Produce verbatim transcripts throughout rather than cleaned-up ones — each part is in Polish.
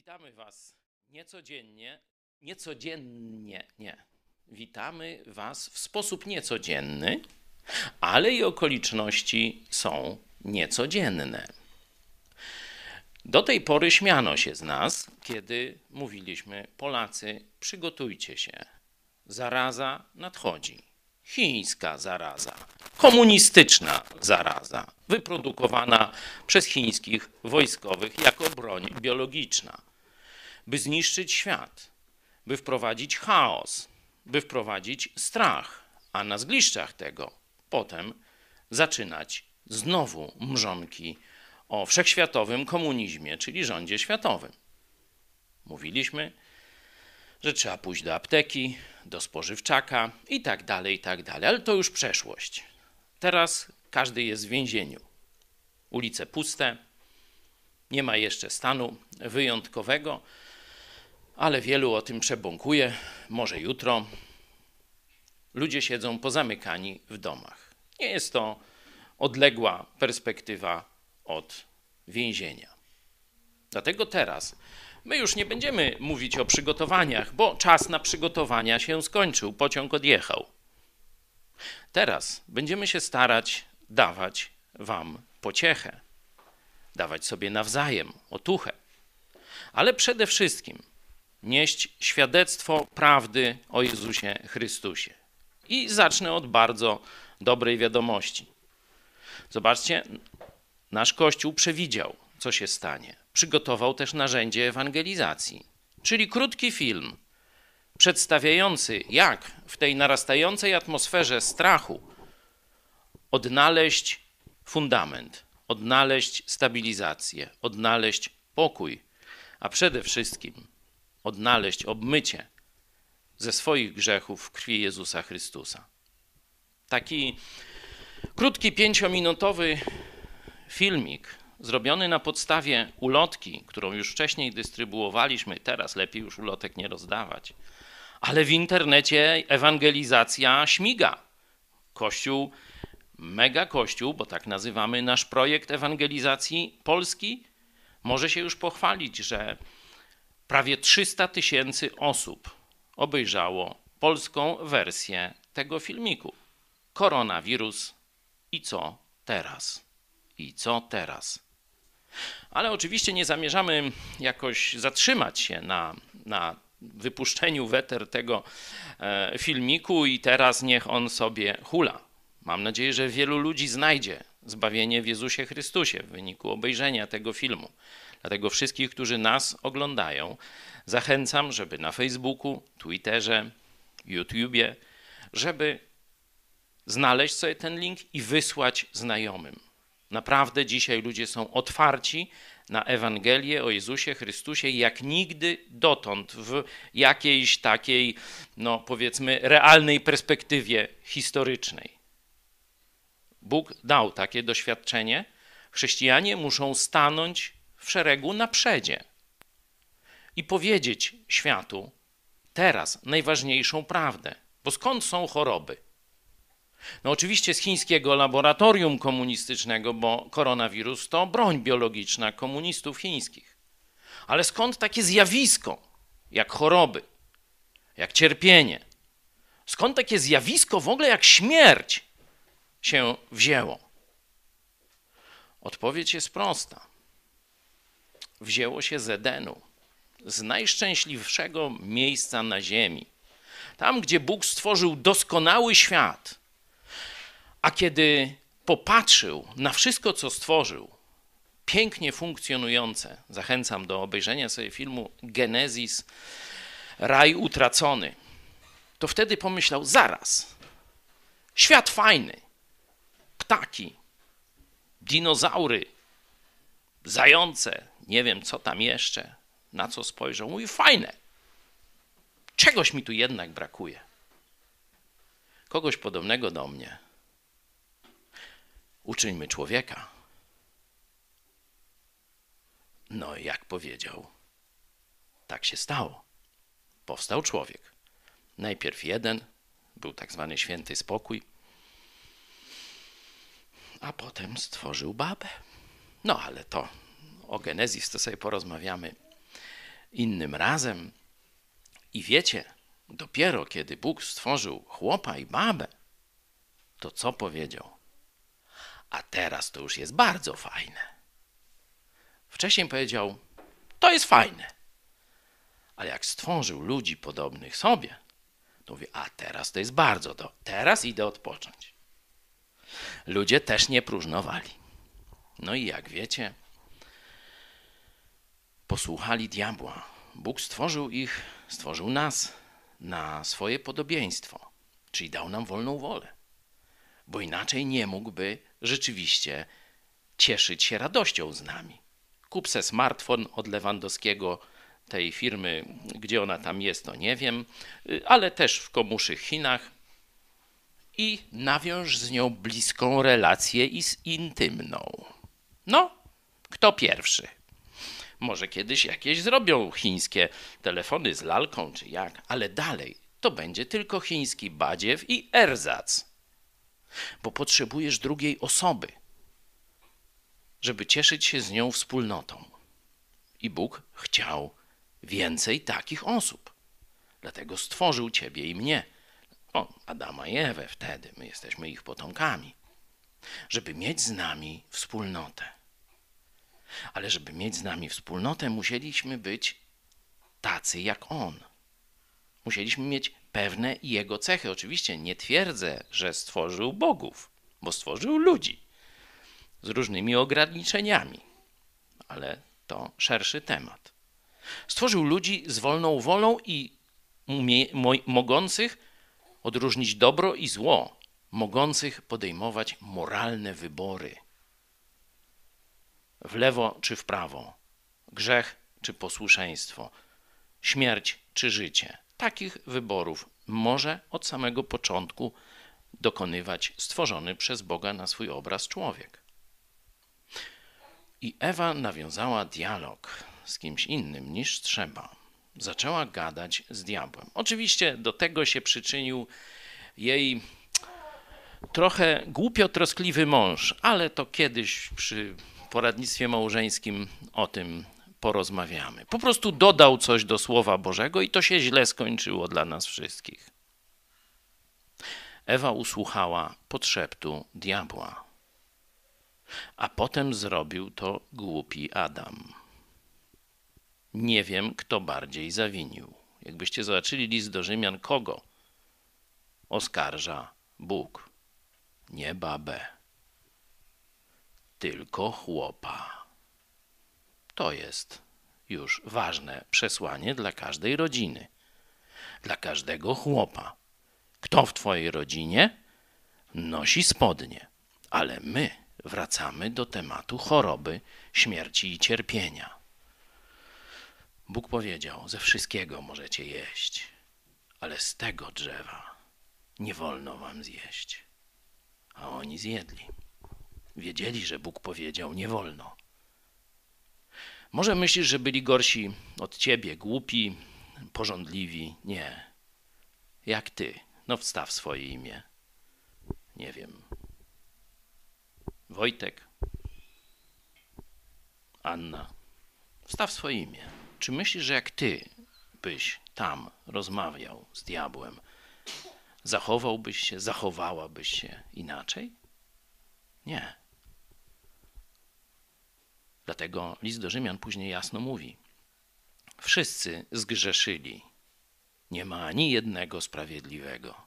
Witamy Was niecodziennie, niecodziennie, nie. Witamy Was w sposób niecodzienny, ale i okoliczności są niecodzienne. Do tej pory śmiano się z nas, kiedy mówiliśmy: Polacy, przygotujcie się, zaraza nadchodzi. Chińska zaraza, komunistyczna zaraza, wyprodukowana przez chińskich wojskowych jako broń biologiczna, by zniszczyć świat, by wprowadzić chaos, by wprowadzić strach, a na zgliszczach tego potem zaczynać znowu mrzonki o wszechświatowym komunizmie, czyli rządzie światowym. Mówiliśmy, że trzeba pójść do apteki, do spożywczaka i tak dalej, i tak dalej. Ale to już przeszłość. Teraz każdy jest w więzieniu. Ulice puste, nie ma jeszcze stanu wyjątkowego, ale wielu o tym przebąkuje. Może jutro. Ludzie siedzą pozamykani w domach. Nie jest to odległa perspektywa od więzienia. Dlatego teraz my już nie będziemy mówić o przygotowaniach, bo czas na przygotowania się skończył, pociąg odjechał. Teraz będziemy się starać dawać wam pociechę, dawać sobie nawzajem otuchę, ale przede wszystkim nieść świadectwo prawdy o Jezusie Chrystusie. I zacznę od bardzo dobrej wiadomości. Zobaczcie, nasz Kościół przewidział, co się stanie. Przygotował też narzędzie ewangelizacji, czyli krótki film przedstawiający, jak w tej narastającej atmosferze strachu odnaleźć fundament, odnaleźć stabilizację, odnaleźć pokój, a przede wszystkim odnaleźć obmycie ze swoich grzechów w krwi Jezusa Chrystusa. Taki krótki, pięciominutowy filmik zrobiony na podstawie ulotki, którą już wcześniej dystrybuowaliśmy, teraz lepiej już ulotek nie rozdawać, ale w internecie ewangelizacja śmiga. Kościół, mega kościół, bo tak nazywamy nasz projekt ewangelizacji Polski, może się już pochwalić, że prawie trzysta tysięcy osób obejrzało polską wersję tego filmiku. Koronawirus i co teraz? I co teraz? Ale oczywiście nie zamierzamy jakoś zatrzymać się na, na wypuszczeniu w eter tego e, filmiku i teraz niech on sobie hula. Mam nadzieję, że wielu ludzi znajdzie zbawienie w Jezusie Chrystusie w wyniku obejrzenia tego filmu. Dlatego wszystkich, którzy nas oglądają, zachęcam, żeby na Facebooku, Twitterze, YouTubie, żeby znaleźć sobie ten link i wysłać znajomym. Naprawdę dzisiaj ludzie są otwarci na Ewangelię o Jezusie Chrystusie jak nigdy dotąd w jakiejś takiej, no powiedzmy, realnej perspektywie historycznej. Bóg dał takie doświadczenie. Chrześcijanie muszą stanąć w szeregu na przedzie i powiedzieć światu teraz najważniejszą prawdę. Bo skąd są choroby? No oczywiście z chińskiego laboratorium komunistycznego, bo koronawirus to broń biologiczna komunistów chińskich. Ale skąd takie zjawisko jak choroby, jak cierpienie? Skąd takie zjawisko w ogóle jak śmierć się wzięło? Odpowiedź jest prosta. Wzięło się z Edenu, z najszczęśliwszego miejsca na ziemi. Tam, gdzie Bóg stworzył doskonały świat, a kiedy popatrzył na wszystko, co stworzył, pięknie funkcjonujące, zachęcam do obejrzenia sobie filmu Genezis, Raj utracony, to wtedy pomyślał, zaraz, świat fajny, ptaki, dinozaury, zające, nie wiem co tam jeszcze, na co spojrzał, mówi fajne, czegoś mi tu jednak brakuje. Kogoś podobnego do mnie. Uczyńmy człowieka. No i jak powiedział, tak się stało. Powstał człowiek. Najpierw jeden, był tak zwany święty spokój, a potem stworzył babę. No ale to o Genezis to sobie porozmawiamy innym razem. I wiecie, dopiero kiedy Bóg stworzył chłopa i babę, to co powiedział? A teraz to już jest bardzo fajne. Wcześniej powiedział, to jest fajne. Ale jak stworzył ludzi podobnych sobie, to mówi, a teraz to jest bardzo dobre. Teraz idę odpocząć. Ludzie też nie próżnowali. No i jak wiecie, posłuchali diabła. Bóg stworzył ich, stworzył nas na swoje podobieństwo, czyli dał nam wolną wolę. Bo inaczej nie mógłby rzeczywiście cieszyć się radością z nami. Kup se smartfon od Lewandowskiego, tej firmy, gdzie ona tam jest, to nie wiem, ale też w komuszych Chinach i nawiąż z nią bliską relację intymną. No, kto pierwszy? Może kiedyś jakieś zrobią chińskie telefony z lalką czy jak, ale dalej to będzie tylko chiński badziew i erzac. Bo potrzebujesz drugiej osoby, żeby cieszyć się z nią wspólnotą. I Bóg chciał więcej takich osób. Dlatego stworzył ciebie i mnie. O, Adama i Ewę wtedy, my jesteśmy ich potomkami. Żeby mieć z nami wspólnotę. Ale żeby mieć z nami wspólnotę, musieliśmy być tacy jak On. Musieliśmy mieć pewne Jego cechy. Oczywiście nie twierdzę, że stworzył bogów, bo stworzył ludzi z różnymi ograniczeniami. Ale to szerszy temat. Stworzył ludzi z wolną wolą i umie- mo- mogących odróżnić dobro i zło, mogących podejmować moralne wybory. W lewo czy w prawo, grzech czy posłuszeństwo, śmierć czy życie. Takich wyborów może od samego początku dokonywać stworzony przez Boga na swój obraz człowiek. I Ewa nawiązała dialog z kimś innym niż trzeba. Zaczęła gadać z diabłem. Oczywiście do tego się przyczynił jej trochę głupio troskliwy mąż, ale to kiedyś przy poradnictwie małżeńskim o tym porozmawiamy. Po prostu dodał coś do Słowa Bożego i to się źle skończyło dla nas wszystkich. Ewa usłuchała podszeptu diabła, a potem zrobił to głupi Adam. Nie wiem, kto bardziej zawinił. Jakbyście zobaczyli list do Rzymian, kogo oskarża Bóg? Nie babę, tylko chłopa. To jest już ważne przesłanie dla każdej rodziny, dla każdego chłopa. Kto w twojej rodzinie nosi spodnie, ale my wracamy do tematu choroby, śmierci i cierpienia. Bóg powiedział, ze wszystkiego możecie jeść, ale z tego drzewa nie wolno wam zjeść. A oni zjedli. Wiedzieli, że Bóg powiedział, nie wolno. Może myślisz, że byli gorsi od ciebie, głupi, pożądliwi? Nie. Jak ty. No wstaw swoje imię. Nie wiem. Wojtek? Anna? Wstaw swoje imię. Czy myślisz, że jak ty byś tam rozmawiał z diabłem, zachowałbyś się, zachowałabyś się inaczej? Nie. Dlatego list do Rzymian później jasno mówi: wszyscy zgrzeszyli. Nie ma ani jednego sprawiedliwego.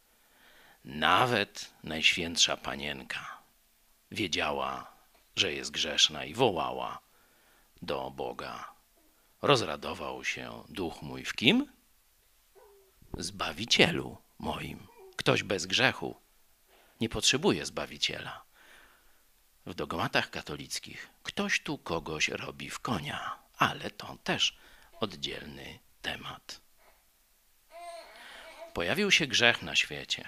Nawet Najświętsza Panienka wiedziała, że jest grzeszna i wołała do Boga. Rozradował się duch mój w kim? Zbawicielu moim. Ktoś bez grzechu nie potrzebuje Zbawiciela. W dogmatach katolickich ktoś tu kogoś robi w konia, ale to też oddzielny temat. Pojawił się grzech na świecie,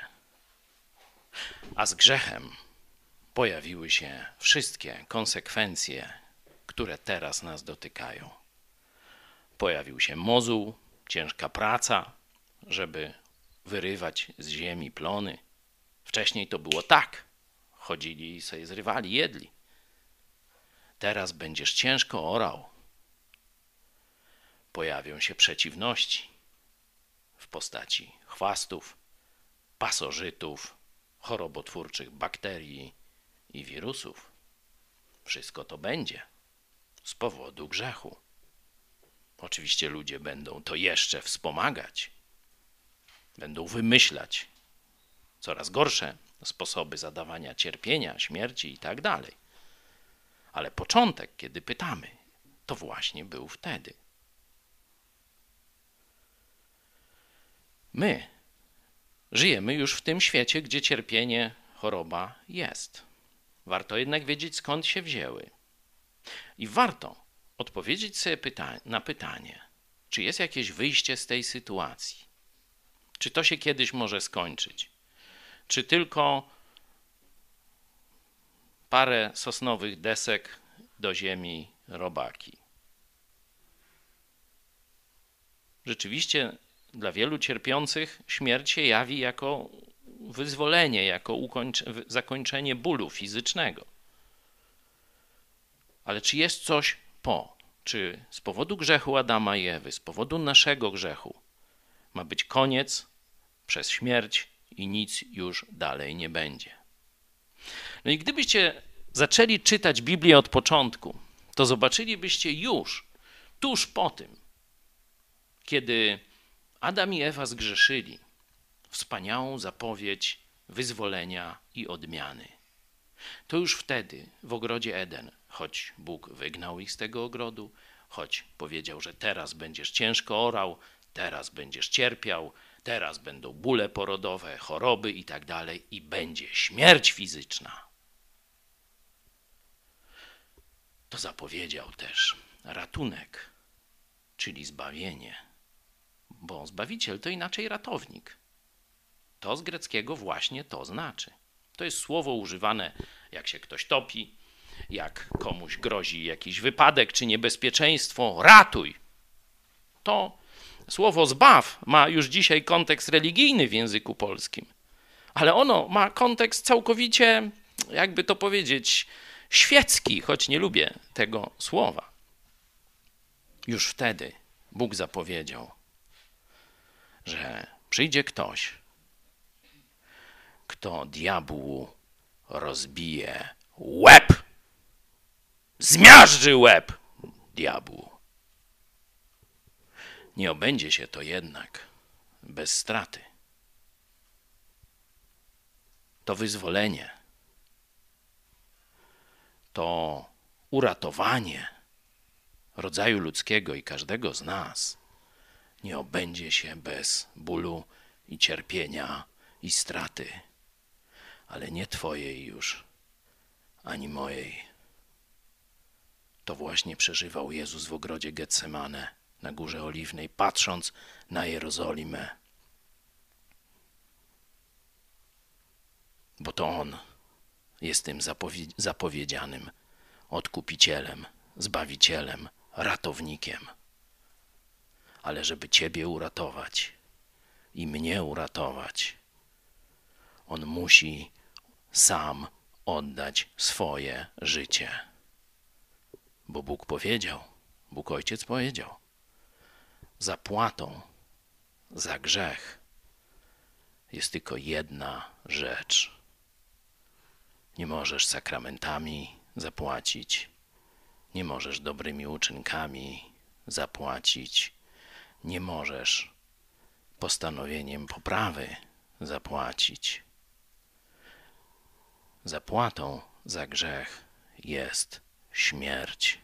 a z grzechem pojawiły się wszystkie konsekwencje, które teraz nas dotykają. Pojawił się mozuł, ciężka praca, żeby wyrywać z ziemi plony. Wcześniej to było tak. Chodzili i sobie zrywali, jedli. Teraz będziesz ciężko orał. pojawią się przeciwności w postaci chwastów, pasożytów, chorobotwórczych bakterii i wirusów. Wszystko to będzie z powodu grzechu. Oczywiście ludzie będą to jeszcze wspomagać. Będą wymyślać coraz gorsze sposoby zadawania cierpienia, śmierci i tak dalej. Ale początek, kiedy pytamy, to właśnie był wtedy. My żyjemy już w tym świecie, gdzie cierpienie, choroba jest. Warto jednak wiedzieć, skąd się wzięły. I warto odpowiedzieć sobie pyta- na pytanie, czy jest jakieś wyjście z tej sytuacji? Czy to się kiedyś może skończyć? Czy tylko parę sosnowych desek do ziemi, robaki? Rzeczywiście dla wielu cierpiących śmierć się jawi jako wyzwolenie, jako ukończe- zakończenie bólu fizycznego. Ale czy jest coś po? Czy z powodu grzechu Adama i Ewy, z powodu naszego grzechu ma być koniec przez śmierć i nic już dalej nie będzie? No i gdybyście zaczęli czytać Biblię od początku, to zobaczylibyście już, tuż po tym, kiedy Adam i Ewa zgrzeszyli, wspaniałą zapowiedź wyzwolenia i odmiany. To już wtedy w ogrodzie Eden, choć Bóg wygnał ich z tego ogrodu, choć powiedział, że teraz będziesz ciężko orał, teraz będziesz cierpiał, teraz będą bóle porodowe, choroby i tak dalej i będzie śmierć fizyczna. To zapowiedział też ratunek, czyli zbawienie. Bo Zbawiciel to inaczej ratownik. To z greckiego właśnie to znaczy. To jest słowo używane, jak się ktoś topi, jak komuś grozi jakiś wypadek czy niebezpieczeństwo. Ratuj! To słowo zbaw ma już dzisiaj kontekst religijny w języku polskim, ale ono ma kontekst całkowicie, jakby to powiedzieć, świecki, choć nie lubię tego słowa. Już wtedy Bóg zapowiedział, że przyjdzie ktoś, kto diabłu rozbije łeb, zmiażdży łeb diabłu. Nie obędzie się to jednak bez straty. To wyzwolenie, to uratowanie rodzaju ludzkiego i każdego z nas nie obędzie się bez bólu i cierpienia i straty, ale nie twojej już, ani mojej. To właśnie przeżywał Jezus w ogrodzie Getsemane na Górze Oliwnej, patrząc na Jerozolimę. Bo to On jest tym zapowie- zapowiedzianym odkupicielem, zbawicielem, ratownikiem. Ale żeby ciebie uratować i mnie uratować, On musi sam oddać swoje życie. Bo Bóg powiedział, Bóg Ojciec powiedział, zapłatą za grzech jest tylko jedna rzecz. Nie możesz sakramentami zapłacić, nie możesz dobrymi uczynkami zapłacić, nie możesz postanowieniem poprawy zapłacić. Zapłatą za grzech jest śmierć.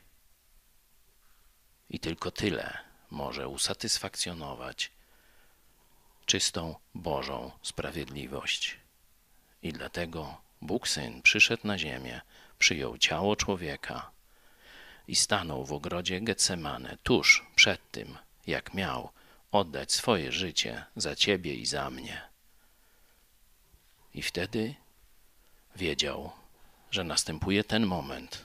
I tylko tyle może usatysfakcjonować czystą Bożą sprawiedliwość. I dlatego Bóg Syn przyszedł na ziemię, przyjął ciało człowieka i stanął w ogrodzie Getsemane tuż przed tym, jak miał oddać swoje życie za ciebie i za mnie. I wtedy wiedział, że następuje ten moment,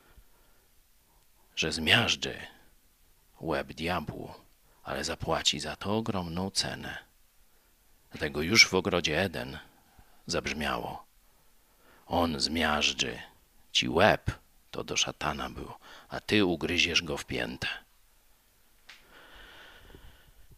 że zmiażdży łeb diabłu, ale zapłaci za to ogromną cenę. Dlatego już w ogrodzie Eden zabrzmiało: On zmiażdży ci łeb, to do szatana było, a ty ugryziesz go w piętę.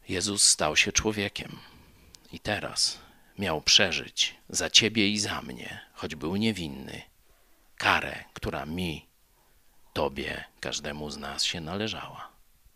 Jezus stał się człowiekiem i teraz miał przeżyć za ciebie i za mnie, choć był niewinny, karę, która mi, tobie, każdemu z nas się należała.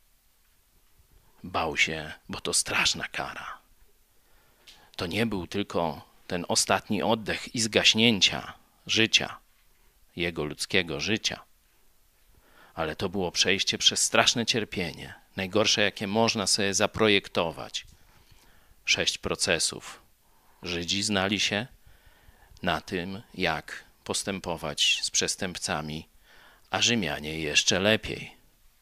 Bał się, bo to straszna kara. To nie był tylko ten ostatni oddech i zgaśnięcia życia, jego ludzkiego życia, ale to było przejście przez straszne cierpienie, najgorsze jakie można sobie zaprojektować. Sześć procesów. Żydzi znali się na tym, jak postępować z przestępcami, a Rzymianie jeszcze lepiej.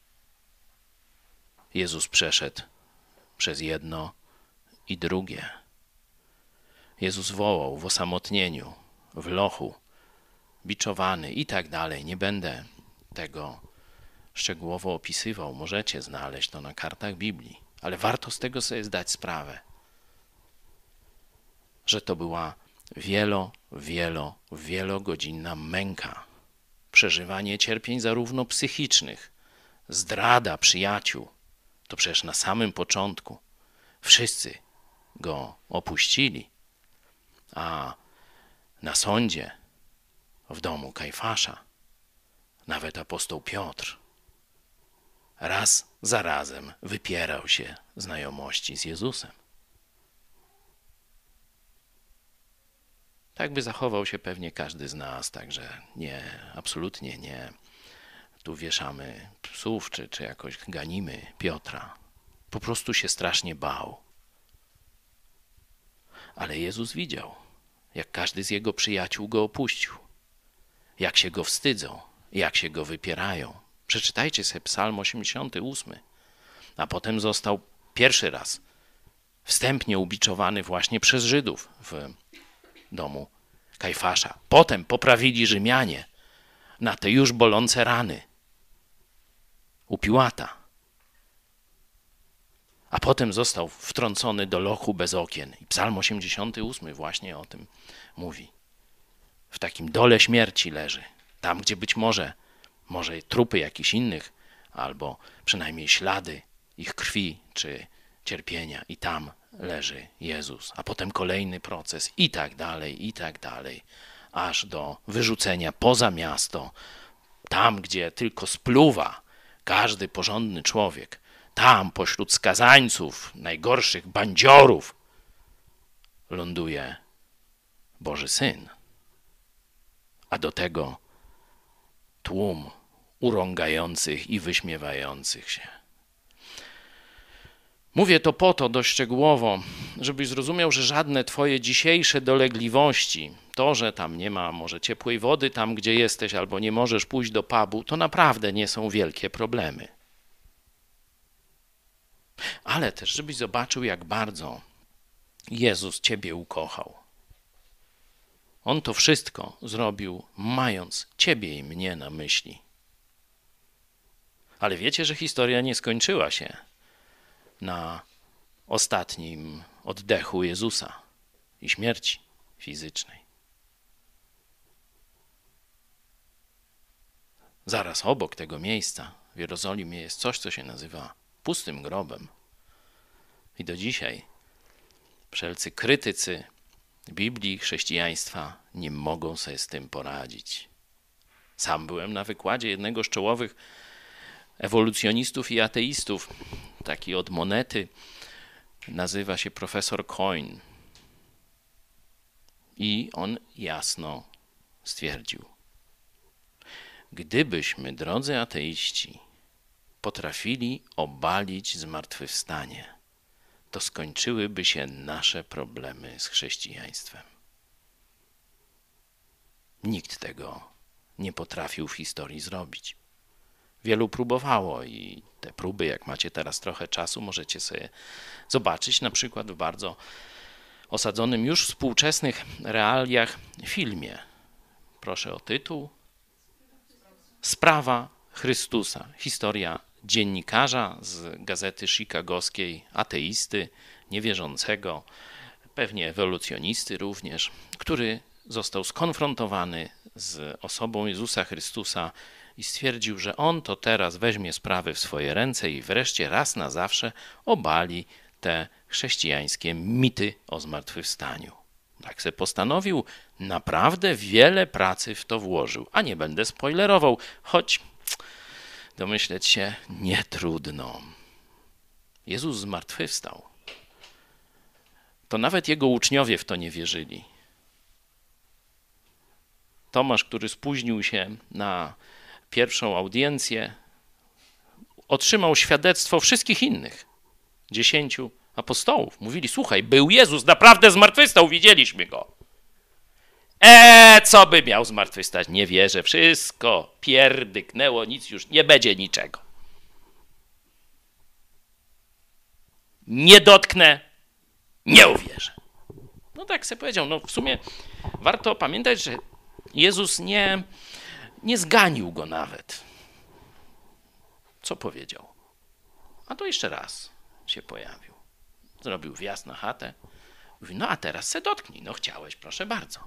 Jezus przeszedł przez jedno i drugie. Jezus wołał w osamotnieniu, w lochu, biczowany i tak dalej. Nie będę tego szczegółowo opisywał. Możecie znaleźć to na kartach Biblii. Ale warto z tego sobie zdać sprawę, że to była wielo, wielo, wielogodzinna męka. Przeżywanie cierpień zarówno psychicznych, zdrada przyjaciół. To przecież na samym początku wszyscy go opuścili, a na sądzie w domu Kajfasza nawet apostoł Piotr raz za razem wypierał się znajomości z Jezusem. Tak by zachował się pewnie każdy z nas, także nie, absolutnie nie. Tu wieszamy psów, czy, czy jakoś ganimy Piotra. Po prostu się strasznie bał. Ale Jezus widział, jak każdy z jego przyjaciół go opuścił, jak się go wstydzą, jak się go wypierają. Przeczytajcie sobie Psalm osiemdziesiąty ósmy. A potem został pierwszy raz wstępnie ubiczowany właśnie przez Żydów w domu Kajfasza. Potem poprawili Rzymianie na te już bolące rany u Piłata. A potem został wtrącony do lochu bez okien. I Psalm osiemdziesiąty ósmy właśnie o tym mówi. W takim dole śmierci leży. Tam, gdzie być może, może trupy jakichś innych, albo przynajmniej ślady ich krwi czy cierpienia. I tam leży Jezus. A potem kolejny proces i tak dalej, i tak dalej. Aż do wyrzucenia poza miasto. Tam, gdzie tylko spluwa każdy porządny człowiek. Tam pośród skazańców, najgorszych bandziorów ląduje Boży Syn. A do tego tłum urągających i wyśmiewających się. Mówię to po to dość szczegółowo, żebyś zrozumiał, że żadne twoje dzisiejsze dolegliwości, to, że tam nie ma może ciepłej wody tam, gdzie jesteś, albo nie możesz pójść do pubu, to naprawdę nie są wielkie problemy. Ale też, żebyś zobaczył, jak bardzo Jezus ciebie ukochał. On to wszystko zrobił, mając ciebie i mnie na myśli. Ale wiecie, że historia nie skończyła się na ostatnim oddechu Jezusa i śmierci fizycznej. Zaraz obok tego miejsca w Jerozolimie jest coś, co się nazywa pustym grobem. I do dzisiaj wszelcy krytycy Biblii, chrześcijaństwa nie mogą sobie z tym poradzić. Sam byłem na wykładzie jednego z czołowych ewolucjonistów i ateistów, taki od monety, nazywa się profesor Coyne. I on jasno stwierdził: gdybyśmy, drodzy ateiści, potrafili obalić zmartwychwstanie, to skończyłyby się nasze problemy z chrześcijaństwem. Nikt tego nie potrafił w historii zrobić. Wielu próbowało i te próby, jak macie teraz trochę czasu, możecie sobie zobaczyć na przykład w bardzo osadzonym już w współczesnych realiach filmie. Proszę o tytuł. Sprawa Chrystusa. Historia dziennikarza z gazety chicagowskiej, ateisty, niewierzącego, pewnie ewolucjonisty również, który został skonfrontowany z osobą Jezusa Chrystusa i stwierdził, że on to teraz weźmie sprawy w swoje ręce i wreszcie raz na zawsze obali te chrześcijańskie mity o zmartwychwstaniu. Tak se postanowił, naprawdę wiele pracy w to włożył. A nie będę spoilerował, choć domyśleć się nie trudno. Jezus zmartwychwstał. To nawet jego uczniowie w to nie wierzyli. Tomasz, który spóźnił się na pierwszą audiencję, otrzymał świadectwo wszystkich innych, dziesięciu apostołów. Mówili, słuchaj, był Jezus, naprawdę zmartwychwstał, widzieliśmy Go. Eee, co by miał zmartwychwstać? Nie wierzę, wszystko pierdyknęło, nic już, nie będzie niczego. Nie dotknę, nie uwierzę. No tak sobie powiedział, no w sumie warto pamiętać, że Jezus nie, nie zganił go nawet. Co powiedział? A to jeszcze raz się pojawił. Zrobił wjazd na chatę. Mówi, no a teraz se dotknij. No chciałeś, proszę bardzo.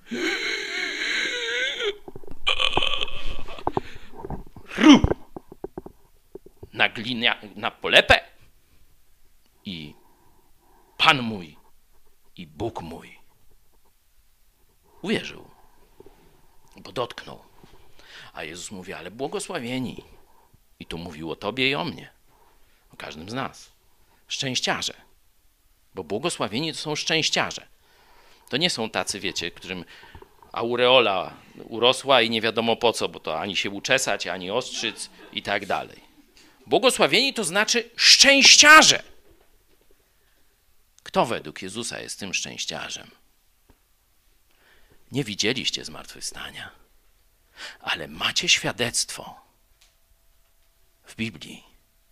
Ru! Na glinę, na polepę i Pan mój i Bóg mój. Uwierzył, bo dotknął. A Jezus mówi, ale błogosławieni. I tu mówił o tobie i o mnie. O każdym z nas. Szczęściarze. Bo błogosławieni to są szczęściarze. To nie są tacy, wiecie, którym aureola urosła i nie wiadomo po co, bo to ani się uczesać, ani ostrzyc i tak dalej. Błogosławieni to znaczy szczęściarze. Kto według Jezusa jest tym szczęściarzem? Nie widzieliście zmartwychwstania, ale macie świadectwo w Biblii.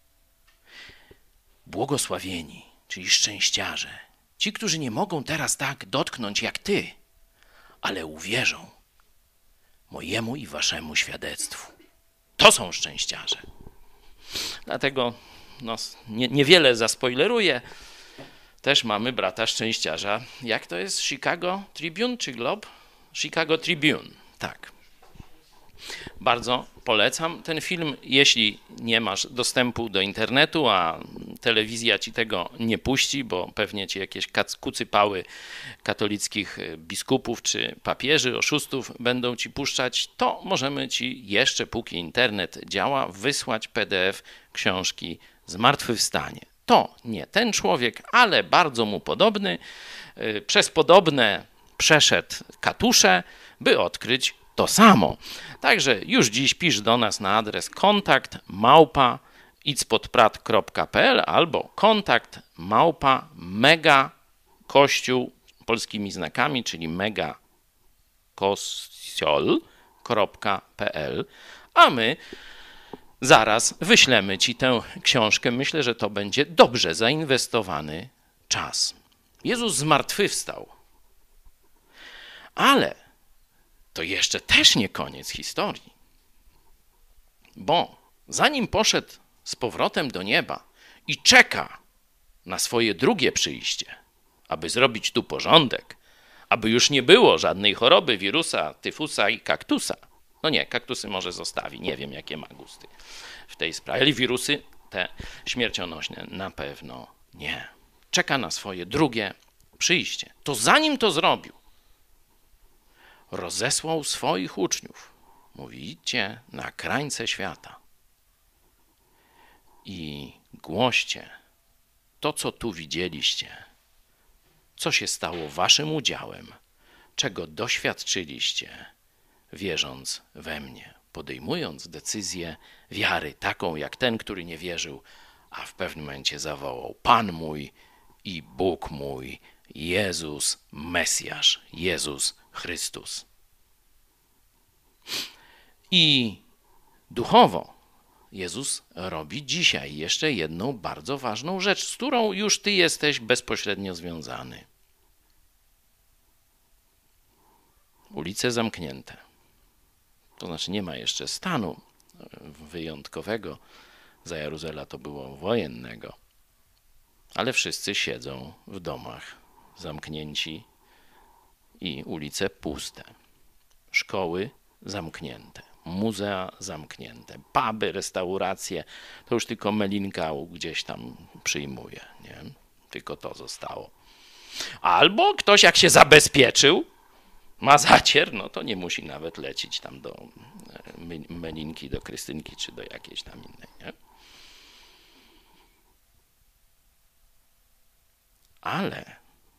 Błogosławieni, czyli szczęściarze. Ci, którzy nie mogą teraz tak dotknąć jak ty, ale uwierzą mojemu i waszemu świadectwu. To są szczęściarze. Dlatego no, nie, niewiele zaspoileruję. Też mamy brata szczęściarza. Jak to jest? Chicago Tribune czy Globe? Chicago Tribune, tak. Bardzo polecam ten film, jeśli nie masz dostępu do internetu, a telewizja ci tego nie puści, bo pewnie ci jakieś kucypały katolickich biskupów czy papieży, oszustów będą ci puszczać, to możemy ci jeszcze, póki internet działa, wysłać P D F książki Zmartwychwstanie. To nie ten człowiek, ale bardzo mu podobny. Przez podobne przeszedł katusze, by odkryć to samo. Także już dziś pisz do nas na adres kontakt małpa idspodprat kropka p l albo kontakt małpa mega kościół polskimi znakami, czyli mega kościol kropka p l, a my zaraz wyślemy ci tę książkę. Myślę, że to będzie dobrze zainwestowany czas. Jezus zmartwychwstał, ale to jeszcze też nie koniec historii. Bo zanim poszedł z powrotem do nieba i czeka na swoje drugie przyjście, aby zrobić tu porządek, aby już nie było żadnej choroby, wirusa, tyfusa i kaktusa. No nie, kaktusy może zostawi, nie wiem jakie ma gusty w tej sprawie, ale wirusy te śmiercionośne na pewno nie. Czeka na swoje drugie przyjście. To zanim to zrobił, rozesłał swoich uczniów. Mówi, idźcie na krańce świata i głoście to, co tu widzieliście, co się stało waszym udziałem, czego doświadczyliście, wierząc we mnie, podejmując decyzję wiary, taką jak ten, który nie wierzył, a w pewnym momencie zawołał, Pan mój i Bóg mój, Jezus Mesjasz, Jezus Chrystus. I duchowo Jezus robi dzisiaj jeszcze jedną bardzo ważną rzecz, z którą już ty jesteś bezpośrednio związany. Ulice zamknięte. To znaczy nie ma jeszcze stanu wyjątkowego. Za Jeruzalem to było wojennego. Ale wszyscy siedzą w domach zamknięci i ulice puste. Szkoły zamknięte, muzea zamknięte, puby, restauracje, to już tylko Melinka gdzieś tam przyjmuje. Nie? tylko to zostało. Albo ktoś jak się zabezpieczył, ma zacier, no to nie musi nawet lecieć tam do Melinki, do Krystynki, czy do jakiejś tam innej, nie? Ale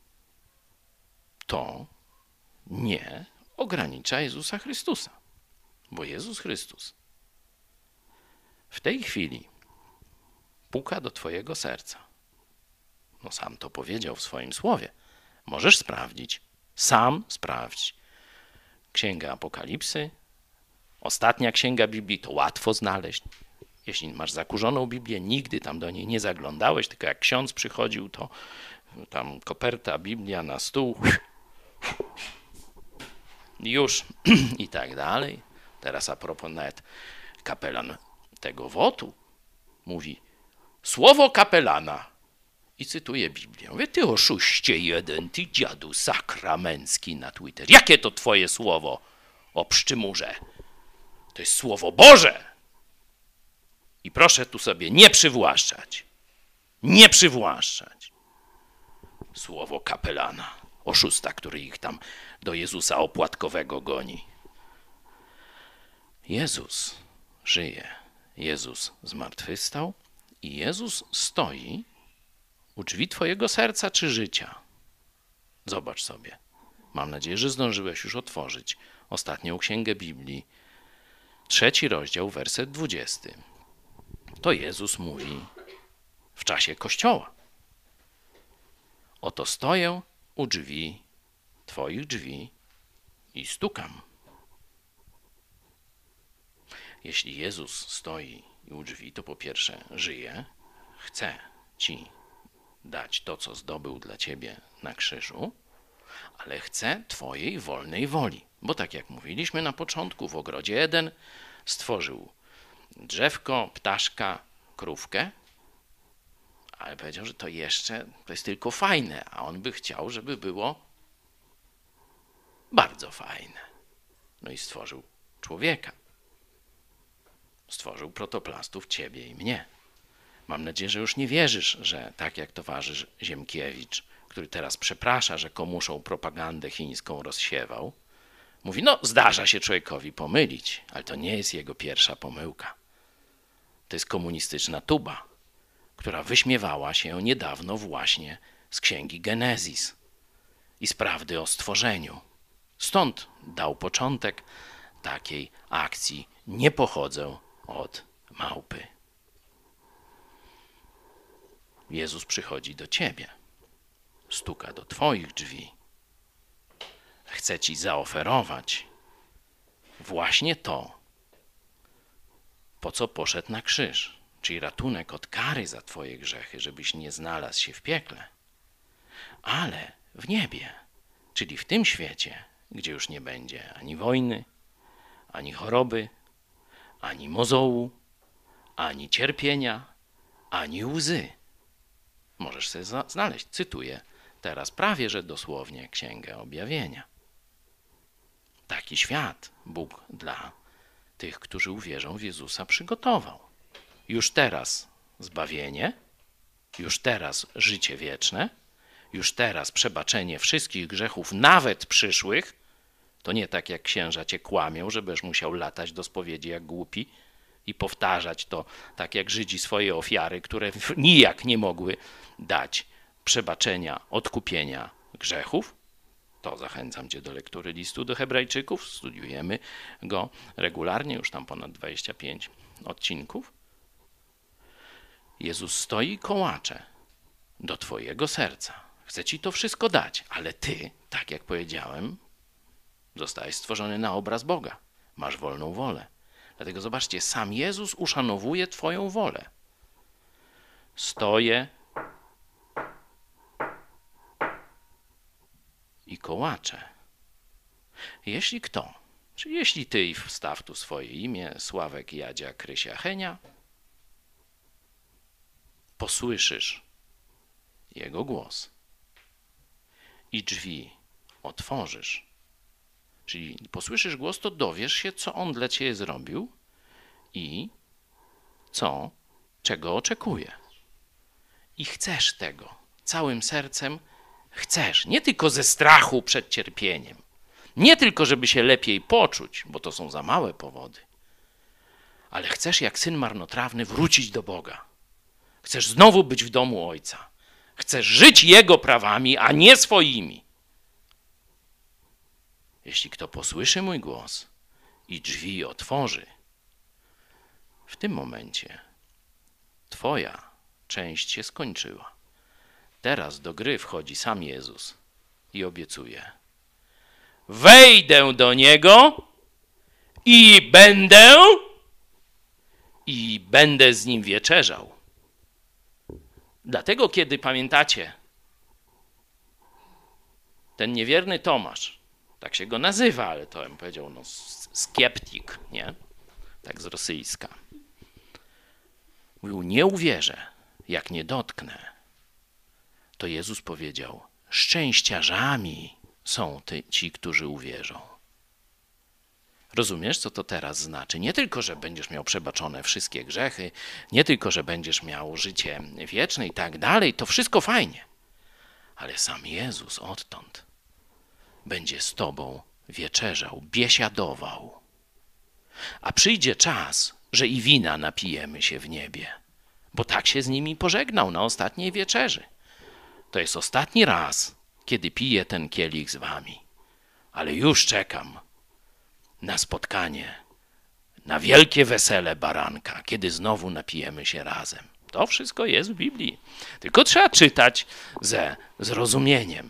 to nie ogranicza Jezusa Chrystusa, bo Jezus Chrystus w tej chwili puka do twojego serca. No sam to powiedział w swoim słowie. Możesz sprawdzić. Sam sprawdź. Księga Apokalipsy, ostatnia księga Biblii, to łatwo znaleźć. Jeśli masz zakurzoną Biblię, nigdy tam do niej nie zaglądałeś, tylko jak ksiądz przychodził, to tam koperta, Biblia na stół, już i tak dalej. Teraz a propos nawet kapelan tego wotu mówi słowo kapelana i cytuje Biblię. Mówię, ty oszuście jeden, ty dziadu sakramencki na Twitter. Jakie to twoje słowo o pszczymurze? To jest słowo Boże. I proszę tu sobie nie przywłaszczać. Nie przywłaszczać. Słowo kapelana. Oszusta, który ich tam do Jezusa opłatkowego goni. Jezus żyje. Jezus zmartwychwstał i Jezus stoi u drzwi twojego serca czy życia. Zobacz sobie. Mam nadzieję, że zdążyłeś już otworzyć ostatnią księgę Biblii. Trzeci rozdział, werset dwudziesty. To Jezus mówi w czasie Kościoła. Oto stoję u drzwi, twoich drzwi i stukam. Jeśli Jezus stoi u drzwi, to po pierwsze żyje, chce ci dać to, co zdobył dla ciebie na krzyżu, ale chce twojej wolnej woli. Bo tak jak mówiliśmy na początku, w ogrodzie Eden stworzył drzewko, ptaszka, krówkę, ale powiedział, że to jeszcze, to jest tylko fajne, a on by chciał, żeby było bardzo fajne. No i stworzył człowieka. Stworzył protoplastów, ciebie i mnie. Mam nadzieję, że już nie wierzysz, że tak jak towarzysz Ziemkiewicz, który teraz przeprasza, że komuszą propagandę chińską rozsiewał, mówi, no zdarza się człowiekowi pomylić, ale to nie jest jego pierwsza pomyłka. To jest komunistyczna tuba, która wyśmiewała się niedawno właśnie z księgi Genezis i z prawdy o stworzeniu. Stąd dał początek takiej akcji. Nie pochodzę od małpy. Jezus przychodzi do ciebie, stuka do twoich drzwi. Chce ci zaoferować właśnie to, po co poszedł na krzyż, czyli ratunek od kary za twoje grzechy, żebyś nie znalazł się w piekle, ale w niebie, czyli w tym świecie, gdzie już nie będzie ani wojny, ani choroby, ani mozołu, ani cierpienia, ani łzy. Możesz sobie znaleźć, cytuję teraz prawie, że dosłownie Księgę Objawienia. Taki świat Bóg dla tych, którzy uwierzą w Jezusa, przygotował. Już teraz zbawienie, już teraz życie wieczne, już teraz przebaczenie wszystkich grzechów, nawet przyszłych. To nie tak jak księża cię kłamią, że będziesz musiał latać do spowiedzi jak głupi i powtarzać to tak jak Żydzi swoje ofiary, które nijak nie mogły dać przebaczenia, odkupienia grzechów. To zachęcam cię do lektury listu do Hebrajczyków. Studiujemy go regularnie, już tam ponad dwadzieścia pięć odcinków. Jezus stoi i kołacze do twojego serca. Chce ci to wszystko dać, ale ty, tak jak powiedziałem, zostałeś stworzony na obraz Boga. Masz wolną wolę. Dlatego zobaczcie, sam Jezus uszanowuje twoją wolę. Stoję i kołaczę. Jeśli kto, czy jeśli ty i wstaw tu swoje imię, Sławek, Jadzia, Krysia, Henia, posłyszysz Jego głos i drzwi otworzysz, czyli posłyszysz głos, to dowiesz się, co On dla ciebie zrobił i co, czego oczekuje. I chcesz tego, całym sercem chcesz, nie tylko ze strachu przed cierpieniem, nie tylko żeby się lepiej poczuć, bo to są za małe powody, ale chcesz jak syn marnotrawny wrócić do Boga. Chcesz znowu być w domu Ojca. Chcesz żyć Jego prawami, a nie swoimi. Jeśli kto posłyszy mój głos i drzwi otworzy, w tym momencie twoja część się skończyła. Teraz do gry wchodzi sam Jezus i obiecuje: wejdę do Niego i będę i będę z Nim wieczerzał. Dlatego, kiedy pamiętacie, ten niewierny Tomasz, tak się go nazywa, ale to bym powiedział, no, skeptik, nie? Tak z rosyjska. Mówił, nie uwierzę, jak nie dotknę. To Jezus powiedział, szczęściarzami są ty, ci, którzy uwierzą. Rozumiesz, co to teraz znaczy? Nie tylko, że będziesz miał przebaczone wszystkie grzechy, nie tylko, że będziesz miał życie wieczne i tak dalej, to wszystko fajnie. Ale sam Jezus odtąd będzie z tobą wieczerzał, biesiadował. A przyjdzie czas, że i wina napijemy się w niebie, bo tak się z nimi pożegnał na ostatniej wieczerzy. To jest ostatni raz, kiedy piję ten kielich z wami, ale już czekam na spotkanie, na wielkie wesele baranka, kiedy znowu napijemy się razem. To wszystko jest w Biblii, tylko trzeba czytać ze zrozumieniem.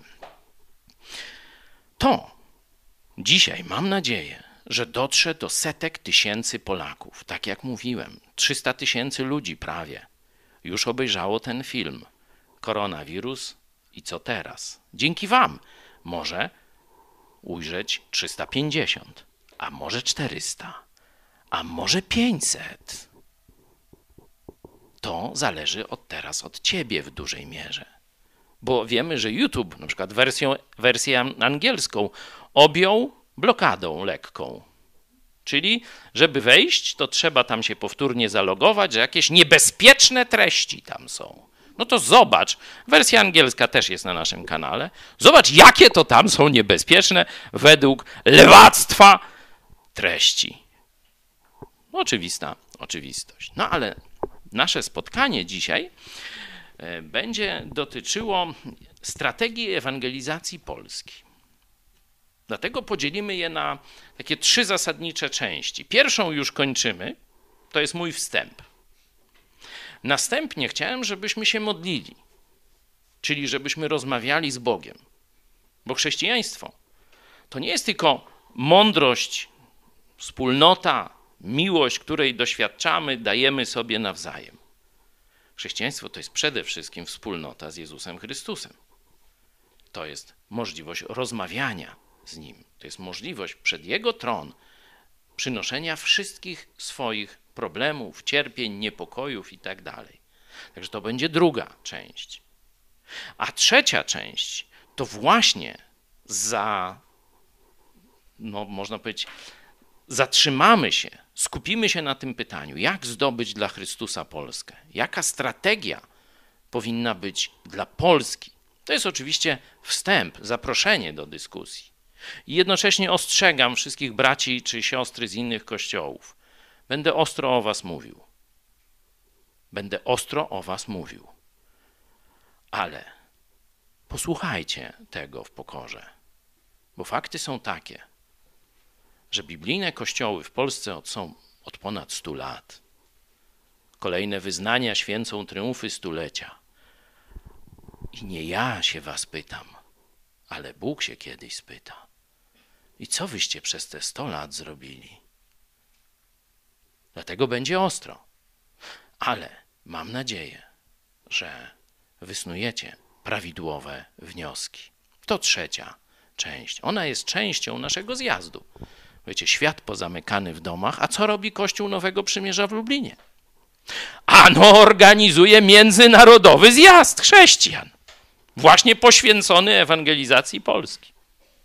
To dzisiaj mam nadzieję, że dotrze do setek tysięcy Polaków. Tak jak mówiłem, trzysta tysięcy ludzi prawie już obejrzało ten film. Koronawirus i co teraz? Dzięki wam może ujrzeć trzysta pięćdziesiąt, a może czterysta, a może pięćset. To zależy od teraz od ciebie w dużej mierze. Bo wiemy, że YouTube, na przykład wersją, wersję angielską, objął blokadą lekką. Czyli, żeby wejść, to trzeba tam się powtórnie zalogować, że jakieś niebezpieczne treści tam są. No to zobacz, wersja angielska też jest na naszym kanale. Zobacz, jakie to tam są niebezpieczne według lewactwa treści. Oczywista oczywistość. No ale nasze spotkanie dzisiaj będzie dotyczyło strategii ewangelizacji Polski. Dlatego podzielimy je na takie trzy zasadnicze części. Pierwszą już kończymy, to jest mój wstęp. Następnie chciałem, żebyśmy się modlili, czyli żebyśmy rozmawiali z Bogiem. Bo chrześcijaństwo to nie jest tylko mądrość, wspólnota, miłość, której doświadczamy, dajemy sobie nawzajem. Chrześcijaństwo to jest przede wszystkim wspólnota z Jezusem Chrystusem. To jest możliwość rozmawiania z Nim. To jest możliwość przed Jego tron przynoszenia wszystkich swoich problemów, cierpień, niepokojów i tak dalej. Także to będzie druga część. A trzecia część to właśnie za, no można powiedzieć, zatrzymamy się, skupimy się na tym pytaniu, jak zdobyć dla Chrystusa Polskę? Jaka strategia powinna być dla Polski? To jest oczywiście wstęp, zaproszenie do dyskusji. I jednocześnie ostrzegam wszystkich braci czy siostry z innych kościołów. Będę ostro o was mówił. Będę ostro o was mówił. Ale posłuchajcie tego w pokorze. Bo fakty są takie, że biblijne kościoły w Polsce od, są od ponad stu lat. Kolejne wyznania święcą triumfy stulecia. I nie ja się was pytam, ale Bóg się kiedyś spyta. I co wyście przez te sto lat zrobili? Dlatego będzie ostro. Ale mam nadzieję, że wysnujecie prawidłowe wnioski. To trzecia część. Ona jest częścią naszego zjazdu. Wiecie, świat pozamykany w domach, a co robi Kościół Nowego Przymierza w Lublinie? Ano organizuje międzynarodowy zjazd chrześcijan, właśnie poświęcony ewangelizacji Polski.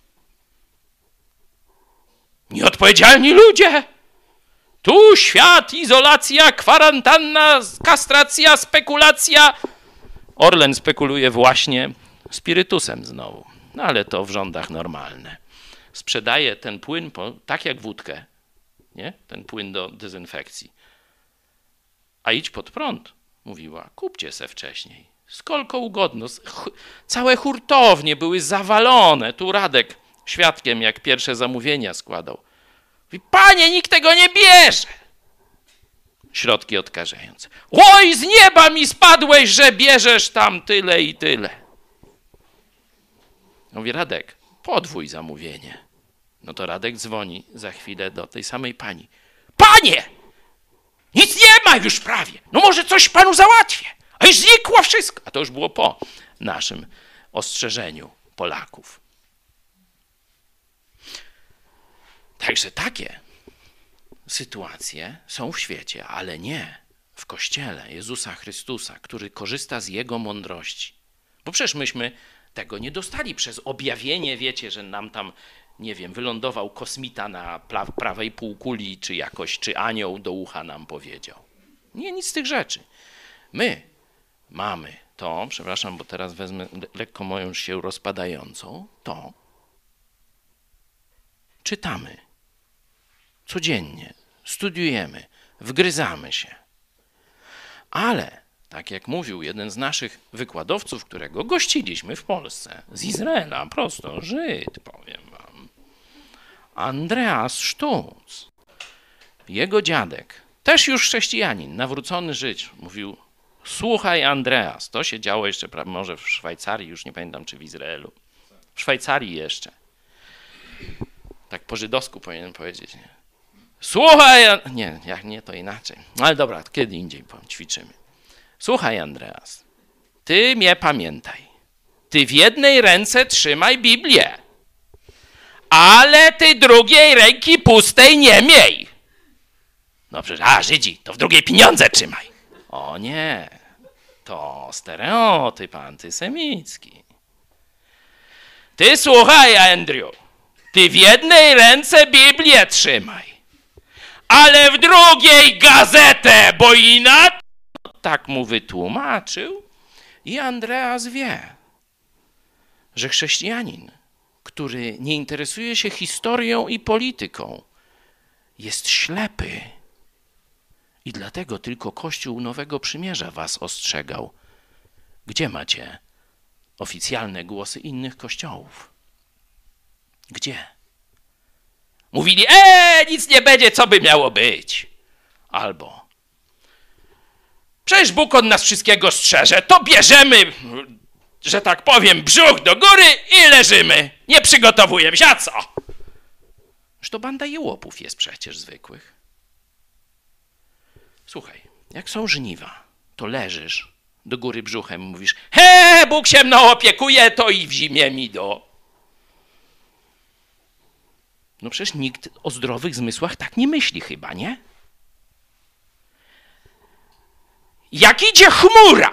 Nieodpowiedzialni ludzie! Tu świat, izolacja, kwarantanna, kastracja, spekulacja. Orlen spekuluje właśnie spirytusem znowu, no ale to w rządach normalne. Sprzedaje ten płyn, po, tak jak wódkę, nie? Ten płyn do dezynfekcji. A idź pod prąd, mówiła, kupcie se wcześniej. Skolko ugodno. Całe hurtownie były zawalone. Tu Radek świadkiem, jak pierwsze zamówienia składał. Mówi, panie, nikt tego nie bierze. Środki odkażające. Oj, z nieba mi spadłeś, że bierzesz tam tyle i tyle. Mówi, Radek, podwój zamówienie. No to Radek dzwoni za chwilę do tej samej pani. Panie, nic nie ma już prawie. No może coś panu załatwię. A już znikło wszystko. A to już było po naszym ostrzeżeniu Polaków. Także takie sytuacje są w świecie, ale nie w Kościele Jezusa Chrystusa, który korzysta z Jego mądrości. Bo przecież myśmy tego nie dostali przez objawienie, wiecie, że nam tam, nie wiem, wylądował kosmita na pra- prawej półkuli, czy jakoś, czy anioł do ucha nam powiedział. Nie, nic z tych rzeczy. My mamy to, przepraszam, bo teraz wezmę lekko moją się rozpadającą, to czytamy codziennie, studiujemy, wgryzamy się. Ale, tak jak mówił jeden z naszych wykładowców, którego gościliśmy w Polsce, z Izraela, prosto Żyd, powiem wam, Andreas Sztuc, jego dziadek, też już chrześcijanin, nawrócony Żyd, mówił, słuchaj Andreas, to się działo jeszcze może w Szwajcarii, już nie pamiętam czy w Izraelu, w Szwajcarii jeszcze. Tak po żydowsku powinienem powiedzieć. Nie? Słuchaj, nie, jak nie to inaczej, ale dobra, kiedy indziej ćwiczymy. Słuchaj Andreas, ty mnie pamiętaj, ty w jednej ręce trzymaj Biblię, ale ty drugiej ręki pustej nie miej. No przecież, a Żydzi, to w drugiej pieniądze trzymaj. O nie, to stereotyp antysemicki. Ty słuchaj, Andrew, ty w jednej ręce Biblię trzymaj, ale w drugiej gazetę, bo inaczej tak mu wytłumaczył. I Andreas wie, że chrześcijanin, który nie interesuje się historią i polityką, jest ślepy. I dlatego tylko Kościół Nowego Przymierza was ostrzegał. Gdzie macie oficjalne głosy innych kościołów? Gdzie? Mówili, e, nic nie będzie, co by miało być. Albo, przecież Bóg od nas wszystkiego strzeże, to bierzemy, że tak powiem, brzuch do góry i leżymy. Nie przygotowujemy się, a co? Już to banda jełopów jest przecież zwykłych. Słuchaj, jak są żniwa, to leżysz do góry brzuchem, mówisz, he, Bóg się mną opiekuje, to i w zimie mi do. No przecież nikt o zdrowych zmysłach tak nie myśli chyba, nie? Jak idzie chmura,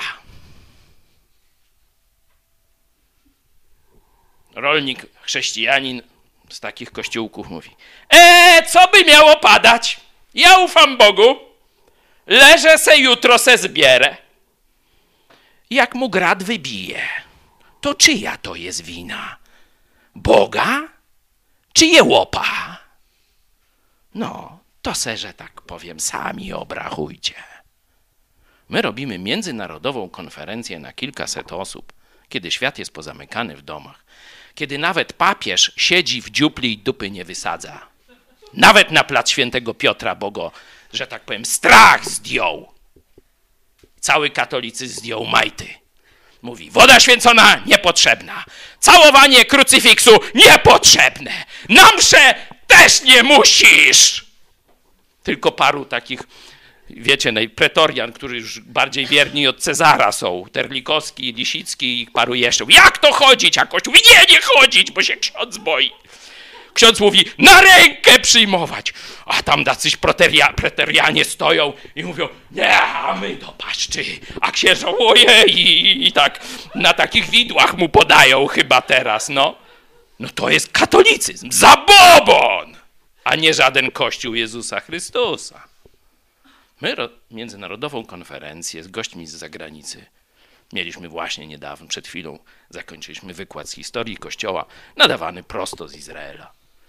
rolnik, chrześcijanin z takich kościółków mówi, e, co by miało padać? Ja ufam Bogu, leżę se, jutro se zbierę. Jak mu grad wybije, to czyja to jest wina? Boga czy jełopa? No, to se, że tak powiem, sami obrachujcie. My robimy międzynarodową konferencję na kilkaset osób, kiedy świat jest pozamykany w domach, kiedy nawet papież siedzi w dziupli i dupy nie wysadza. Nawet na plac Świętego Piotra, bo go, że tak powiem, strach zdjął. Cały katolicyzm zdjął majty. Mówi, woda święcona niepotrzebna. Całowanie krucyfiksu niepotrzebne. Na mszę też nie musisz. Tylko paru takich, wiecie, pretorian, którzy już bardziej wierni od Cezara są. Terlikowski, Lisicki i paru jeszcze. Jak to chodzić? A Kościół mówi, nie, nie chodzić, bo się ksiądz boi. Ksiądz mówi, na rękę przyjmować. A tam tacyś preterianie stoją i mówią, nie, a my do paszczy. A księża, ojej, i, i tak na takich widłach mu podają chyba teraz, no. No to jest katolicyzm, zabobon, a nie żaden Kościół Jezusa Chrystusa. My ro- międzynarodową konferencję z gośćmi z zagranicy Mieliśmy właśnie niedawno, przed chwilą zakończyliśmy wykład z historii Kościoła, nadawany prosto z Izraela.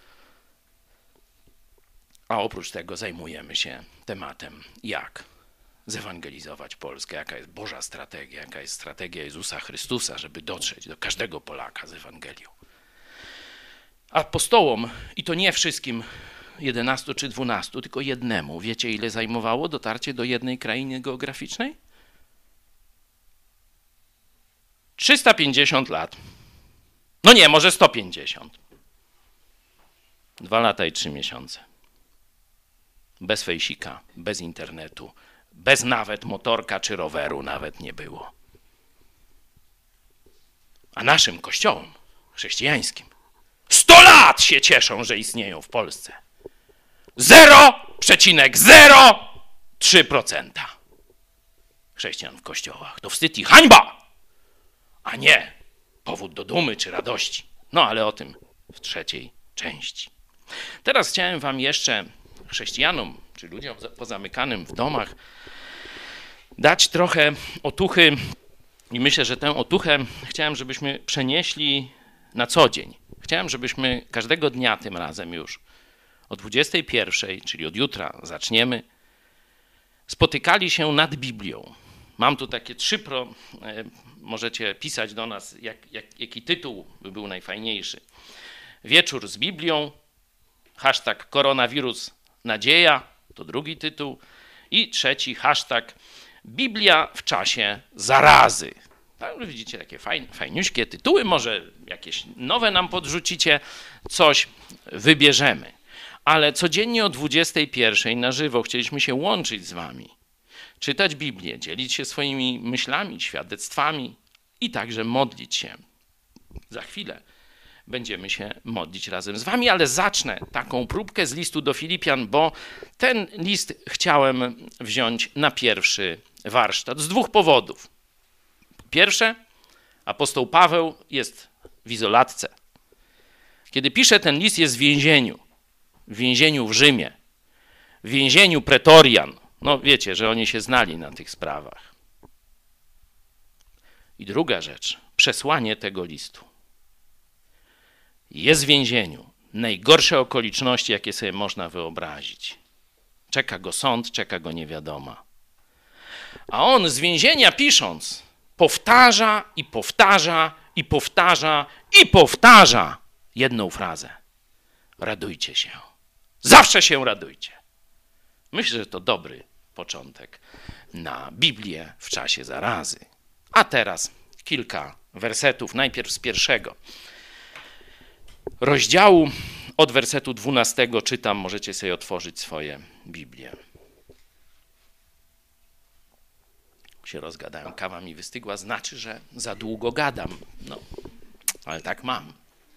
A oprócz tego zajmujemy się tematem, jak zewangelizować Polskę, jaka jest Boża strategia, jaka jest strategia Jezusa Chrystusa, żeby dotrzeć do każdego Polaka z Ewangelią. Apostołom, i to nie wszystkim jedenastu czy dwunastu, tylko jednemu, wiecie ile zajmowało dotarcie do jednej krainy geograficznej? trzysta pięćdziesiąt lat. No nie, może sto pięćdziesiąt. Dwa lata i trzy miesiące. Bez fejsika, bez internetu, bez nawet motorka czy roweru nawet nie było. A naszym kościołom chrześcijańskim sto lat się cieszą, że istnieją w Polsce. zero przecinek zero trzy procent chrześcijan w kościołach. To wstyd i hańba, a nie powód do dumy czy radości. No ale o tym w trzeciej części. Teraz chciałem wam jeszcze, chrześcijanom czy ludziom pozamykanym w domach, dać trochę otuchy i myślę, że tę otuchę chciałem, żebyśmy przenieśli na co dzień. Chciałem, żebyśmy każdego dnia tym razem już o dwudziestej pierwszej, czyli od jutra zaczniemy, spotykali się nad Biblią. Mam tu takie trzy, pro, e, możecie pisać do nas, jak, jak, jaki tytuł by był najfajniejszy. Wieczór z Biblią, hashtag koronawirus nadzieja, to drugi tytuł. I trzeci hashtag Biblia w czasie zarazy. Tak, widzicie, takie fajne, fajniuśkie tytuły, może jakieś nowe nam podrzucicie, coś wybierzemy. Ale codziennie o dwudziestej pierwszej na żywo chcieliśmy się łączyć z wami, czytać Biblię, dzielić się swoimi myślami, świadectwami i także modlić się. Za chwilę będziemy się modlić razem z wami, ale zacznę taką próbkę z listu do Filipian, bo ten list chciałem wziąć na pierwszy warsztat z dwóch powodów. Pierwsze, apostoł Paweł jest w izolatce. Kiedy pisze ten list, jest w więzieniu. W więzieniu w Rzymie. W więzieniu pretorian. No wiecie, że oni się znali na tych sprawach. I druga rzecz, przesłanie tego listu. Jest w więzieniu. Najgorsze okoliczności, jakie sobie można wyobrazić. Czeka go sąd, czeka go niewiadoma. A on z więzienia pisząc, powtarza i powtarza i powtarza i powtarza jedną frazę. Radujcie się. Zawsze się radujcie. Myślę, że to dobry początek na Biblię w czasie zarazy. A teraz kilka wersetów, najpierw z pierwszego rozdziału, od wersetu dwunastego czytam, możecie sobie otworzyć swoje Biblię. Się rozgadałem, kawa mi wystygła, znaczy, że za długo gadam. No, ale tak mam.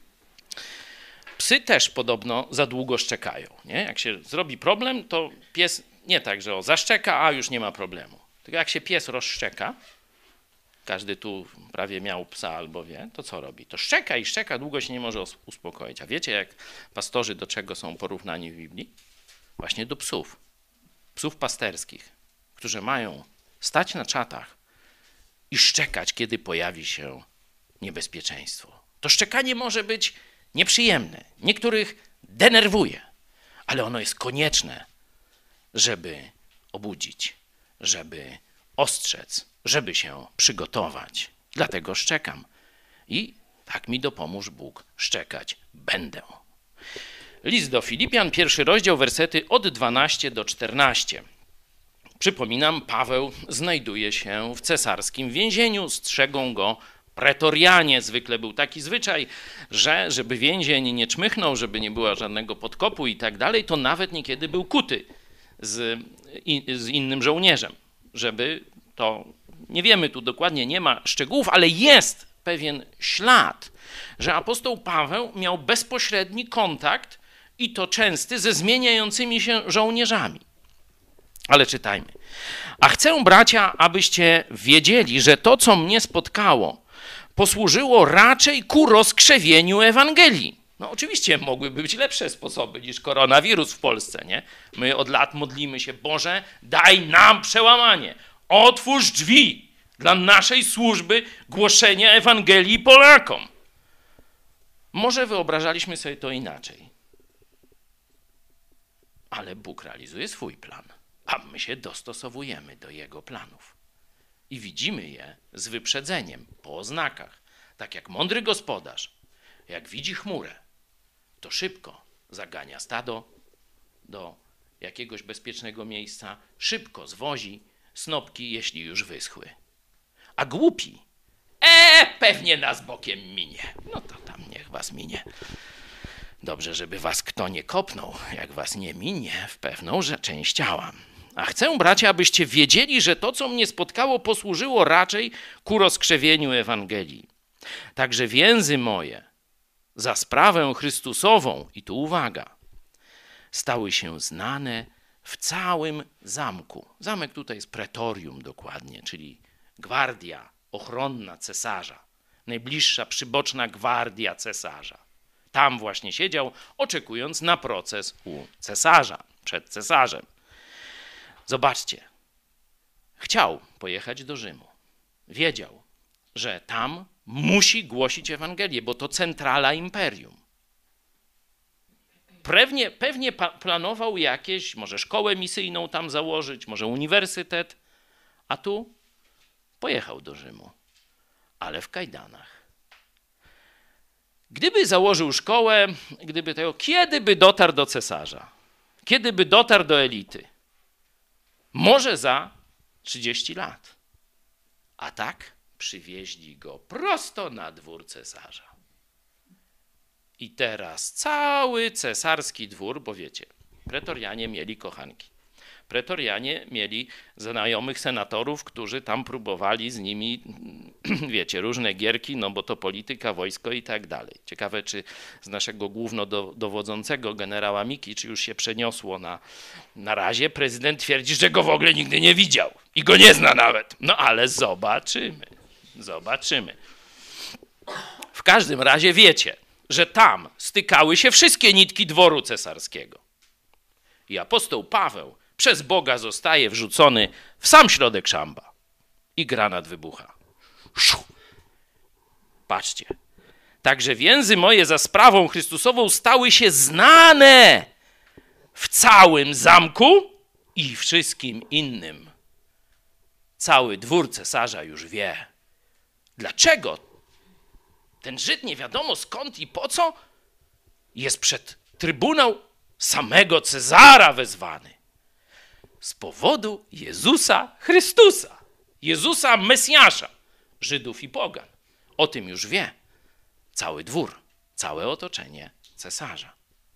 Psy też podobno za długo szczekają. Nie? Jak się zrobi problem, to pies nie tak, że o, zaszczeka, a już nie ma problemu. Tylko jak się pies rozszczeka, każdy tu prawie miał psa albo wie, to co robi? To szczeka i szczeka, długo się nie może uspokoić. A wiecie, jak pastorzy do czego są porównani w Biblii? Właśnie do psów. Psów pasterskich, którzy mają stać na czatach i szczekać, kiedy pojawi się niebezpieczeństwo. To szczekanie może być nieprzyjemne, niektórych denerwuje, ale ono jest konieczne, żeby obudzić, żeby ostrzec, żeby się przygotować. Dlatego szczekam. I tak mi dopomóż Bóg, szczekać będę. List do Filipian, pierwszy rozdział, wersety od dwunastego do czternastego. Przypominam, Paweł znajduje się w cesarskim więzieniu, strzegą go pretorianie. Zwykle był taki zwyczaj, że żeby więzień nie czmychnął, żeby nie było żadnego podkopu i tak dalej, to nawet niekiedy był kuty z, z innym żołnierzem, żeby to, nie wiemy tu dokładnie, nie ma szczegółów, ale jest pewien ślad, że apostoł Paweł miał bezpośredni kontakt i to częsty ze zmieniającymi się żołnierzami. Ale czytajmy. A chcę, bracia, abyście wiedzieli, że to, co mnie spotkało, posłużyło raczej ku rozkrzewieniu Ewangelii. No oczywiście mogłyby być lepsze sposoby niż koronawirus w Polsce, nie? My od lat modlimy się, Boże, daj nam przełamanie, otwórz drzwi, dla naszej służby głoszenia Ewangelii Polakom. Może wyobrażaliśmy sobie to inaczej, ale Bóg realizuje swój plan, a my się dostosowujemy do Jego planów. I widzimy je z wyprzedzeniem, po oznakach, tak jak mądry gospodarz, jak widzi chmurę, to szybko zagania stado do jakiegoś bezpiecznego miejsca, szybko zwozi snopki, jeśli już wyschły. A głupi, e, pewnie nas bokiem minie. No to tam niech was minie. Dobrze, żeby was kto nie kopnął, jak was nie minie w pewną część ciała. A chcę, bracia, abyście wiedzieli, że to, co mnie spotkało, posłużyło raczej ku rozkrzewieniu Ewangelii. Także więzy moje za sprawę Chrystusową, i tu uwaga, stały się znane w całym zamku. Zamek tutaj jest pretorium dokładnie, czyli gwardia ochronna cesarza, najbliższa przyboczna gwardia cesarza. Tam właśnie siedział, oczekując na proces u cesarza, przed cesarzem. Zobaczcie, chciał pojechać do Rzymu. Wiedział, że tam musi głosić Ewangelię, bo to centrala imperium. Pewnie, pewnie planował jakieś, może szkołę misyjną tam założyć, może uniwersytet, a tu pojechał do Rzymu, ale w kajdanach. Gdyby założył szkołę, gdyby tego, kiedy by dotarł do cesarza? Kiedy by dotarł do elity? Może za trzydzieści lat. A tak przywieźli go prosto na dwór cesarza. I teraz cały cesarski dwór, bo wiecie, pretorianie mieli kochanki. Pretorianie mieli znajomych senatorów, którzy tam próbowali z nimi, wiecie, różne gierki, no bo to polityka, wojsko i tak dalej. Ciekawe, czy z naszego głównodowodzącego generała Miki, czy już się przeniosło na, na razie. Prezydent twierdzi, że go w ogóle nigdy nie widział i go nie zna nawet. No ale zobaczymy, zobaczymy. W każdym razie wiecie, że tam stykały się wszystkie nitki dworu cesarskiego. I apostoł Paweł przez Boga zostaje wrzucony w sam środek szamba. I granat wybucha. Szu. Patrzcie. Także więzy moje za sprawą Chrystusową stały się znane w całym zamku i wszystkim innym. Cały dwór cesarza już wie. Dlaczego ten Żyd nie wiadomo skąd i po co jest przed trybunał samego Cezara wezwany? Z powodu Jezusa Chrystusa, Jezusa Mesjasza, Żydów i pogan. O tym już wie cały dwór, całe otoczenie cesarza.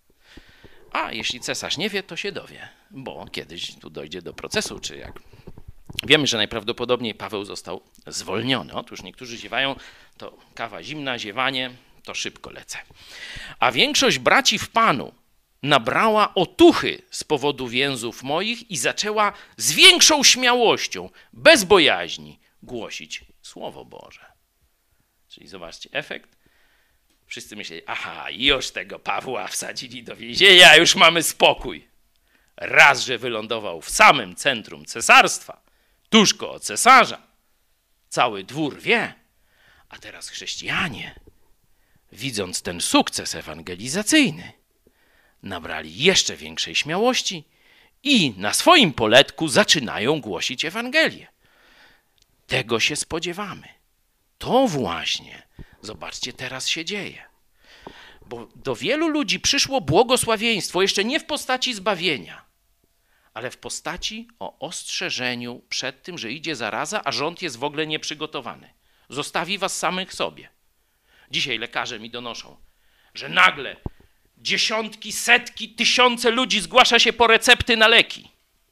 A jeśli cesarz nie wie, to się dowie, bo kiedyś tu dojdzie do procesu, czy jak. Wiemy, że najprawdopodobniej Paweł został zwolniony. Otóż niektórzy ziewają, to kawa zimna, ziewanie, to szybko lecę. A większość braci w Panu nabrała otuchy z powodu więzów moich i zaczęła z większą śmiałością, bez bojaźni, głosić Słowo Boże. Czyli zobaczcie, efekt. Wszyscy myśleli, aha, już tego Pawła wsadzili do więzienia, już mamy spokój. Raz, że wylądował w samym centrum cesarstwa, tuż koło cesarza, cały dwór wie, a teraz chrześcijanie, widząc ten sukces ewangelizacyjny, nabrali jeszcze większej śmiałości i na swoim poletku zaczynają głosić Ewangelię. Tego się spodziewamy. To właśnie, zobaczcie, teraz się dzieje. Bo do wielu ludzi przyszło błogosławieństwo, jeszcze nie w postaci zbawienia, ale w postaci o ostrzeżeniu przed tym, że idzie zaraza, a rząd jest w ogóle nieprzygotowany. Zostawi was samych sobie. Dzisiaj lekarze mi donoszą, że nagle dziesiątki, setki, tysiące ludzi zgłasza się po recepty na leki,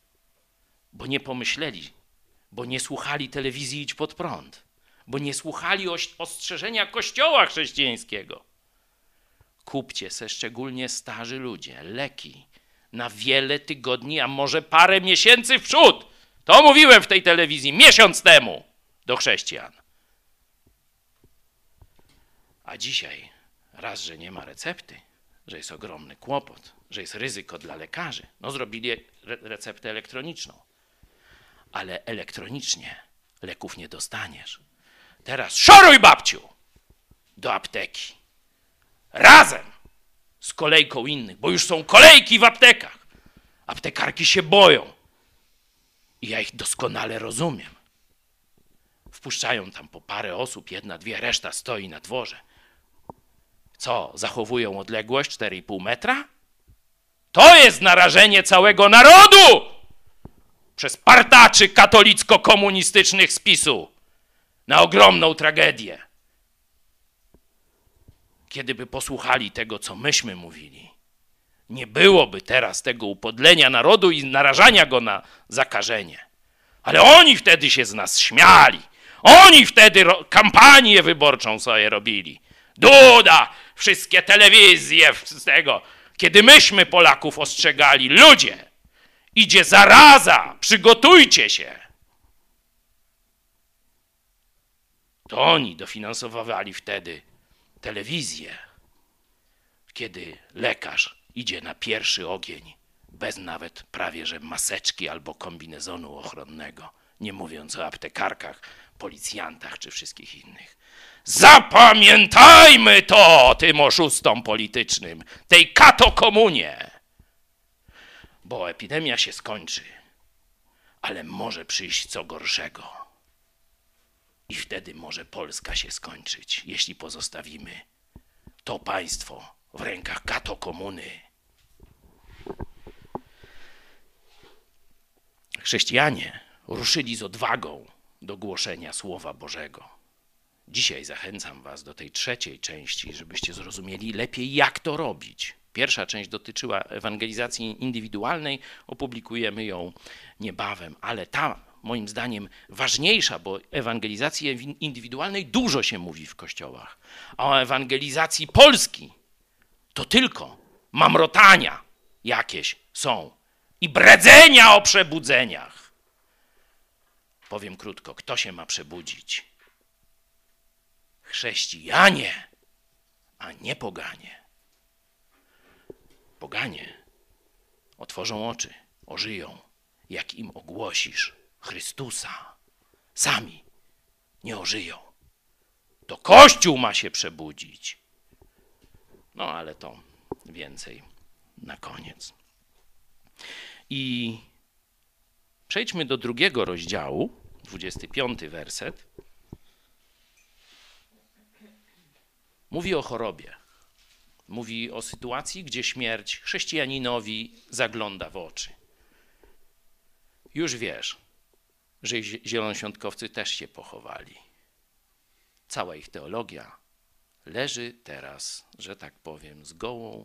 bo nie pomyśleli, bo nie słuchali telewizji Idź Pod Prąd, bo nie słuchali ostrzeżenia Kościoła chrześcijańskiego. Kupcie se, szczególnie starzy ludzie, leki na wiele tygodni, a może parę miesięcy w przód. To mówiłem w tej telewizji miesiąc temu do chrześcijan. A dzisiaj raz, że nie ma recepty, że jest ogromny kłopot, że jest ryzyko dla lekarzy, no zrobili re- receptę elektroniczną. Ale elektronicznie leków nie dostaniesz. Teraz szoruj, babciu, do apteki. Razem z kolejką innych, bo już są kolejki w aptekach. Aptekarki się boją. I ja ich doskonale rozumiem. Wpuszczają tam po parę osób, jedna, dwie, reszta stoi na dworze. Co, zachowują odległość cztery i pół metra? To jest narażenie całego narodu przez partaczy katolicko-komunistycznych z PiSu na ogromną tragedię. Kiedyby posłuchali tego, co myśmy mówili, nie byłoby teraz tego upodlenia narodu i narażania go na zakażenie. Ale oni wtedy się z nas śmiali. Oni wtedy kampanię wyborczą sobie robili. Duda, wszystkie telewizje z tego. Kiedy myśmy Polaków ostrzegali, ludzie, idzie zaraza, przygotujcie się. To oni dofinansowywali wtedy telewizję, kiedy lekarz idzie na pierwszy ogień, bez nawet prawie że maseczki albo kombinezonu ochronnego, nie mówiąc o aptekarkach, policjantach czy wszystkich innych. Zapamiętajmy to tym oszustom politycznym, tej katokomunie, bo epidemia się skończy, ale może przyjść co gorszego. I wtedy może Polska się skończyć, jeśli pozostawimy to państwo w rękach katokomuny. Chrześcijanie ruszyli z odwagą do głoszenia Słowa Bożego. Dzisiaj zachęcam was do tej trzeciej części, żebyście zrozumieli lepiej, jak to robić. Pierwsza część dotyczyła ewangelizacji indywidualnej, opublikujemy ją niebawem, ale ta, moim zdaniem, ważniejsza, bo ewangelizacji indywidualnej dużo się mówi w kościołach, a o ewangelizacji Polski to tylko mamrotania jakieś są i bredzenia o przebudzeniach. Powiem krótko, kto się ma przebudzić? Chrześcijanie, a nie poganie. Poganie otworzą oczy, ożyją, jak im ogłosisz Chrystusa. Sami nie ożyją. To Kościół ma się przebudzić. No ale to więcej na koniec. I przejdźmy do drugiego rozdziału, dwudziesty piąty werset. Mówi o chorobie. Mówi o sytuacji, gdzie śmierć chrześcijaninowi zagląda w oczy. Już wiesz, że zielonoświątkowcy też się pochowali. Cała ich teologia leży teraz, że tak powiem, z gołą.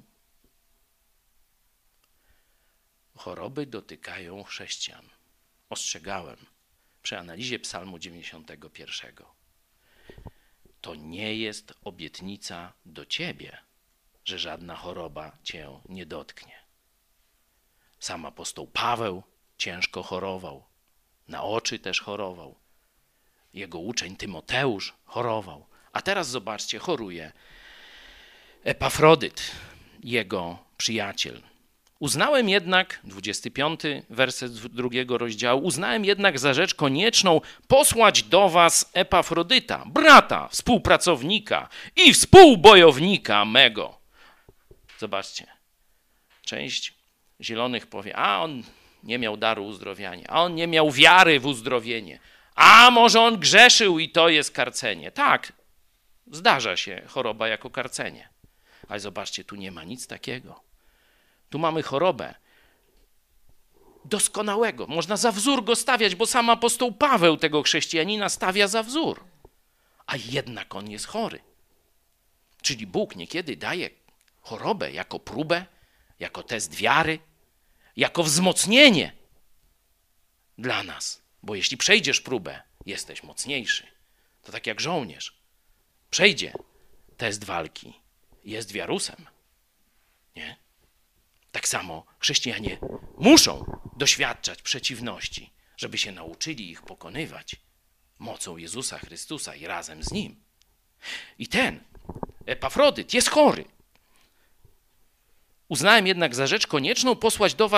Choroby dotykają chrześcijan. Ostrzegałem przy analizie Psalmu dziewięćdziesiątego pierwszego. To nie jest obietnica do ciebie, że żadna choroba cię nie dotknie. Sam apostoł Paweł ciężko chorował, na oczy też chorował. Jego uczeń Tymoteusz chorował. A teraz zobaczcie, choruje Epafrodyt, jego przyjaciel. Uznałem jednak, dwudziesty piąty werset drugiego rozdziału, uznałem jednak za rzecz konieczną posłać do was Epafrodyta, brata, współpracownika i współbojownika mego. Zobaczcie, część zielonych powie, a on nie miał daru uzdrowienia, a on nie miał wiary w uzdrowienie, a może on grzeszył i to jest karcenie. Tak, zdarza się choroba jako karcenie, ale zobaczcie, tu nie ma nic takiego. Tu mamy chorobę doskonałego. Można za wzór go stawiać, bo sam apostoł Paweł tego chrześcijanina stawia za wzór. A jednak on jest chory. Czyli Bóg niekiedy daje chorobę jako próbę, jako test wiary, jako wzmocnienie dla nas. Bo jeśli przejdziesz próbę, jesteś mocniejszy. To tak jak żołnierz. Przejdzie test walki, jest wiarusem. Nie? Tak samo chrześcijanie muszą doświadczać przeciwności, żeby się nauczyli ich pokonywać mocą Jezusa Chrystusa i razem z Nim. I ten Epafrodyt jest chory. Uznałem jednak za rzecz konieczną posłać do was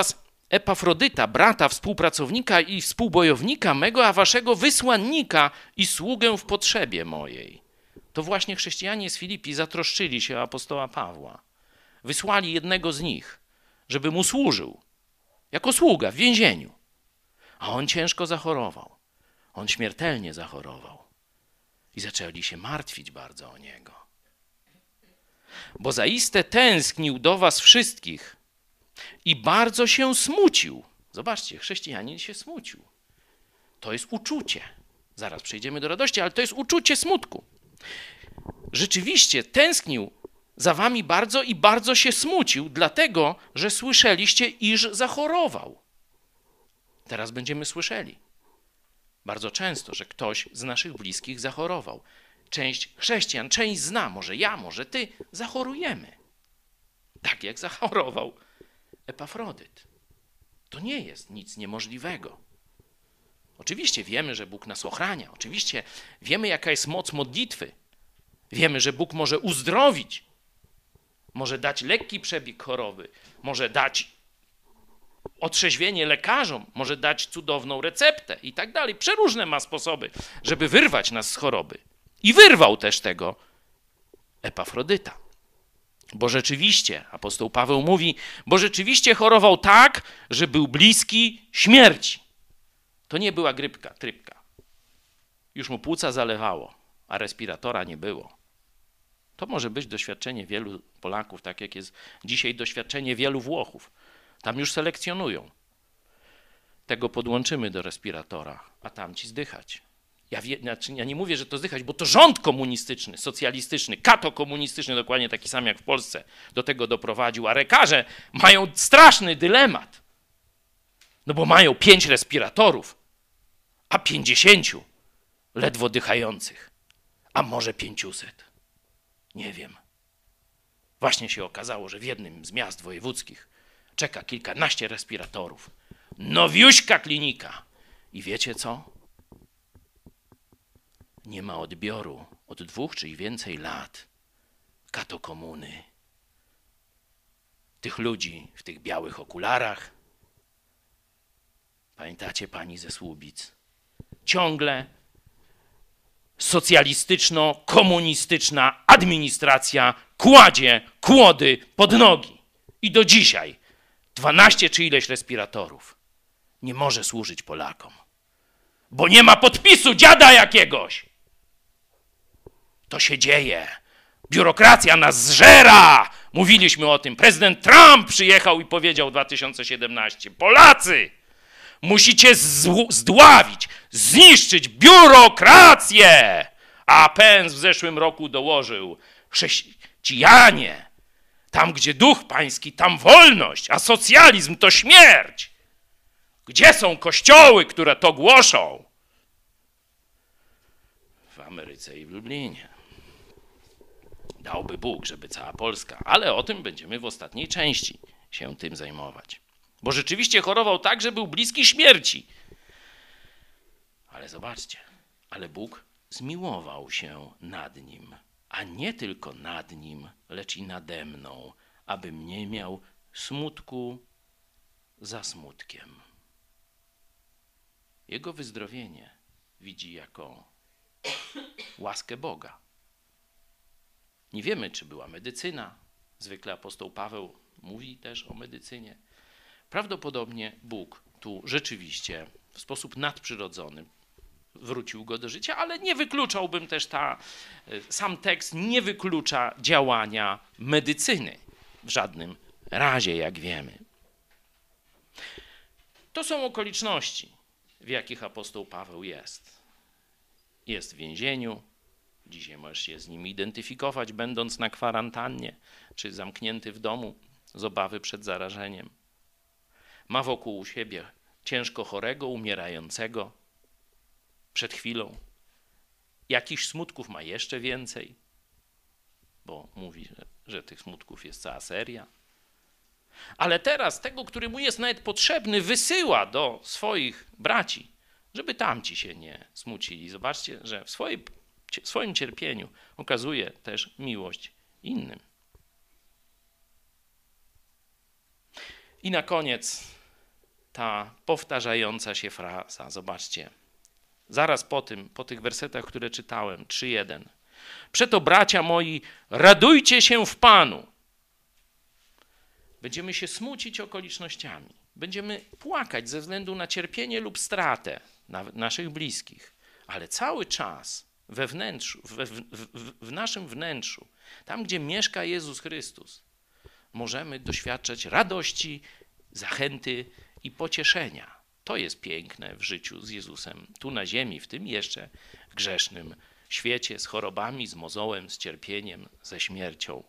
Epafrodyta, brata, współpracownika i współbojownika mego, a waszego wysłannika i sługę w potrzebie mojej. To właśnie chrześcijanie z Filipi zatroszczyli się o apostoła Pawła. Wysłali jednego z nich, żeby mu służył, jako sługa w więzieniu. A on ciężko zachorował. On śmiertelnie zachorował. I zaczęli się martwić bardzo o niego. Bo zaiste tęsknił do was wszystkich i bardzo się smucił. Zobaczcie, chrześcijanin się smucił. To jest uczucie. Zaraz przejdziemy do radości, ale to jest uczucie smutku. Rzeczywiście tęsknił za wami bardzo i bardzo się smucił, dlatego, że słyszeliście, iż zachorował. Teraz będziemy słyszeli bardzo często, że ktoś z naszych bliskich zachorował. Część chrześcijan, część zna, może ja, może ty, zachorujemy. Tak jak zachorował Epafrodyt. To nie jest nic niemożliwego. Oczywiście wiemy, że Bóg nas ochrania. Oczywiście wiemy, jaka jest moc modlitwy. Wiemy, że Bóg może uzdrowić. Może dać lekki przebieg choroby. Może dać otrzeźwienie lekarzom. Może dać cudowną receptę i tak dalej. Przeróżne ma sposoby, żeby wyrwać nas z choroby. I wyrwał też tego Epafrodyta. Bo rzeczywiście, apostoł Paweł mówi, bo rzeczywiście chorował tak, że był bliski śmierci. To nie była grypka, trypka. Już mu płuca zalewało, a respiratora nie było. To może być doświadczenie wielu Polaków, tak jak jest dzisiaj doświadczenie wielu Włochów. Tam już selekcjonują. Tego podłączymy do respiratora, a tamci zdychać. Ja, wie, znaczy ja nie mówię, że to zdychać, bo to rząd komunistyczny, socjalistyczny, kato-komunistyczny, dokładnie taki sam jak w Polsce, do tego doprowadził. A lekarze mają straszny dylemat. No bo mają pięć respiratorów, a pięćdziesięciu ledwo dychających. A może pięciuset. Nie wiem. Właśnie się okazało, że w jednym z miast wojewódzkich czeka kilkanaście respiratorów. Nowiuśka klinika. I wiecie co? Nie ma odbioru od dwóch czy i więcej lat katokomuny. Tych ludzi w tych białych okularach. Pamiętacie pani ze Słubic? Ciągle socjalistyczno-komunistyczna administracja kładzie kłody pod nogi. I do dzisiaj dwanaście czy ileś respiratorów nie może służyć Polakom. Bo nie ma podpisu dziada jakiegoś. To się dzieje. Biurokracja nas zżera. Mówiliśmy o tym. Prezydent Trump przyjechał i powiedział w dwa tysiące siedemnastym. Polacy, musicie zdławić, zniszczyć biurokrację. A Pence w zeszłym roku dołożył. Chrześcijanie, tam gdzie duch pański, tam wolność, a socjalizm to śmierć. Gdzie są kościoły, które to głoszą? W Ameryce i w Lublinie. Dałby Bóg, żeby cała Polska, ale o tym będziemy w ostatniej części się tym zajmować. Bo rzeczywiście chorował tak, że był bliski śmierci. Ale zobaczcie, ale Bóg zmiłował się nad nim, a nie tylko nad nim, lecz i nade mną, abym nie miał smutku za smutkiem. Jego wyzdrowienie widzi jako łaskę Boga. Nie wiemy, czy była medycyna. Zwykle apostoł Paweł mówi też o medycynie. Prawdopodobnie Bóg tu rzeczywiście w sposób nadprzyrodzony wrócił go do życia, ale nie wykluczałbym też ta, sam tekst nie wyklucza działania medycyny w żadnym razie, jak wiemy. To są okoliczności, w jakich apostoł Paweł jest. Jest w więzieniu. Dzisiaj możesz się z nim identyfikować, będąc na kwarantannie, czy zamknięty w domu z obawy przed zarażeniem. Ma wokół siebie ciężko chorego, umierającego przed chwilą. Jakichś smutków ma jeszcze więcej, bo mówi, że, że tych smutków jest cała seria. Ale teraz tego, który mu jest nawet potrzebny, wysyła do swoich braci, żeby tamci się nie smucili. Zobaczcie, że w swojej, w swoim cierpieniu okazuje też miłość innym. I na koniec ta powtarzająca się fraza. Zobaczcie. Zaraz po tym, po tych wersetach, które czytałem, trzy jeden. Przeto, bracia moi, radujcie się w Panu. Będziemy się smucić okolicznościami. Będziemy płakać ze względu na cierpienie lub stratę naszych bliskich. Ale cały czas we wnętrzu, w, w, w, w naszym wnętrzu, tam gdzie mieszka Jezus Chrystus, możemy doświadczać radości, zachęty i pocieszenia. To jest piękne w życiu z Jezusem, tu na ziemi, w tym jeszcze grzesznym świecie, z chorobami, z mozołem, z cierpieniem, ze śmiercią.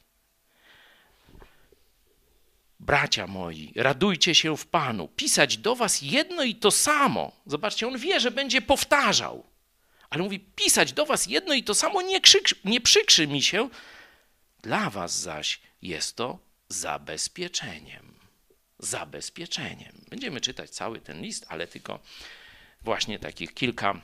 Bracia moi, radujcie się w Panu. Pisać do was jedno i to samo. Zobaczcie, on wie, że będzie powtarzał. Ale mówi, pisać do was jedno i to samo nie, krzyk, nie przykrzy mi się. Dla was zaś jest to zabezpieczeniem. Zabezpieczeniem. Będziemy czytać cały ten list, ale tylko właśnie takich kilka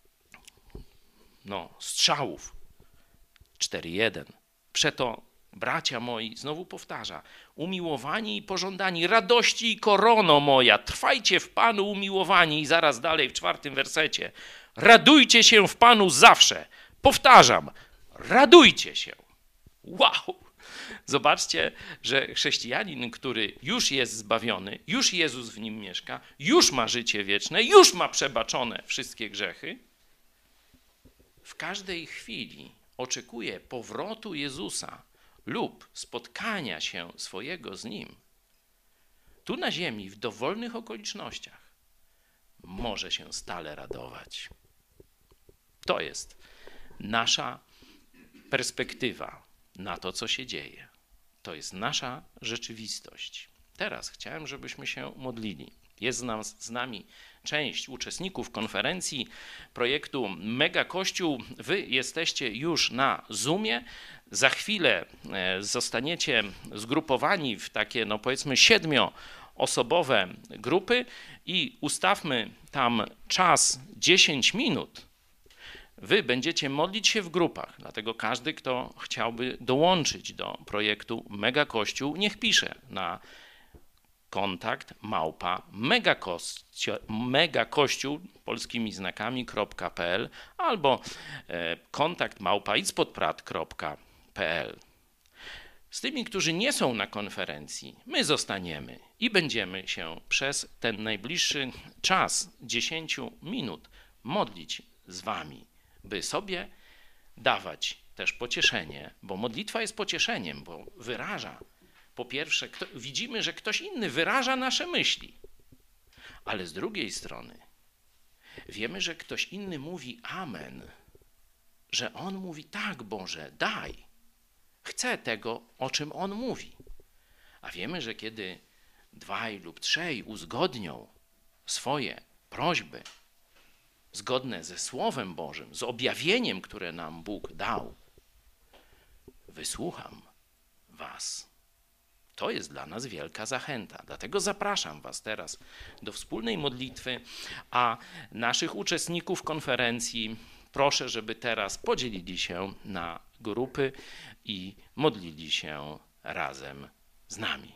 no, strzałów. cztery jeden. Przeto, bracia moi, znowu powtarza, umiłowani i pożądani, radości i korono moja, trwajcie w Panu umiłowani. I zaraz dalej w czwartym wersecie, radujcie się w Panu zawsze. Powtarzam, radujcie się. Wow! Zobaczcie, że chrześcijanin, który już jest zbawiony, już Jezus w nim mieszka, już ma życie wieczne, już ma przebaczone wszystkie grzechy, w każdej chwili oczekuje powrotu Jezusa lub spotkania się swojego z Nim. Tu na ziemi, w dowolnych okolicznościach, może się stale radować. To jest nasza perspektywa na to, co się dzieje. To jest nasza rzeczywistość. Teraz chciałem, żebyśmy się modlili. Jest z, nas, z nami część uczestników konferencji projektu Mega Kościół. Wy jesteście już na Zoomie. Za chwilę zostaniecie zgrupowani w takie, no powiedzmy, siedmioosobowe grupy i ustawmy tam czas dziesięć minut. Wy będziecie modlić się w grupach, dlatego każdy, kto chciałby dołączyć do projektu Mega Kościół, niech pisze na kontakt małpa megakościół polskimi znakami.pl albo kontakt małpa idspodprat kropka pl. Z tymi, którzy nie są na konferencji, my zostaniemy i będziemy się przez ten najbliższy czas dziesięć minut modlić z wami, by sobie dawać też pocieszenie, bo modlitwa jest pocieszeniem, bo wyraża, po pierwsze, kto, widzimy, że ktoś inny wyraża nasze myśli, ale z drugiej strony wiemy, że ktoś inny mówi amen, że on mówi tak, Boże, daj, chcę tego, o czym on mówi. A wiemy, że kiedy dwaj lub trzej uzgodnią swoje prośby, zgodne ze Słowem Bożym, z objawieniem, które nam Bóg dał, wysłucham was. To jest dla nas wielka zachęta. Dlatego zapraszam was teraz do wspólnej modlitwy, a naszych uczestników konferencji proszę, żeby teraz podzielili się na grupy i modlili się razem z nami.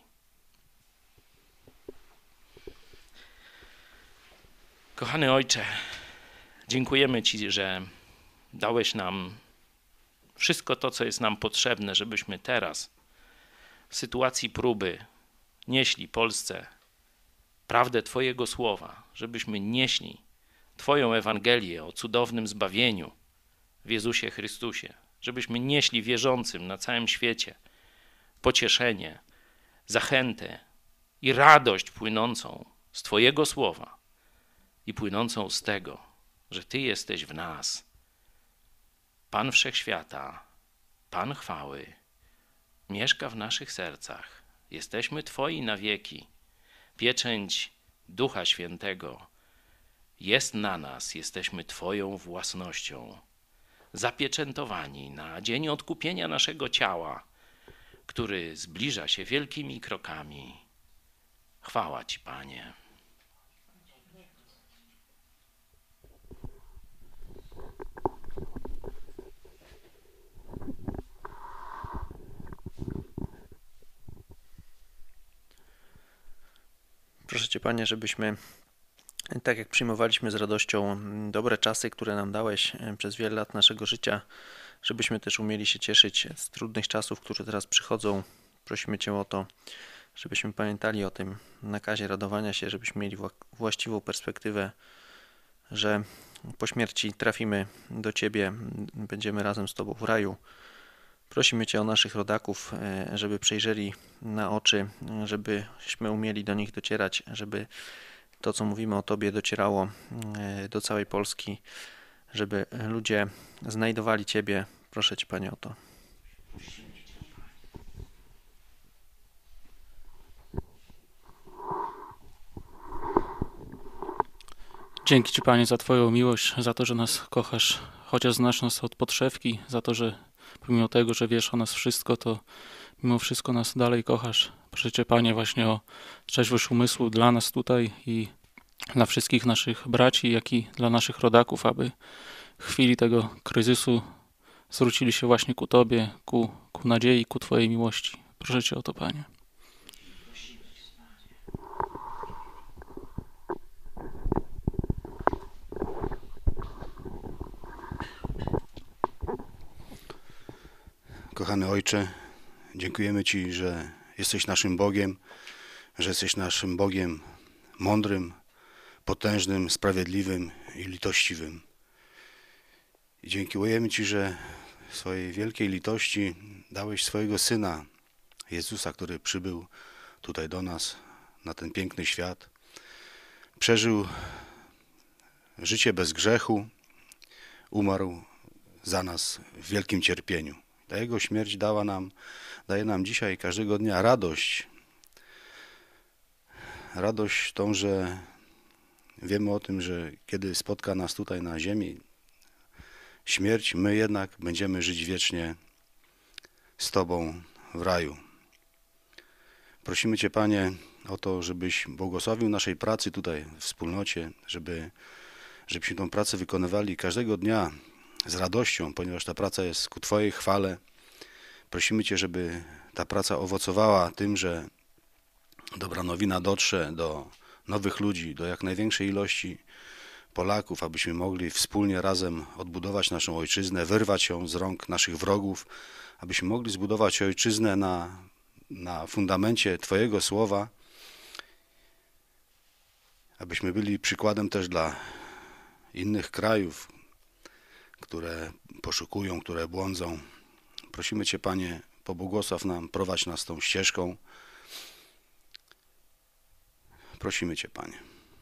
Kochany Ojcze, dziękujemy Ci, że dałeś nam wszystko to, co jest nam potrzebne, żebyśmy teraz w sytuacji próby nieśli Polsce prawdę Twojego słowa, żebyśmy nieśli Twoją Ewangelię o cudownym zbawieniu w Jezusie Chrystusie, żebyśmy nieśli wierzącym na całym świecie pocieszenie, zachętę i radość płynącą z Twojego słowa i płynącą z tego, że Ty jesteś w nas, Pan Wszechświata, Pan chwały, mieszka w naszych sercach. Jesteśmy Twoi na wieki. Pieczęć Ducha Świętego jest na nas. Jesteśmy Twoją własnością. Zapieczętowani na dzień odkupienia naszego ciała, który zbliża się wielkimi krokami. Chwała Ci, Panie. Proszę Cię, Panie, żebyśmy, tak jak przyjmowaliśmy z radością dobre czasy, które nam dałeś przez wiele lat naszego życia, żebyśmy też umieli się cieszyć z trudnych czasów, które teraz przychodzą. Prosimy Cię o to, żebyśmy pamiętali o tym nakazie radowania się, żebyśmy mieli właściwą perspektywę, że po śmierci trafimy do Ciebie, będziemy razem z Tobą w raju. Prosimy Cię o naszych rodaków, żeby przejrzeli na oczy, żebyśmy umieli do nich docierać, żeby to, co mówimy o Tobie, docierało do całej Polski, żeby ludzie znajdowali Ciebie. Proszę Cię, Panie, o to. Dzięki Ci, Panie, za Twoją miłość, za to, że nas kochasz, chociaż znasz nas od podszewki, za to, że pomimo tego, że wiesz o nas wszystko, to mimo wszystko nas dalej kochasz. Proszę Cię, Panie, właśnie o trzeźwość umysłu dla nas tutaj i dla wszystkich naszych braci, jak i dla naszych rodaków, aby w chwili tego kryzysu zwrócili się właśnie ku Tobie, ku, ku nadziei, ku Twojej miłości. Proszę Cię o to, Panie. Kochany Ojcze, dziękujemy Ci, że jesteś naszym Bogiem, że jesteś naszym Bogiem mądrym, potężnym, sprawiedliwym i litościwym. I dziękujemy Ci, że w swojej wielkiej litości dałeś swojego Syna, Jezusa, który przybył tutaj do nas, na ten piękny świat. Przeżył życie bez grzechu, umarł za nas w wielkim cierpieniu. Ta Jego śmierć dała nam, daje nam dzisiaj każdego dnia radość. Radość tą, że wiemy o tym, że kiedy spotka nas tutaj na ziemi śmierć, my jednak będziemy żyć wiecznie z Tobą w raju. Prosimy Cię, Panie, o to, żebyś błogosławił naszej pracy tutaj w wspólnocie, żeby, żebyśmy tą pracę wykonywali każdego dnia z radością, ponieważ ta praca jest ku Twojej chwale. Prosimy Cię, żeby ta praca owocowała tym, że dobra nowina dotrze do nowych ludzi, do jak największej ilości Polaków, abyśmy mogli wspólnie razem odbudować naszą ojczyznę, wyrwać ją z rąk naszych wrogów, abyśmy mogli zbudować ojczyznę na, na fundamencie Twojego słowa, abyśmy byli przykładem też dla innych krajów, które poszukują, które błądzą. Prosimy Cię, Panie, pobłogosław nam, prowadź nas tą ścieżką. Prosimy Cię, Panie.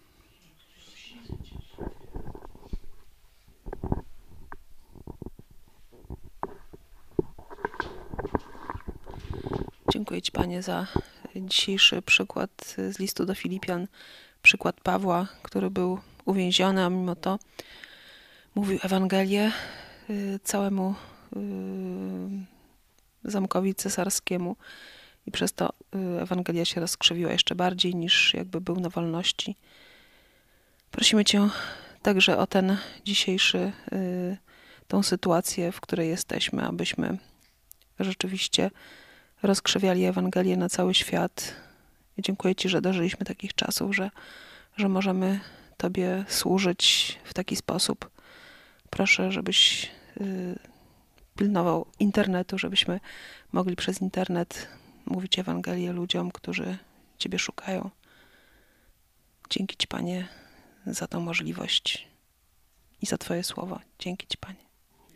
Dziękuję Ci, Panie, za dzisiejszy przykład z listu do Filipian, przykład Pawła, który był uwięziony, a mimo to mówił Ewangelię całemu zamkowi cesarskiemu i przez to Ewangelia się rozkrzywiła jeszcze bardziej niż jakby był na wolności. Prosimy Cię także o ten dzisiejszy, tą sytuację, w której jesteśmy, abyśmy rzeczywiście rozkrzywiali Ewangelię na cały świat. I dziękuję Ci, że dożyliśmy takich czasów, że, że możemy Tobie służyć w taki sposób. Proszę, żebyś y, pilnował internetu, żebyśmy mogli przez internet mówić Ewangelię ludziom, którzy Ciebie szukają. Dzięki Ci, Panie, za tą możliwość i za Twoje słowo. Dzięki Ci, Panie.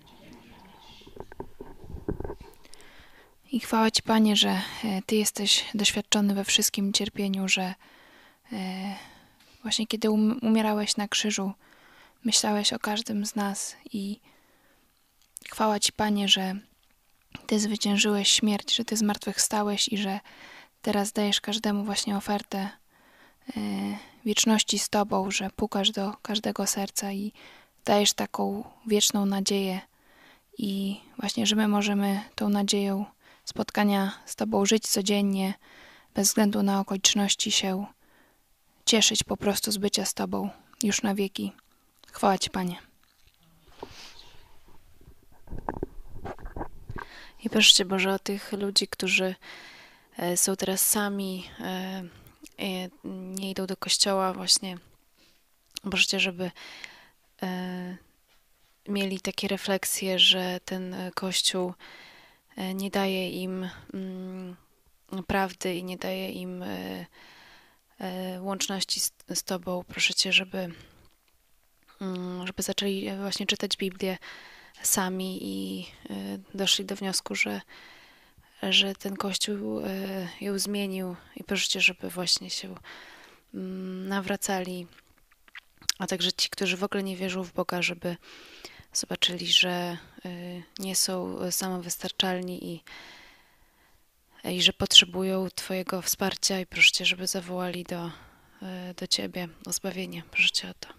I chwała Ci, Panie, że Ty jesteś doświadczony we wszystkim cierpieniu, że właśnie kiedy umierałeś na krzyżu, myślałeś o każdym z nas i chwała Ci, Panie, że Ty zwyciężyłeś śmierć, że Ty zmartwychwstałeś i że teraz dajesz każdemu właśnie ofertę wieczności z Tobą, że pukasz do każdego serca i dajesz taką wieczną nadzieję i właśnie, że my możemy tą nadzieją spotkania z Tobą żyć codziennie, bez względu na okoliczności się cieszyć po prostu z bycia z Tobą już na wieki. Chwała Ci, Panie. I proszę Cię, Boże, o tych ludzi, którzy są teraz sami nie idą do kościoła właśnie. Proszę Cię, żeby mieli takie refleksje, że ten Kościół nie daje im prawdy i nie daje im łączności z, z Tobą. Proszę Cię, żeby, żeby zaczęli właśnie czytać Biblię sami i doszli do wniosku, że, że ten Kościół ją zmienił i proszę Cię, żeby właśnie się nawracali, a także ci, którzy w ogóle nie wierzą w Boga, żeby zobaczyli, że nie są samowystarczalni i, i że potrzebują Twojego wsparcia i proszę Cię, żeby zawołali do, do Ciebie o zbawienie. Proszę Cię o to.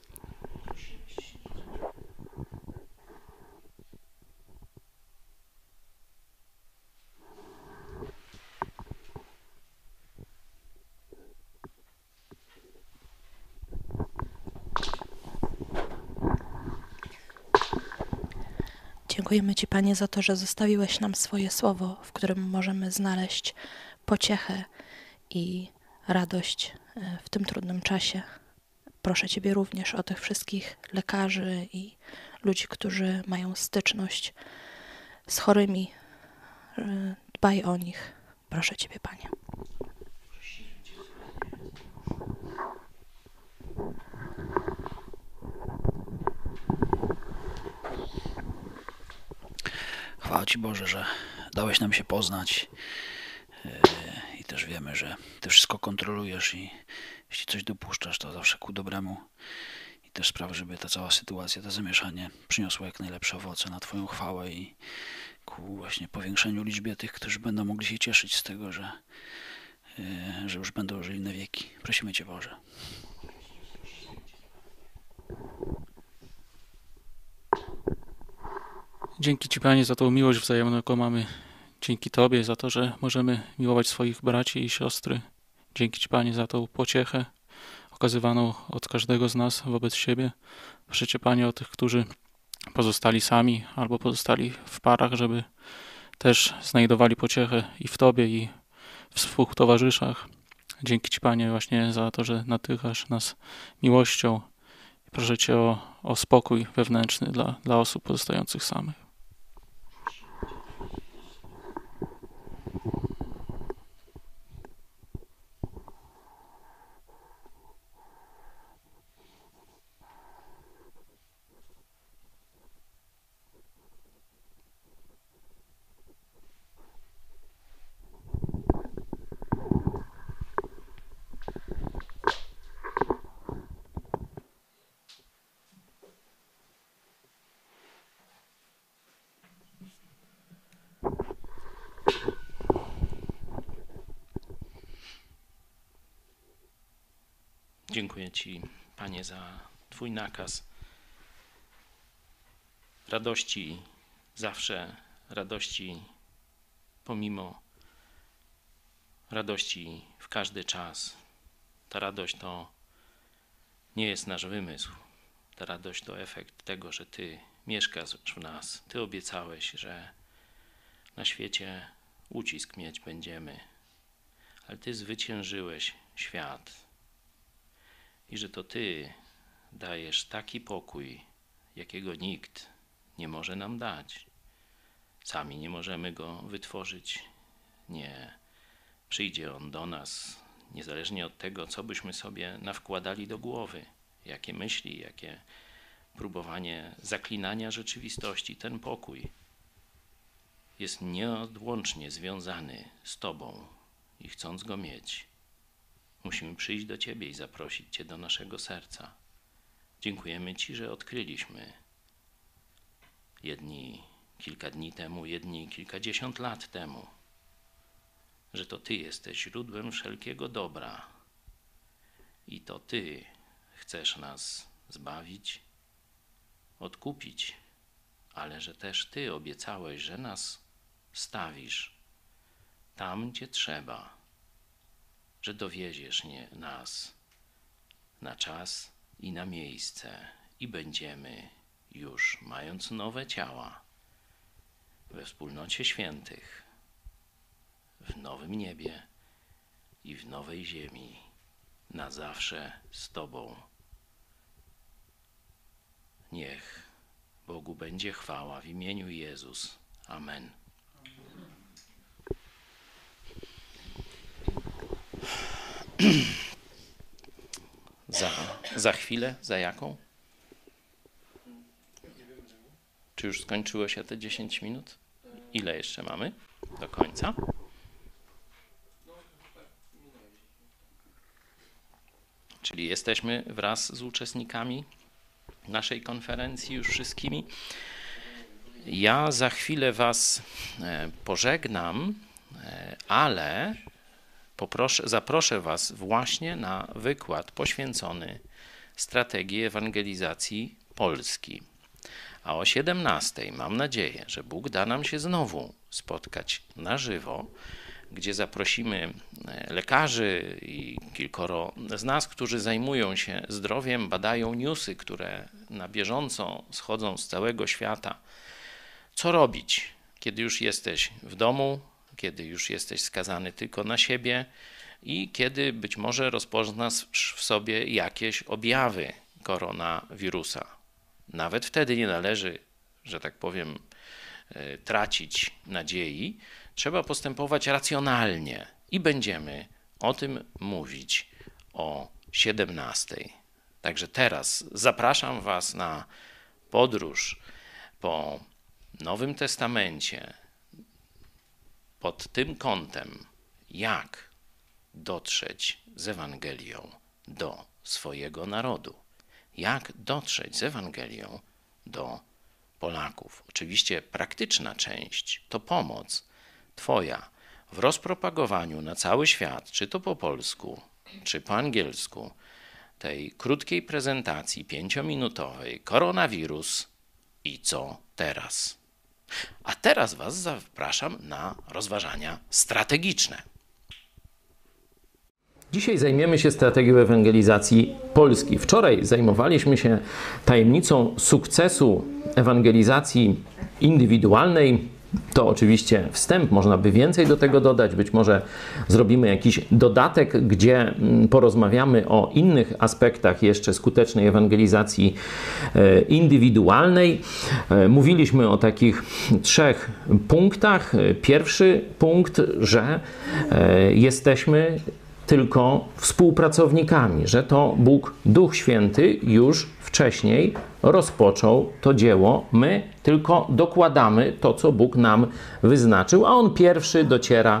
Dziękujemy Ci, Panie, za to, że zostawiłeś nam swoje słowo, w którym możemy znaleźć pociechę i radość w tym trudnym czasie. Proszę Ciebie również o tych wszystkich lekarzy i ludzi, którzy mają styczność z chorymi. Dbaj o nich. Proszę Ciebie, Panie. Chwała Ci, Boże, że dałeś nam się poznać i też wiemy, że Ty wszystko kontrolujesz i jeśli coś dopuszczasz, to zawsze ku dobremu i też spraw, żeby ta cała sytuacja, to zamieszanie przyniosło jak najlepsze owoce na Twoją chwałę i ku właśnie powiększeniu liczbie tych, którzy będą mogli się cieszyć z tego, że, że już będą żyli na wieki. Prosimy Cię, Boże. Dzięki Ci, Panie, za tą miłość wzajemną, jaką mamy. Dzięki Tobie za to, że możemy miłować swoich braci i siostry. Dzięki Ci, Panie, za tą pociechę okazywaną od każdego z nas wobec siebie. Proszę Cię, Panie, o tych, którzy pozostali sami albo pozostali w parach, żeby też znajdowali pociechę i w Tobie, i w swoich towarzyszach. Dzięki Ci, Panie, właśnie za to, że natychasz nas miłością. Proszę Cię o, o spokój wewnętrzny dla, dla osób pozostających samych. Dziękuję Ci, Panie, za Twój nakaz radości zawsze, radości pomimo, radości w każdy czas. Ta radość to nie jest nasz wymysł. Ta radość to efekt tego, że Ty mieszkasz w nas. Ty obiecałeś, że na świecie ucisk mieć będziemy, ale Ty zwyciężyłeś świat. I że to Ty dajesz taki pokój, jakiego nikt nie może nam dać. Sami nie możemy go wytworzyć. Nie przyjdzie on do nas, niezależnie od tego, co byśmy sobie nawkładali do głowy, jakie myśli, jakie próbowanie zaklinania rzeczywistości. Ten pokój jest nieodłącznie związany z Tobą i chcąc go mieć, musimy przyjść do Ciebie i zaprosić Cię do naszego serca. Dziękujemy Ci, że odkryliśmy, jedni kilka dni temu, jedni kilkadziesiąt lat temu, że to Ty jesteś źródłem wszelkiego dobra i to Ty chcesz nas zbawić, odkupić, ale że też Ty obiecałeś, że nas stawisz tam, gdzie trzeba, że dowieziesz nie, nas na czas i na miejsce i będziemy już, mając nowe ciała, we wspólnocie świętych, w nowym niebie i w nowej ziemi na zawsze z Tobą. Niech Bogu będzie chwała w imieniu Jezus. Amen. Za, za chwilę? Za jaką? Czy już skończyło się te dziesięć minut? Ile jeszcze mamy do końca? Czyli jesteśmy wraz z uczestnikami naszej konferencji już wszystkimi. Ja za chwilę was pożegnam, ale poproszę, zaproszę was właśnie na wykład poświęcony strategii ewangelizacji Polski. A o siedemnastej mam nadzieję, że Bóg da nam się znowu spotkać na żywo, gdzie zaprosimy lekarzy i kilkoro z nas, którzy zajmują się zdrowiem, badają newsy, które na bieżąco schodzą z całego świata. Co robić, kiedy już jesteś w domu, kiedy już jesteś skazany tylko na siebie i kiedy być może rozpoznasz w sobie jakieś objawy koronawirusa. Nawet wtedy nie należy, że tak powiem, tracić nadziei. Trzeba postępować racjonalnie i będziemy o tym mówić o siedemnastej. Także teraz zapraszam was na podróż po Nowym Testamencie pod tym kątem, jak dotrzeć z Ewangelią do swojego narodu. Jak dotrzeć z Ewangelią do Polaków. Oczywiście praktyczna część to pomoc Twoja w rozpropagowaniu na cały świat, czy to po polsku, czy po angielsku, tej krótkiej prezentacji pięciominutowej koronawirus i co teraz. A teraz was zapraszam na rozważania strategiczne. Dzisiaj zajmiemy się strategią ewangelizacji Polski. Wczoraj zajmowaliśmy się tajemnicą sukcesu ewangelizacji indywidualnej. To oczywiście wstęp, można by więcej do tego dodać. Być może zrobimy jakiś dodatek, gdzie porozmawiamy o innych aspektach jeszcze skutecznej ewangelizacji indywidualnej. Mówiliśmy o takich trzech punktach. Pierwszy punkt, że jesteśmy tylko współpracownikami, że to Bóg, Duch Święty już wcześniej rozpoczął to dzieło. My tylko dokładamy to, co Bóg nam wyznaczył, a On pierwszy dociera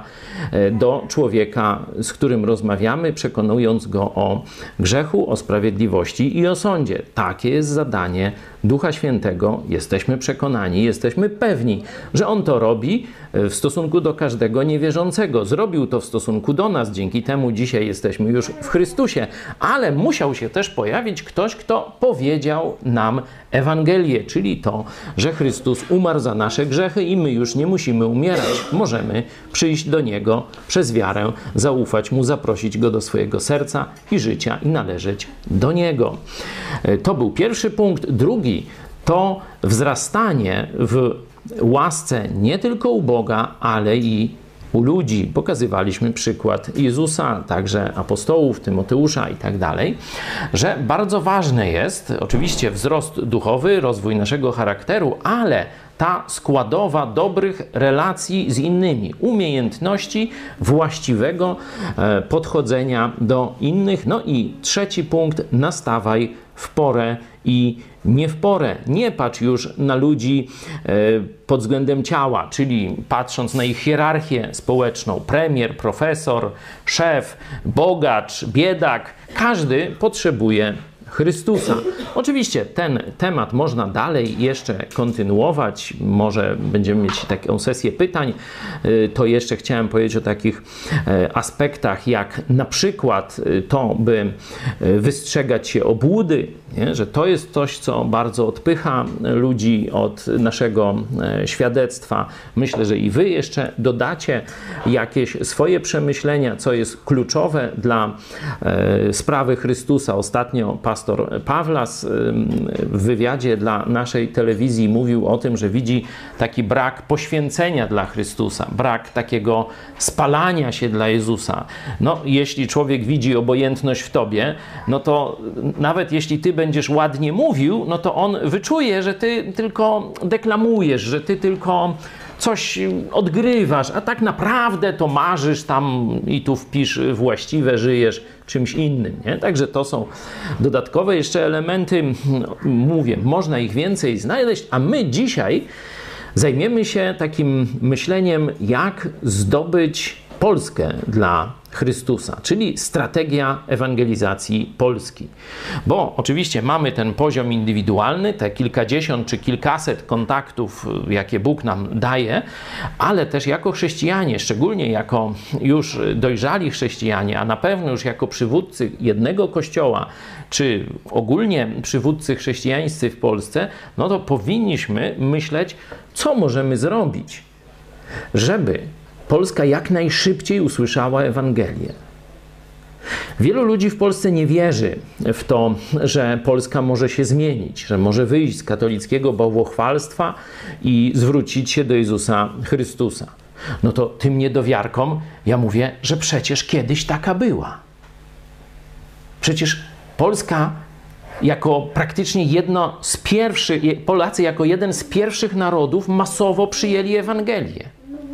do człowieka, z którym rozmawiamy, przekonując go o grzechu, o sprawiedliwości i o sądzie. Takie jest zadanie Ducha Świętego. Jesteśmy przekonani, jesteśmy pewni, że On to robi w stosunku do każdego niewierzącego. Zrobił to w stosunku do nas, dzięki temu dzisiaj jesteśmy już w Chrystusie, ale musiał się też pojawić ktoś, kto powiedział nam Ewangelię, czyli to, że Chrystus umarł za nasze grzechy i my już nie musimy umierać. Możemy przyjść do Niego przez wiarę, zaufać Mu, zaprosić Go do swojego serca i życia i należeć do Niego. To był pierwszy punkt. Drugi to wzrastanie w łasce nie tylko u Boga, ale i u ludzi. Pokazywaliśmy przykład Jezusa, także apostołów, Tymoteusza i tak dalej, że bardzo ważne jest oczywiście wzrost duchowy, rozwój naszego charakteru, ale ta składowa dobrych relacji z innymi, umiejętności właściwego podchodzenia do innych. No i trzeci punkt, nastawaj w porę i nie w porę. Nie patrz już na ludzi pod względem ciała, czyli patrząc na ich hierarchię społeczną, premier, profesor, szef, bogacz, biedak, każdy potrzebuje Chrystusa. Oczywiście ten temat można dalej jeszcze kontynuować, może będziemy mieć taką sesję pytań, to jeszcze chciałem powiedzieć o takich aspektach, jak na przykład to, by wystrzegać się obłudy, nie? Że to jest coś, co bardzo odpycha ludzi od naszego świadectwa. Myślę, że i wy jeszcze dodacie jakieś swoje przemyślenia, co jest kluczowe dla sprawy Chrystusa. Ostatnio pastor pastor Pawlas w wywiadzie dla naszej telewizji mówił o tym, że widzi taki brak poświęcenia dla Chrystusa, brak takiego spalania się dla Jezusa. No, jeśli człowiek widzi obojętność w tobie, no to nawet jeśli ty będziesz ładnie mówił, no to on wyczuje, że ty tylko deklamujesz, że ty tylko coś odgrywasz, a tak naprawdę to marzysz tam i tu wpisz właściwe, żyjesz czymś innym, nie? Także to są dodatkowe jeszcze elementy, mówię, można ich więcej znaleźć, a my dzisiaj zajmiemy się takim myśleniem, jak zdobyć Polskę dla Chrystusa, czyli strategia ewangelizacji Polski. Bo oczywiście mamy ten poziom indywidualny, te kilkadziesiąt czy kilkaset kontaktów, jakie Bóg nam daje, ale też jako chrześcijanie, szczególnie jako już dojrzali chrześcijanie, a na pewno już jako przywódcy jednego kościoła, czy ogólnie przywódcy chrześcijańscy w Polsce, no to powinniśmy myśleć, co możemy zrobić, żeby Polska jak najszybciej usłyszała Ewangelię. Wielu ludzi w Polsce nie wierzy w to, że Polska może się zmienić, że może wyjść z katolickiego bałwochwalstwa i zwrócić się do Jezusa Chrystusa. No to tym niedowiarkom ja mówię, że przecież kiedyś taka była. Przecież Polska jako praktycznie jedno z pierwszych, Polacy jako jeden z pierwszych narodów masowo przyjęli Ewangelię.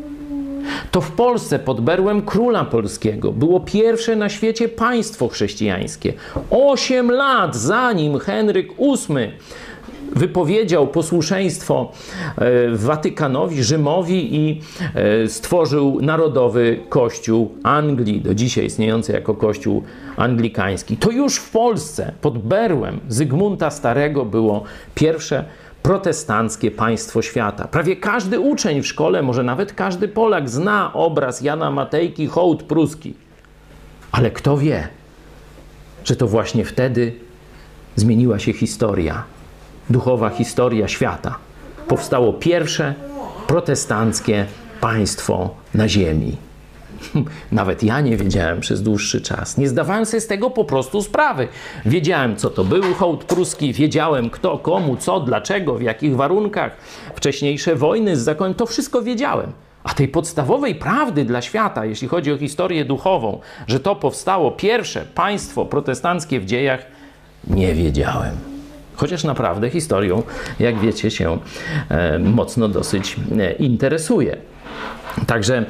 To w Polsce pod berłem króla polskiego było pierwsze na świecie państwo chrześcijańskie. Osiem lat zanim Henryk ósmy wypowiedział posłuszeństwo Watykanowi, Rzymowi i stworzył Narodowy Kościół Anglii, do dzisiaj istniejący jako Kościół Anglikański. To już w Polsce pod berłem Zygmunta Starego było pierwsze protestanckie państwo świata. Prawie każdy uczeń w szkole, może nawet każdy Polak zna obraz Jana Matejki, hołd pruski. Ale kto wie, że to właśnie wtedy zmieniła się historia, duchowa historia świata. Powstało pierwsze protestanckie państwo na ziemi. Nawet ja nie wiedziałem przez dłuższy czas. Nie zdawałem sobie z tego po prostu sprawy. Wiedziałem, co to był hołd pruski, wiedziałem kto, komu, co, dlaczego, w jakich warunkach, wcześniejsze wojny z zakonem, to wszystko wiedziałem. A tej podstawowej prawdy dla świata, jeśli chodzi o historię duchową, że to powstało pierwsze państwo protestanckie w dziejach, nie wiedziałem. Chociaż naprawdę historią, jak wiecie, się e, mocno dosyć e, interesuje. Także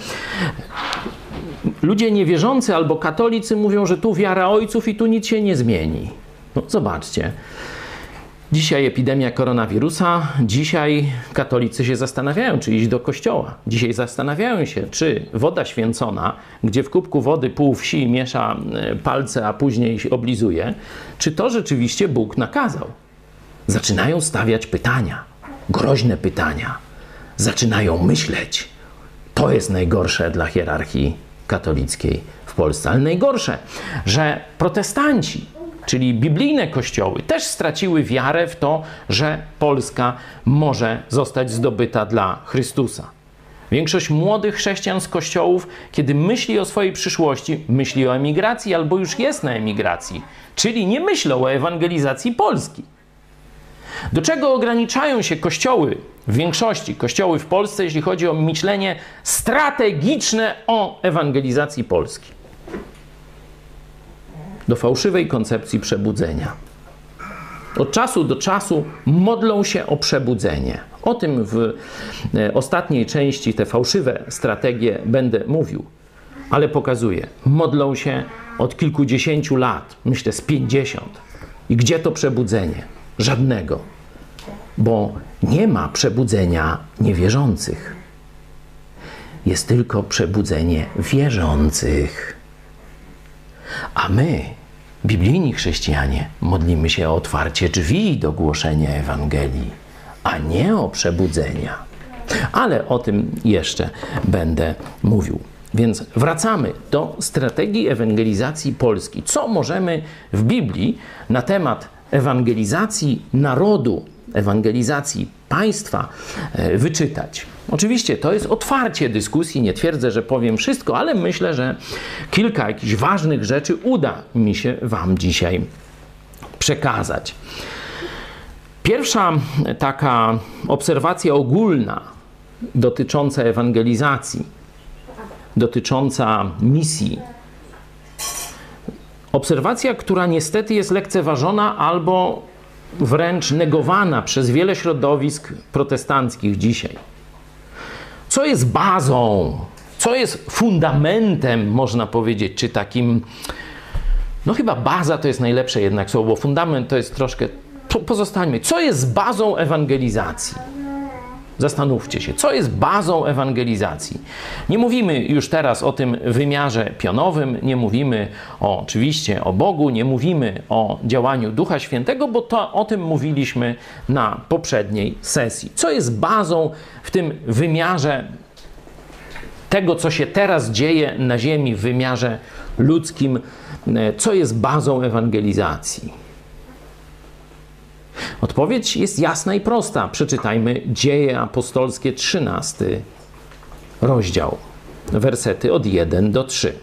ludzie niewierzący albo katolicy mówią, że tu wiara ojców i tu nic się nie zmieni. No zobaczcie. Dzisiaj epidemia koronawirusa, dzisiaj katolicy się zastanawiają, czy iść do kościoła. Dzisiaj zastanawiają się, czy woda święcona, gdzie w kubku wody pół wsi miesza palce, a później się oblizuje, czy to rzeczywiście Bóg nakazał. Zaczynają stawiać pytania, groźne pytania. Zaczynają myśleć. To jest najgorsze dla hierarchii katolickiej w Polsce. Ale najgorsze, że protestanci, czyli biblijne kościoły, też straciły wiarę w to, że Polska może zostać zdobyta dla Chrystusa. Większość młodych chrześcijan z kościołów, kiedy myśli o swojej przyszłości, myśli o emigracji albo już jest na emigracji, czyli nie myślą o ewangelizacji Polski. Do czego ograniczają się kościoły, w większości kościoły w Polsce, jeśli chodzi o myślenie strategiczne o ewangelizacji Polski? Do fałszywej koncepcji przebudzenia. Od czasu do czasu modlą się o przebudzenie. O tym w ostatniej części, te fałszywe strategie, będę mówił. Ale pokazuję, modlą się od kilkudziesięciu lat, myślę z pięćdziesiąt. I gdzie to przebudzenie? Żadnego. Bo nie ma przebudzenia niewierzących. Jest tylko przebudzenie wierzących. A my, biblijni chrześcijanie, modlimy się o otwarcie drzwi do głoszenia Ewangelii, a nie o przebudzenia. Ale o tym jeszcze będę mówił. Więc wracamy do strategii ewangelizacji Polski. Co możemy w Biblii na temat ewangelizacji narodu, ewangelizacji państwa wyczytać? Oczywiście to jest otwarcie dyskusji, nie twierdzę, że powiem wszystko, ale myślę, że kilka jakichś ważnych rzeczy uda mi się wam dzisiaj przekazać. Pierwsza taka obserwacja ogólna dotycząca ewangelizacji, dotycząca misji. Obserwacja, która niestety jest lekceważona albo wręcz negowana przez wiele środowisk protestanckich dzisiaj. Co jest bazą, co jest fundamentem, można powiedzieć, czy takim, no chyba baza to jest najlepsze jednak słowo, bo fundament to jest troszkę, pozostańmy, co jest bazą ewangelizacji? Zastanówcie się, co jest bazą ewangelizacji. Nie mówimy już teraz o tym wymiarze pionowym, nie mówimy o, oczywiście o Bogu, nie mówimy o działaniu Ducha Świętego, bo to, o tym mówiliśmy na poprzedniej sesji. Co jest bazą w tym wymiarze tego, co się teraz dzieje na ziemi, w wymiarze ludzkim, co jest bazą ewangelizacji? Odpowiedź jest jasna i prosta. Przeczytajmy Dzieje Apostolskie, trzynasty rozdział, wersety od pierwszego do trzeciego.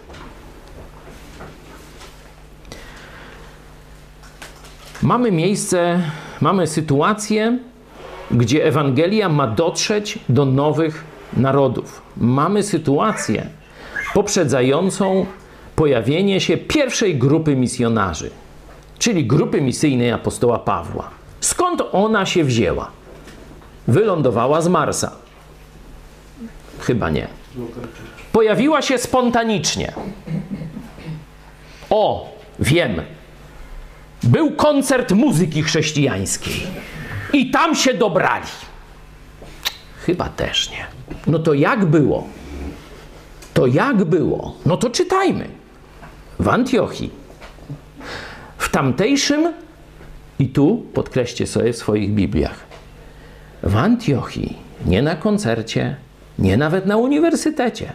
Mamy miejsce, mamy sytuację, gdzie Ewangelia ma dotrzeć do nowych narodów. Mamy sytuację poprzedzającą pojawienie się pierwszej grupy misjonarzy, czyli grupy misyjnej apostoła Pawła. Skąd ona się wzięła? Wylądowała z Marsa? Chyba nie. Pojawiła się spontanicznie. O, wiem. Był koncert muzyki chrześcijańskiej i tam się dobrali. Chyba też nie. No to jak było? To jak było? No to czytajmy. W Antiochii, w tamtejszym, i tu podkreślcie sobie w swoich Bibliach, w Antiochii, nie na koncercie, nie nawet na uniwersytecie,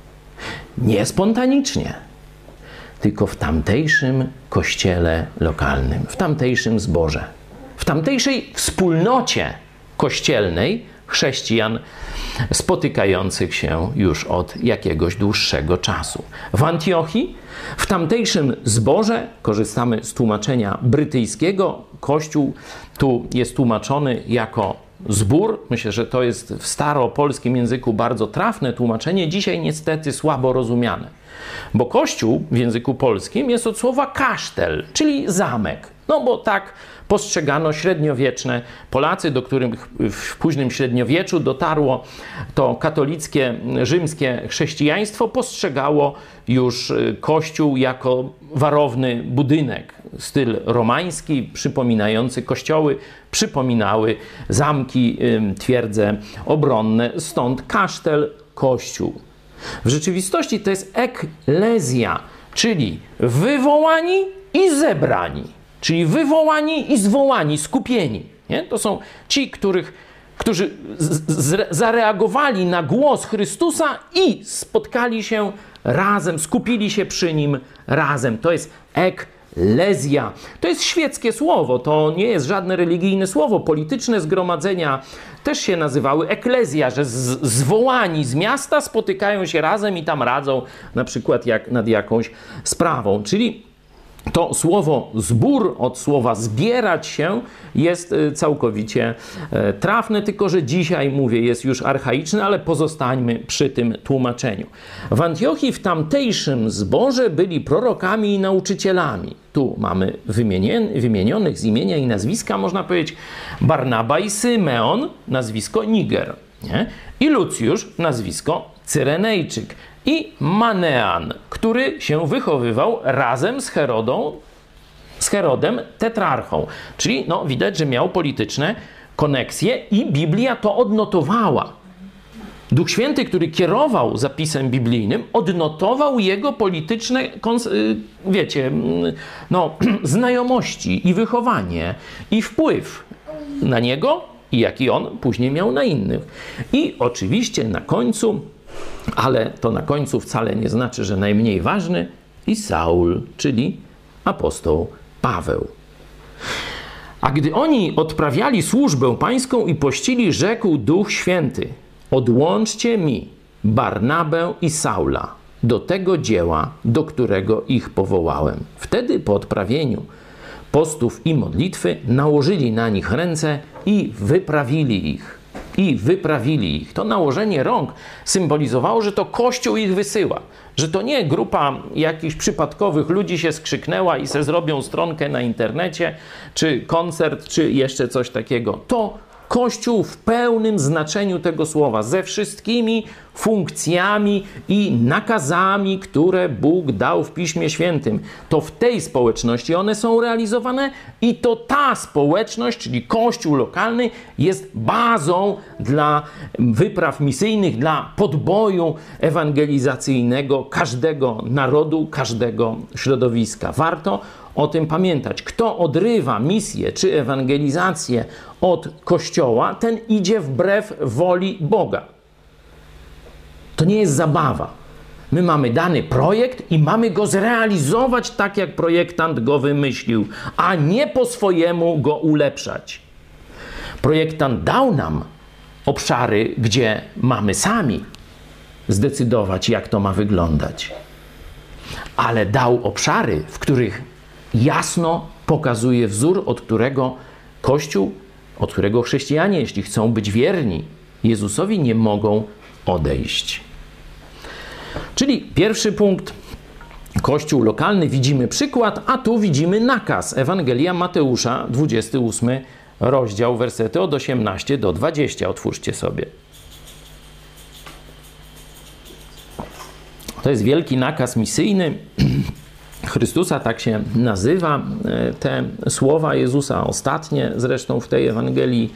nie spontanicznie, tylko w tamtejszym kościele lokalnym, w tamtejszym zborze, w tamtejszej wspólnocie kościelnej chrześcijan spotykających się już od jakiegoś dłuższego czasu. W Antiochii, w tamtejszym zborze, korzystamy z tłumaczenia brytyjskiego, Kościół tu jest tłumaczony jako zbór. Myślę, że to jest w staropolskim języku bardzo trafne tłumaczenie, dzisiaj niestety słabo rozumiane. Bo Kościół w języku polskim jest od słowa kasztel, czyli zamek. No bo tak postrzegano średniowieczne Polacy, do których w późnym średniowieczu dotarło to katolickie, rzymskie chrześcijaństwo, postrzegało już Kościół jako warowny budynek. Styl romański, przypominający kościoły, przypominały zamki, twierdze obronne, stąd kasztel, kościół. W rzeczywistości to jest eklezja, czyli wywołani i zebrani. Czyli wywołani i zwołani, skupieni. Nie? To są ci, których, którzy z, z, zareagowali na głos Chrystusa i spotkali się razem, skupili się przy Nim razem. To jest eklezja. To jest świeckie słowo, to nie jest żadne religijne słowo. Polityczne zgromadzenia też się nazywały eklezja, że z, zwołani z miasta spotykają się razem i tam radzą, na przykład jak nad jakąś sprawą. Czyli to słowo zbór od słowa zbierać się jest całkowicie trafne, tylko że dzisiaj, mówię, jest już archaiczne, ale pozostańmy przy tym tłumaczeniu. W Antiochii w tamtejszym zborze byli prorokami i nauczycielami. Tu mamy wymienionych z imienia i nazwiska, można powiedzieć, Barnaba i Symeon, nazwisko Niger, nie? I Lucjusz, nazwisko Cyrenejczyk. I Manean, który się wychowywał razem z Herodą, z Herodem tetrarchą. Czyli no, widać, że miał polityczne koneksje i Biblia to odnotowała. Duch Święty, który kierował zapisem biblijnym, odnotował jego polityczne, wiecie, no, znajomości i wychowanie i wpływ na niego i jaki on później miał na innych. I oczywiście na końcu, ale to na końcu wcale nie znaczy, że najmniej ważny, i Saul, czyli apostoł Paweł. A gdy oni odprawiali służbę pańską i pościli, rzekł Duch Święty: odłączcie mi Barnabę i Saula do tego dzieła, do którego ich powołałem. Wtedy po odprawieniu postów i modlitwy, nałożyli na nich ręce i wyprawili ich. I wyprawili ich. To nałożenie rąk symbolizowało, że to Kościół ich wysyła. Że to nie grupa jakichś przypadkowych ludzi się skrzyknęła i se zrobią stronkę na internecie, czy koncert, czy jeszcze coś takiego. To Kościół w pełnym znaczeniu tego słowa, ze wszystkimi funkcjami i nakazami, które Bóg dał w Piśmie Świętym. To w tej społeczności one są realizowane i to ta społeczność, czyli Kościół lokalny, jest bazą dla wypraw misyjnych, dla podboju ewangelizacyjnego każdego narodu, każdego środowiska. Warto o tym pamiętać. Kto odrywa misję czy ewangelizację od Kościoła, ten idzie wbrew woli Boga. To nie jest zabawa. My mamy dany projekt i mamy go zrealizować tak, jak projektant go wymyślił, a nie po swojemu go ulepszać. Projektant dał nam obszary, gdzie mamy sami zdecydować, jak to ma wyglądać. Ale dał obszary, w których jasno pokazuje wzór, od którego Kościół, od którego chrześcijanie, jeśli chcą być wierni Jezusowi, nie mogą odejść. Czyli pierwszy punkt, Kościół lokalny, widzimy przykład, a tu widzimy nakaz. Ewangelia Mateusza, dwudziesty ósmy rozdział, wersety od osiemnastego do dwudziestego. Otwórzcie sobie. To jest wielki nakaz misyjny Chrystusa, tak się nazywa. Te słowa Jezusa, ostatnie zresztą w tej Ewangelii,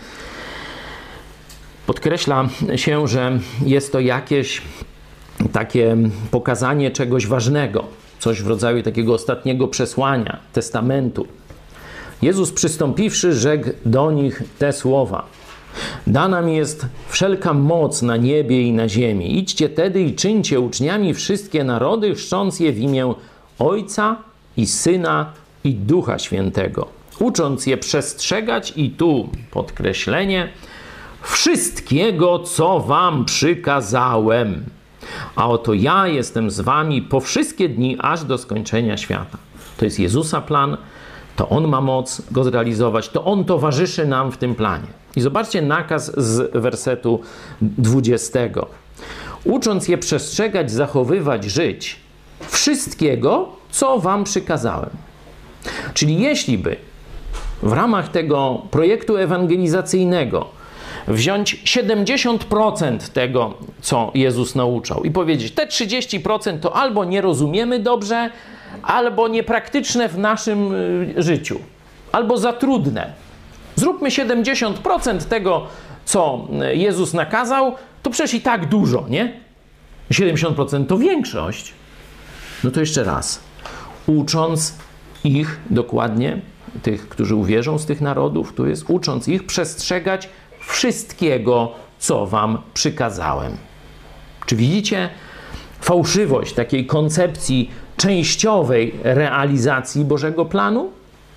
podkreśla się, że jest to jakieś takie pokazanie czegoś ważnego, coś w rodzaju takiego ostatniego przesłania, testamentu. Jezus przystąpiwszy, rzekł do nich te słowa. Dana mi jest wszelka moc na niebie i na ziemi. Idźcie tedy i czyńcie uczniami wszystkie narody, chrzcząc je w imię Ojca i Syna i Ducha Świętego, ucząc je przestrzegać, i tu podkreślenie, wszystkiego, co wam przykazałem. A oto ja jestem z wami po wszystkie dni, aż do skończenia świata. To jest Jezusa plan, to On ma moc go zrealizować, to On towarzyszy nam w tym planie. I zobaczcie nakaz z wersetu dwudziestego. Ucząc je przestrzegać, zachowywać, żyć wszystkiego, co wam przykazałem. Czyli jeśli by w ramach tego projektu ewangelizacyjnego wziąć siedemdziesiąt procent tego, co Jezus nauczał i powiedzieć, te trzydzieści procent to albo nie rozumiemy dobrze, albo niepraktyczne w naszym życiu, albo za trudne. Zróbmy siedemdziesiąt procent tego, co Jezus nakazał, to przecież i tak dużo, nie? siedemdziesiąt procent to większość. No to jeszcze raz. Ucząc ich dokładnie, tych, którzy uwierzą z tych narodów, tu jest, ucząc ich przestrzegać wszystkiego, co wam przykazałem. Czy widzicie fałszywość takiej koncepcji częściowej realizacji Bożego planu?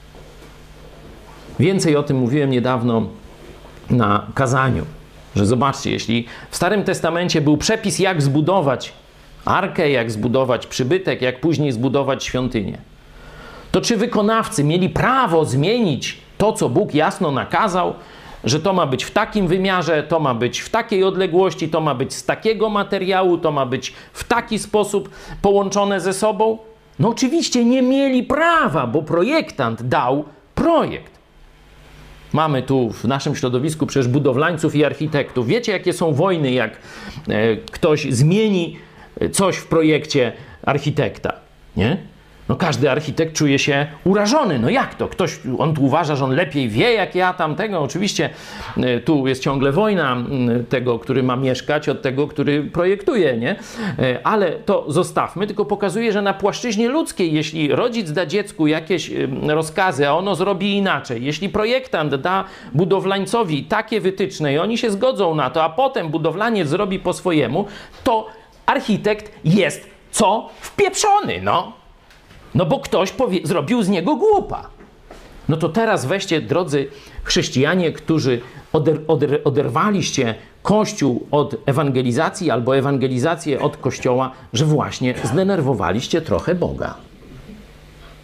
Więcej o tym mówiłem niedawno na kazaniu, że zobaczcie, jeśli w Starym Testamencie był przepis, jak zbudować arkę, jak zbudować przybytek, jak później zbudować świątynię, to czy wykonawcy mieli prawo zmienić to, co Bóg jasno nakazał, że to ma być w takim wymiarze, to ma być w takiej odległości, to ma być z takiego materiału, to ma być w taki sposób połączone ze sobą? No oczywiście nie mieli prawa, bo projektant dał projekt. Mamy tu w naszym środowisku przecież budowlańców i architektów. Wiecie, jakie są wojny, jak e, ktoś zmieni coś w projekcie architekta, nie? No każdy architekt czuje się urażony. No jak to? Ktoś, on tu uważa, że on lepiej wie, jak ja tamtego. Oczywiście y, tu jest ciągle wojna y, tego, który ma mieszkać, od tego, który projektuje, nie? Y, ale to zostawmy, tylko pokazuje, że na płaszczyźnie ludzkiej, jeśli rodzic da dziecku jakieś y, rozkazy, a ono zrobi inaczej, jeśli projektant da budowlańcowi takie wytyczne i oni się zgodzą na to, a potem budowlaniec zrobi po swojemu, to architekt jest co? Wpieprzony, no. No bo ktoś powie, zrobił z niego głupa. No to teraz weźcie, drodzy chrześcijanie, którzy oder, oder, oderwaliście Kościół od ewangelizacji albo ewangelizację od Kościoła, że właśnie zdenerwowaliście trochę Boga.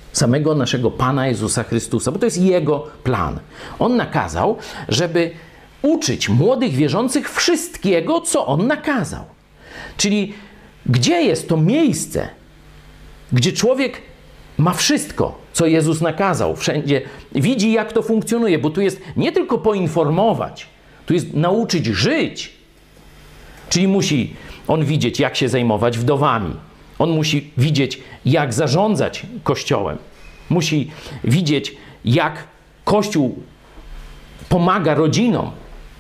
samego naszego Pana Jezusa Chrystusa, bo to jest Jego plan. On nakazał, żeby uczyć młodych wierzących wszystkiego, co On nakazał. Czyli gdzie jest to miejsce, gdzie człowiek ma wszystko, co Jezus nakazał, wszędzie widzi, jak to funkcjonuje, bo tu jest nie tylko poinformować, tu jest nauczyć żyć. Czyli musi on widzieć, jak się zajmować wdowami. On musi widzieć, jak zarządzać Kościołem. Musi widzieć, jak Kościół pomaga rodzinom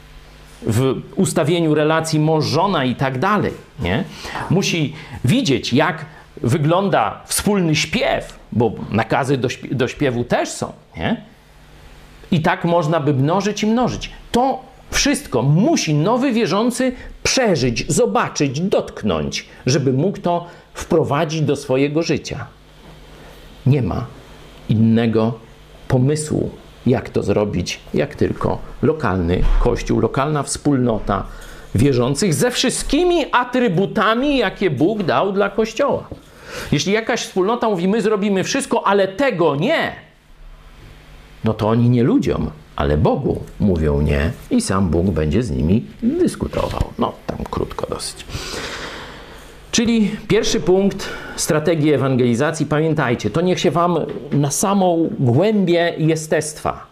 w ustawieniu relacji mąż-żona i tak dalej. Nie? Musi widzieć, jak wygląda wspólny śpiew, bo nakazy do, śpiew, do śpiewu też są. Nie? I tak można by mnożyć i mnożyć. To wszystko musi nowy wierzący przeżyć, zobaczyć, dotknąć, żeby mógł to wprowadzić do swojego życia. Nie ma innego pomysłu, jak to zrobić, jak tylko lokalny kościół, lokalna wspólnota wierzących ze wszystkimi atrybutami, jakie Bóg dał dla Kościoła. Jeśli jakaś wspólnota mówi, my zrobimy wszystko, ale tego nie, no to oni nie ludziom, ale Bogu mówią nie i sam Bóg będzie z nimi dyskutował. No, tam krótko dosyć. Czyli pierwszy punkt, strategii ewangelizacji. Pamiętajcie, to niech się wam na samą głębię jestestwa.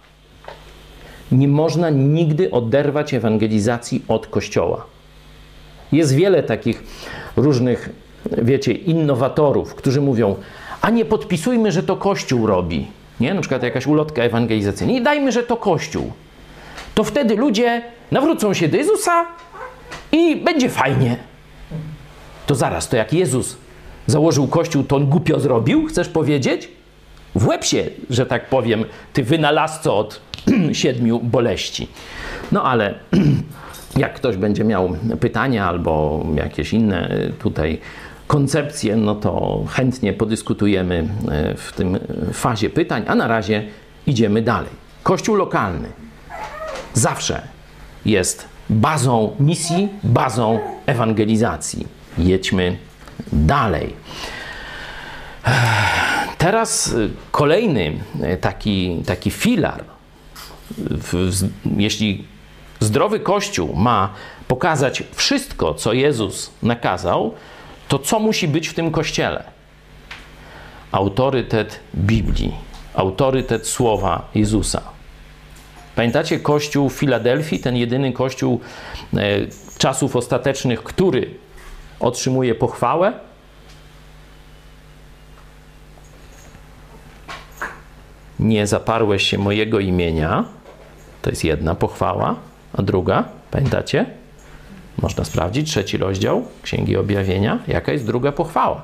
Nie można nigdy oderwać ewangelizacji od Kościoła. Jest wiele takich różnych, wiecie, innowatorów, którzy mówią, a nie podpisujmy, że to Kościół robi. Nie? Na przykład jakaś ulotka ewangelizacyjna. Nie dajmy, że to Kościół. To wtedy ludzie nawrócą się do Jezusa i będzie fajnie. To zaraz, to jak Jezus założył Kościół, to on głupio zrobił, chcesz powiedzieć? W łeb się, że tak powiem, ty wynalazco od siedmiu boleści. No ale jak ktoś będzie miał pytania albo jakieś inne tutaj koncepcje, no to chętnie podyskutujemy w tym fazie pytań, a na razie idziemy dalej. Kościół lokalny zawsze jest bazą misji, bazą ewangelizacji. Jedźmy dalej. Teraz kolejny taki, taki filar. W, jeśli zdrowy Kościół ma pokazać wszystko, co Jezus nakazał, to co musi być w tym Kościele? Autorytet Biblii, autorytet słowa Jezusa. Pamiętacie Kościół w Filadelfii, ten jedyny Kościół e, czasów ostatecznych, który otrzymuje pochwałę? Nie zaparłeś się mojego imienia. To jest jedna pochwała. A druga, pamiętacie? Można sprawdzić, trzeci rozdział Księgi Objawienia. Jaka jest druga pochwała?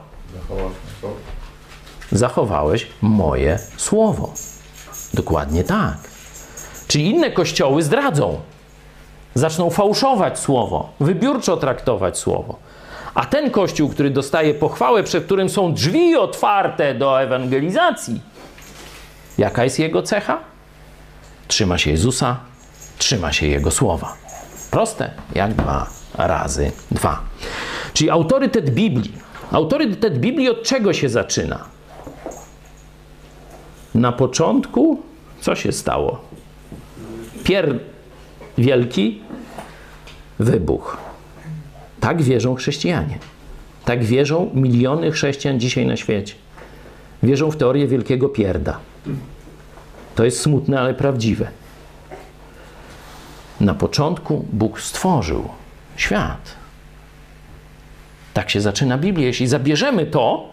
Zachowałeś moje słowo. Dokładnie tak. Czyli inne kościoły zdradzą. Zaczną fałszować słowo, wybiórczo traktować słowo. A ten kościół, który dostaje pochwałę, przed którym są drzwi otwarte do ewangelizacji, jaka jest jego cecha? Trzyma się Jezusa, trzyma się Jego słowa. Proste, jak dwa razy dwa. Czyli autorytet Biblii. Autorytet Biblii od czego się zaczyna? Na początku co się stało? Pier wielki wybuch. Tak wierzą chrześcijanie. Tak wierzą miliony chrześcijan dzisiaj na świecie. Wierzą w teorię wielkiego pierda. To jest smutne, ale prawdziwe. Na początku Bóg stworzył świat. Tak się zaczyna Biblia. Jeśli zabierzemy to,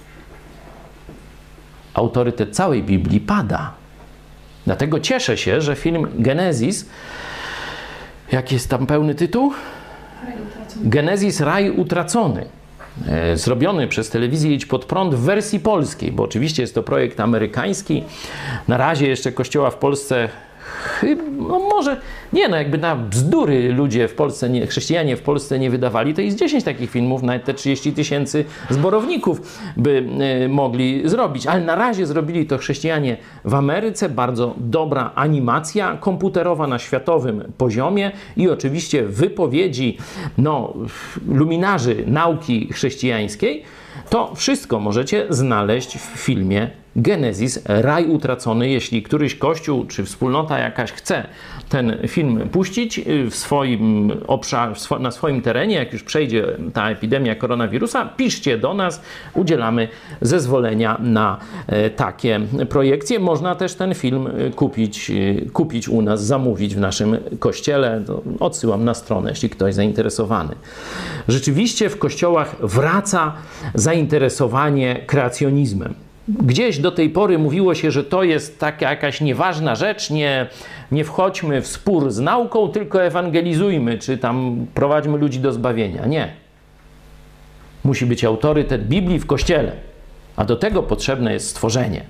autorytet całej Biblii pada. Dlatego cieszę się, że film Genezis, jaki jest tam pełny tytuł? Genezis, Raj Utracony. Zrobiony przez telewizję Idź Pod Prąd w wersji polskiej, bo oczywiście jest to projekt amerykański. Na razie jeszcze kościoła w Polsce, no może, nie no, jakby na bzdury ludzie w Polsce, nie, chrześcijanie w Polsce nie wydawali, to jest dziesięć takich filmów, nawet te trzydzieści tysięcy zborowników by y, mogli zrobić. Ale na razie zrobili to chrześcijanie w Ameryce, bardzo dobra animacja komputerowa na światowym poziomie i oczywiście wypowiedzi no, luminarzy nauki chrześcijańskiej, To wszystko możecie znaleźć w filmie Genezis, Raj Utracony. Jeśli któryś kościół czy wspólnota jakaś chce ten film puścić w swoim obszarze, na swoim terenie, jak już przejdzie ta epidemia koronawirusa, piszcie do nas, udzielamy zezwolenia na takie projekcje. Można też ten film kupić, kupić u nas, zamówić w naszym kościele. Odsyłam na stronę, jeśli ktoś zainteresowany. Rzeczywiście w kościołach wraca zainteresowanie kreacjonizmem. Gdzieś do tej pory mówiło się, że to jest taka jakaś nieważna rzecz, nie, nie wchodźmy w spór z nauką, tylko ewangelizujmy, czy tam prowadźmy ludzi do zbawienia. Nie. Musi być autorytet Biblii w Kościele, a do tego potrzebne jest stworzenie.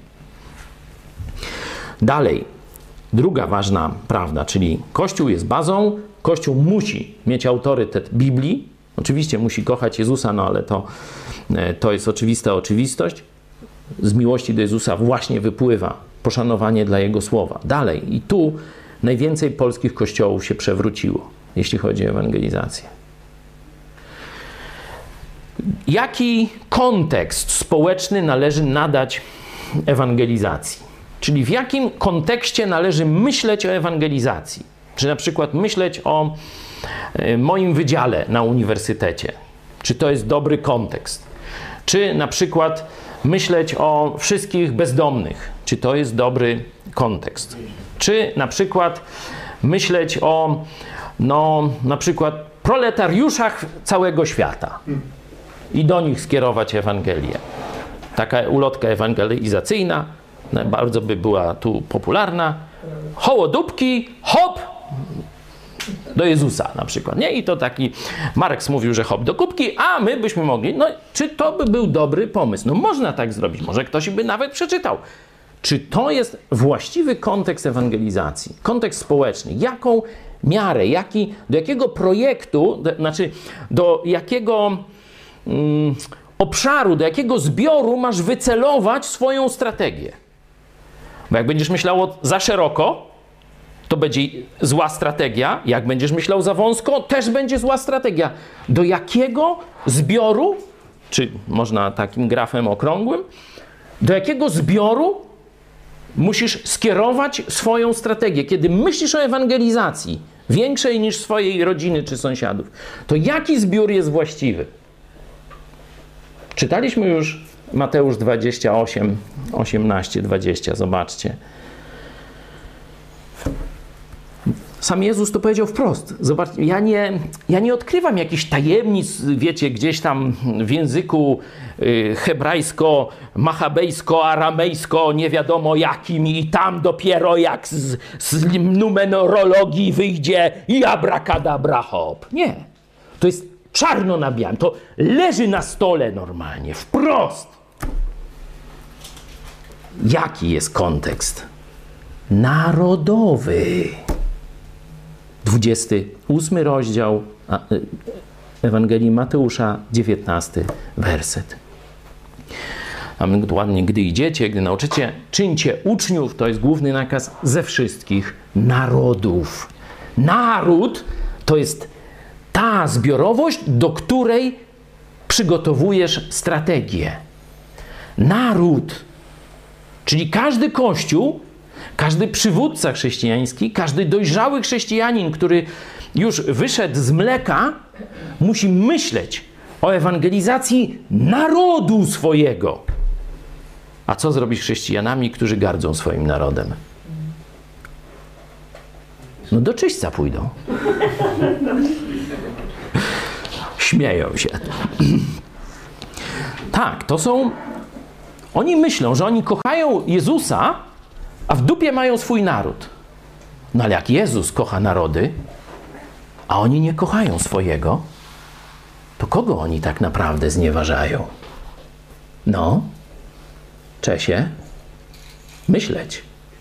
Dalej, druga ważna prawda, czyli Kościół jest bazą, Kościół musi mieć autorytet Biblii, oczywiście musi kochać Jezusa, no ale to, to jest oczywista oczywistość. Z miłości do Jezusa właśnie wypływa poszanowanie dla Jego słowa. Dalej, i tu najwięcej polskich kościołów się przewróciło, jeśli chodzi o ewangelizację. Jaki kontekst społeczny należy nadać ewangelizacji? Czyli w jakim kontekście należy myśleć o ewangelizacji? Czy na przykład myśleć o moim wydziale na uniwersytecie? Czy to jest dobry kontekst? Czy na przykład myśleć o wszystkich bezdomnych? Czy to jest dobry kontekst? Czy na przykład myśleć o, no, na przykład proletariuszach całego świata i do nich skierować Ewangelię? Taka ulotka ewangelizacyjna bardzo by była tu popularna. Hołodupki, hop! Do Jezusa na przykład, nie? I to taki Marks mówił, że hop do kubki, a my byśmy mogli, no czy to by był dobry pomysł? No można tak zrobić, może ktoś by nawet przeczytał. Czy to jest właściwy kontekst ewangelizacji? Kontekst społeczny. Jaką miarę, jaki, do jakiego projektu, do, znaczy do jakiego mm, obszaru, do jakiego zbioru masz wycelować swoją strategię? Bo jak będziesz myślał za szeroko, to będzie zła strategia. Jak będziesz myślał za wąsko, też będzie zła strategia. Do jakiego zbioru, czy można takim grafem okrągłym, do jakiego zbioru musisz skierować swoją strategię? Kiedy myślisz o ewangelizacji większej niż swojej rodziny czy sąsiadów, to jaki zbiór jest właściwy? Czytaliśmy już Mateusz dwadzieścia osiem, osiemnaście, dwadzieścia. Zobaczcie. Sam Jezus to powiedział wprost. Zobaczcie, ja nie, ja nie odkrywam jakichś tajemnic, wiecie, gdzieś tam w języku y, hebrajsko, machabejsko, aramejsko, nie wiadomo jakim i tam dopiero jak z, z numerologii wyjdzie i abracadabra hop. Nie. To jest czarno na białym. To leży na stole normalnie, wprost. Jaki jest kontekst? Narodowy. dwudziesty ósmy rozdział Ewangelii Mateusza, dziewiętnasty werset. A my ładnie, gdy idziecie, gdy nauczycie, czyńcie uczniów, to jest główny nakaz, ze wszystkich narodów. Naród to jest ta zbiorowość, do której przygotowujesz strategię. Naród, czyli każdy kościół, każdy przywódca chrześcijański, każdy dojrzały chrześcijanin, który już wyszedł z mleka, musi myśleć o ewangelizacji narodu swojego. A co zrobić z chrześcijanami, którzy gardzą swoim narodem? No do czyśćca pójdą. Śmieją się. Tak, to są... Oni myślą, że oni kochają Jezusa, a w dupie mają swój naród. No ale jak Jezus kocha narody, a oni nie kochają swojego, to kogo oni tak naprawdę znieważają? No, Czesie, myśleć.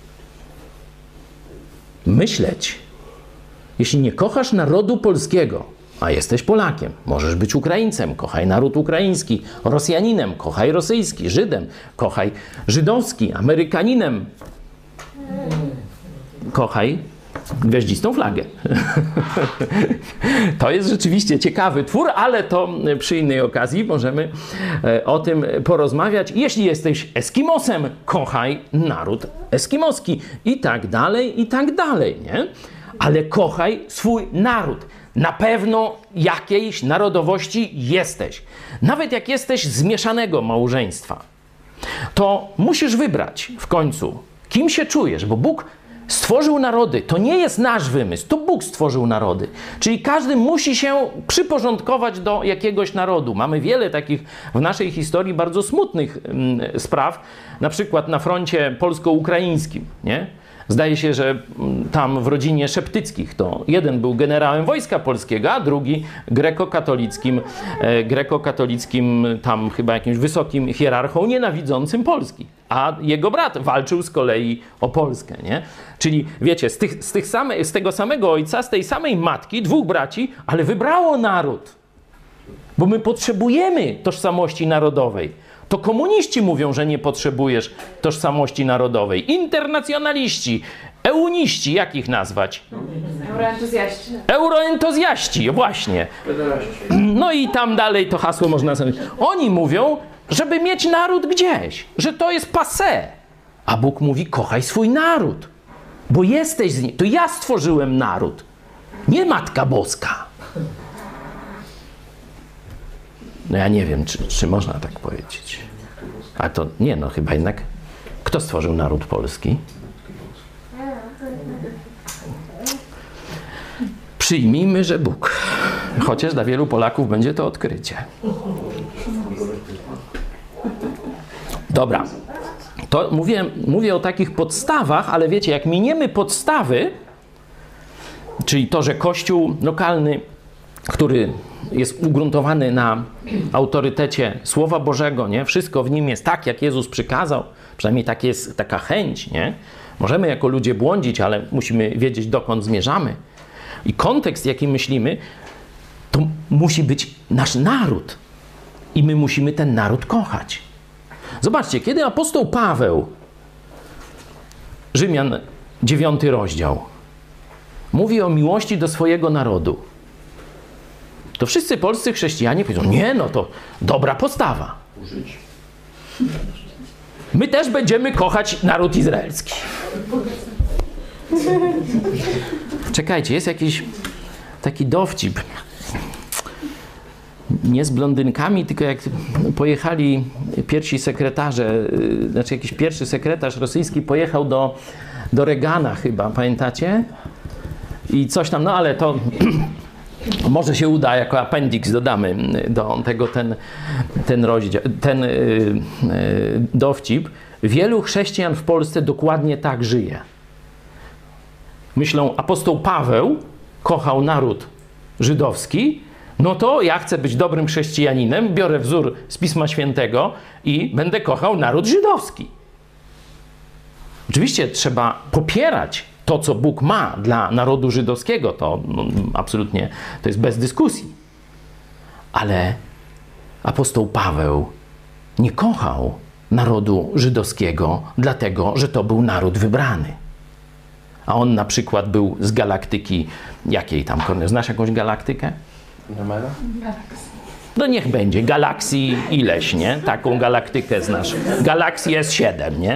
Myśleć. Jeśli nie kochasz narodu polskiego, a jesteś Polakiem, możesz być Ukraińcem, kochaj naród ukraiński, Rosjaninem, kochaj rosyjski, Żydem, kochaj żydowski, Amerykaninem, kochaj gwiaździstą flagę. To jest rzeczywiście ciekawy twór, ale to przy innej okazji możemy o tym porozmawiać. Jeśli jesteś Eskimosem, kochaj naród eskimoski i tak dalej, i tak dalej, nie? Ale kochaj swój naród. Na pewno jakiejś narodowości jesteś. Nawet jak jesteś z mieszanego małżeństwa, to musisz wybrać w końcu, kim się czujesz, bo Bóg stworzył narody. To nie jest nasz wymysł, to Bóg stworzył narody. Czyli każdy musi się przyporządkować do jakiegoś narodu. Mamy wiele takich w naszej historii bardzo smutnych mm, spraw, na przykład na froncie polsko-ukraińskim, nie? Zdaje się, że tam w rodzinie Szeptyckich to jeden był generałem Wojska Polskiego, a drugi grekokatolickim, e, grekokatolickim tam chyba jakimś wysokim hierarchą nienawidzącym Polski. A jego brat walczył z kolei o Polskę, nie? Czyli wiecie, z, tych, z, tych same, z tego samego ojca, z tej samej matki, dwóch braci, ale wybrało naród. Bo my potrzebujemy tożsamości narodowej. To komuniści mówią, że nie potrzebujesz tożsamości narodowej. Internacjonaliści, euniści, jak ich nazwać? Euroentuzjaści. Euroentuzjaści, właśnie. No i tam dalej to hasło można sobie... Oni mówią, żeby mieć naród gdzieś, że to jest passé. A Bóg mówi, kochaj swój naród, bo jesteś z nim. To ja stworzyłem naród, nie Matka Boska. No ja nie wiem, czy, czy można tak powiedzieć. A to nie, no chyba jednak. Kto stworzył naród polski? Przyjmijmy, że Bóg. Chociaż dla wielu Polaków będzie to odkrycie. Dobra. To mówię, mówię o takich podstawach, ale wiecie, jak miniemy podstawy, czyli to, że Kościół lokalny, który jest ugruntowany na autorytecie Słowa Bożego, nie? Wszystko w nim jest tak, jak Jezus przykazał. Przynajmniej tak jest taka chęć, nie? Możemy jako ludzie błądzić, ale musimy wiedzieć, dokąd zmierzamy. I kontekst, jaki myślimy, to musi być nasz naród. I my musimy ten naród kochać. Zobaczcie, kiedy apostoł Paweł, Rzymian dziewiąty rozdział, mówi o miłości do swojego narodu, to wszyscy polscy chrześcijanie powiedzą, nie, no to dobra postawa. My też będziemy kochać naród izraelski. Czekajcie, jest jakiś taki dowcip. Nie z blondynkami, tylko jak pojechali pierwsi sekretarze, znaczy jakiś pierwszy sekretarz rosyjski pojechał do, do Reagana chyba, pamiętacie? I coś tam, no ale to... Może się uda, jako appendix dodamy do tego ten, ten rozdział, ten yy, yy, dowcip. Wielu chrześcijan w Polsce dokładnie tak żyje. Myślą, apostoł Paweł kochał naród żydowski, no to ja chcę być dobrym chrześcijaninem, biorę wzór z Pisma Świętego i będę kochał naród żydowski. Oczywiście trzeba popierać to, co Bóg ma dla narodu żydowskiego, to no, absolutnie to jest bez dyskusji. Ale apostoł Paweł nie kochał narodu żydowskiego, dlatego, że to był naród wybrany. A on na przykład był z galaktyki jakiej tam? Znasz jakąś galaktykę? No niech będzie. Galaksji ileś, nie? Taką galaktykę znasz. Galaksji S siedem, nie?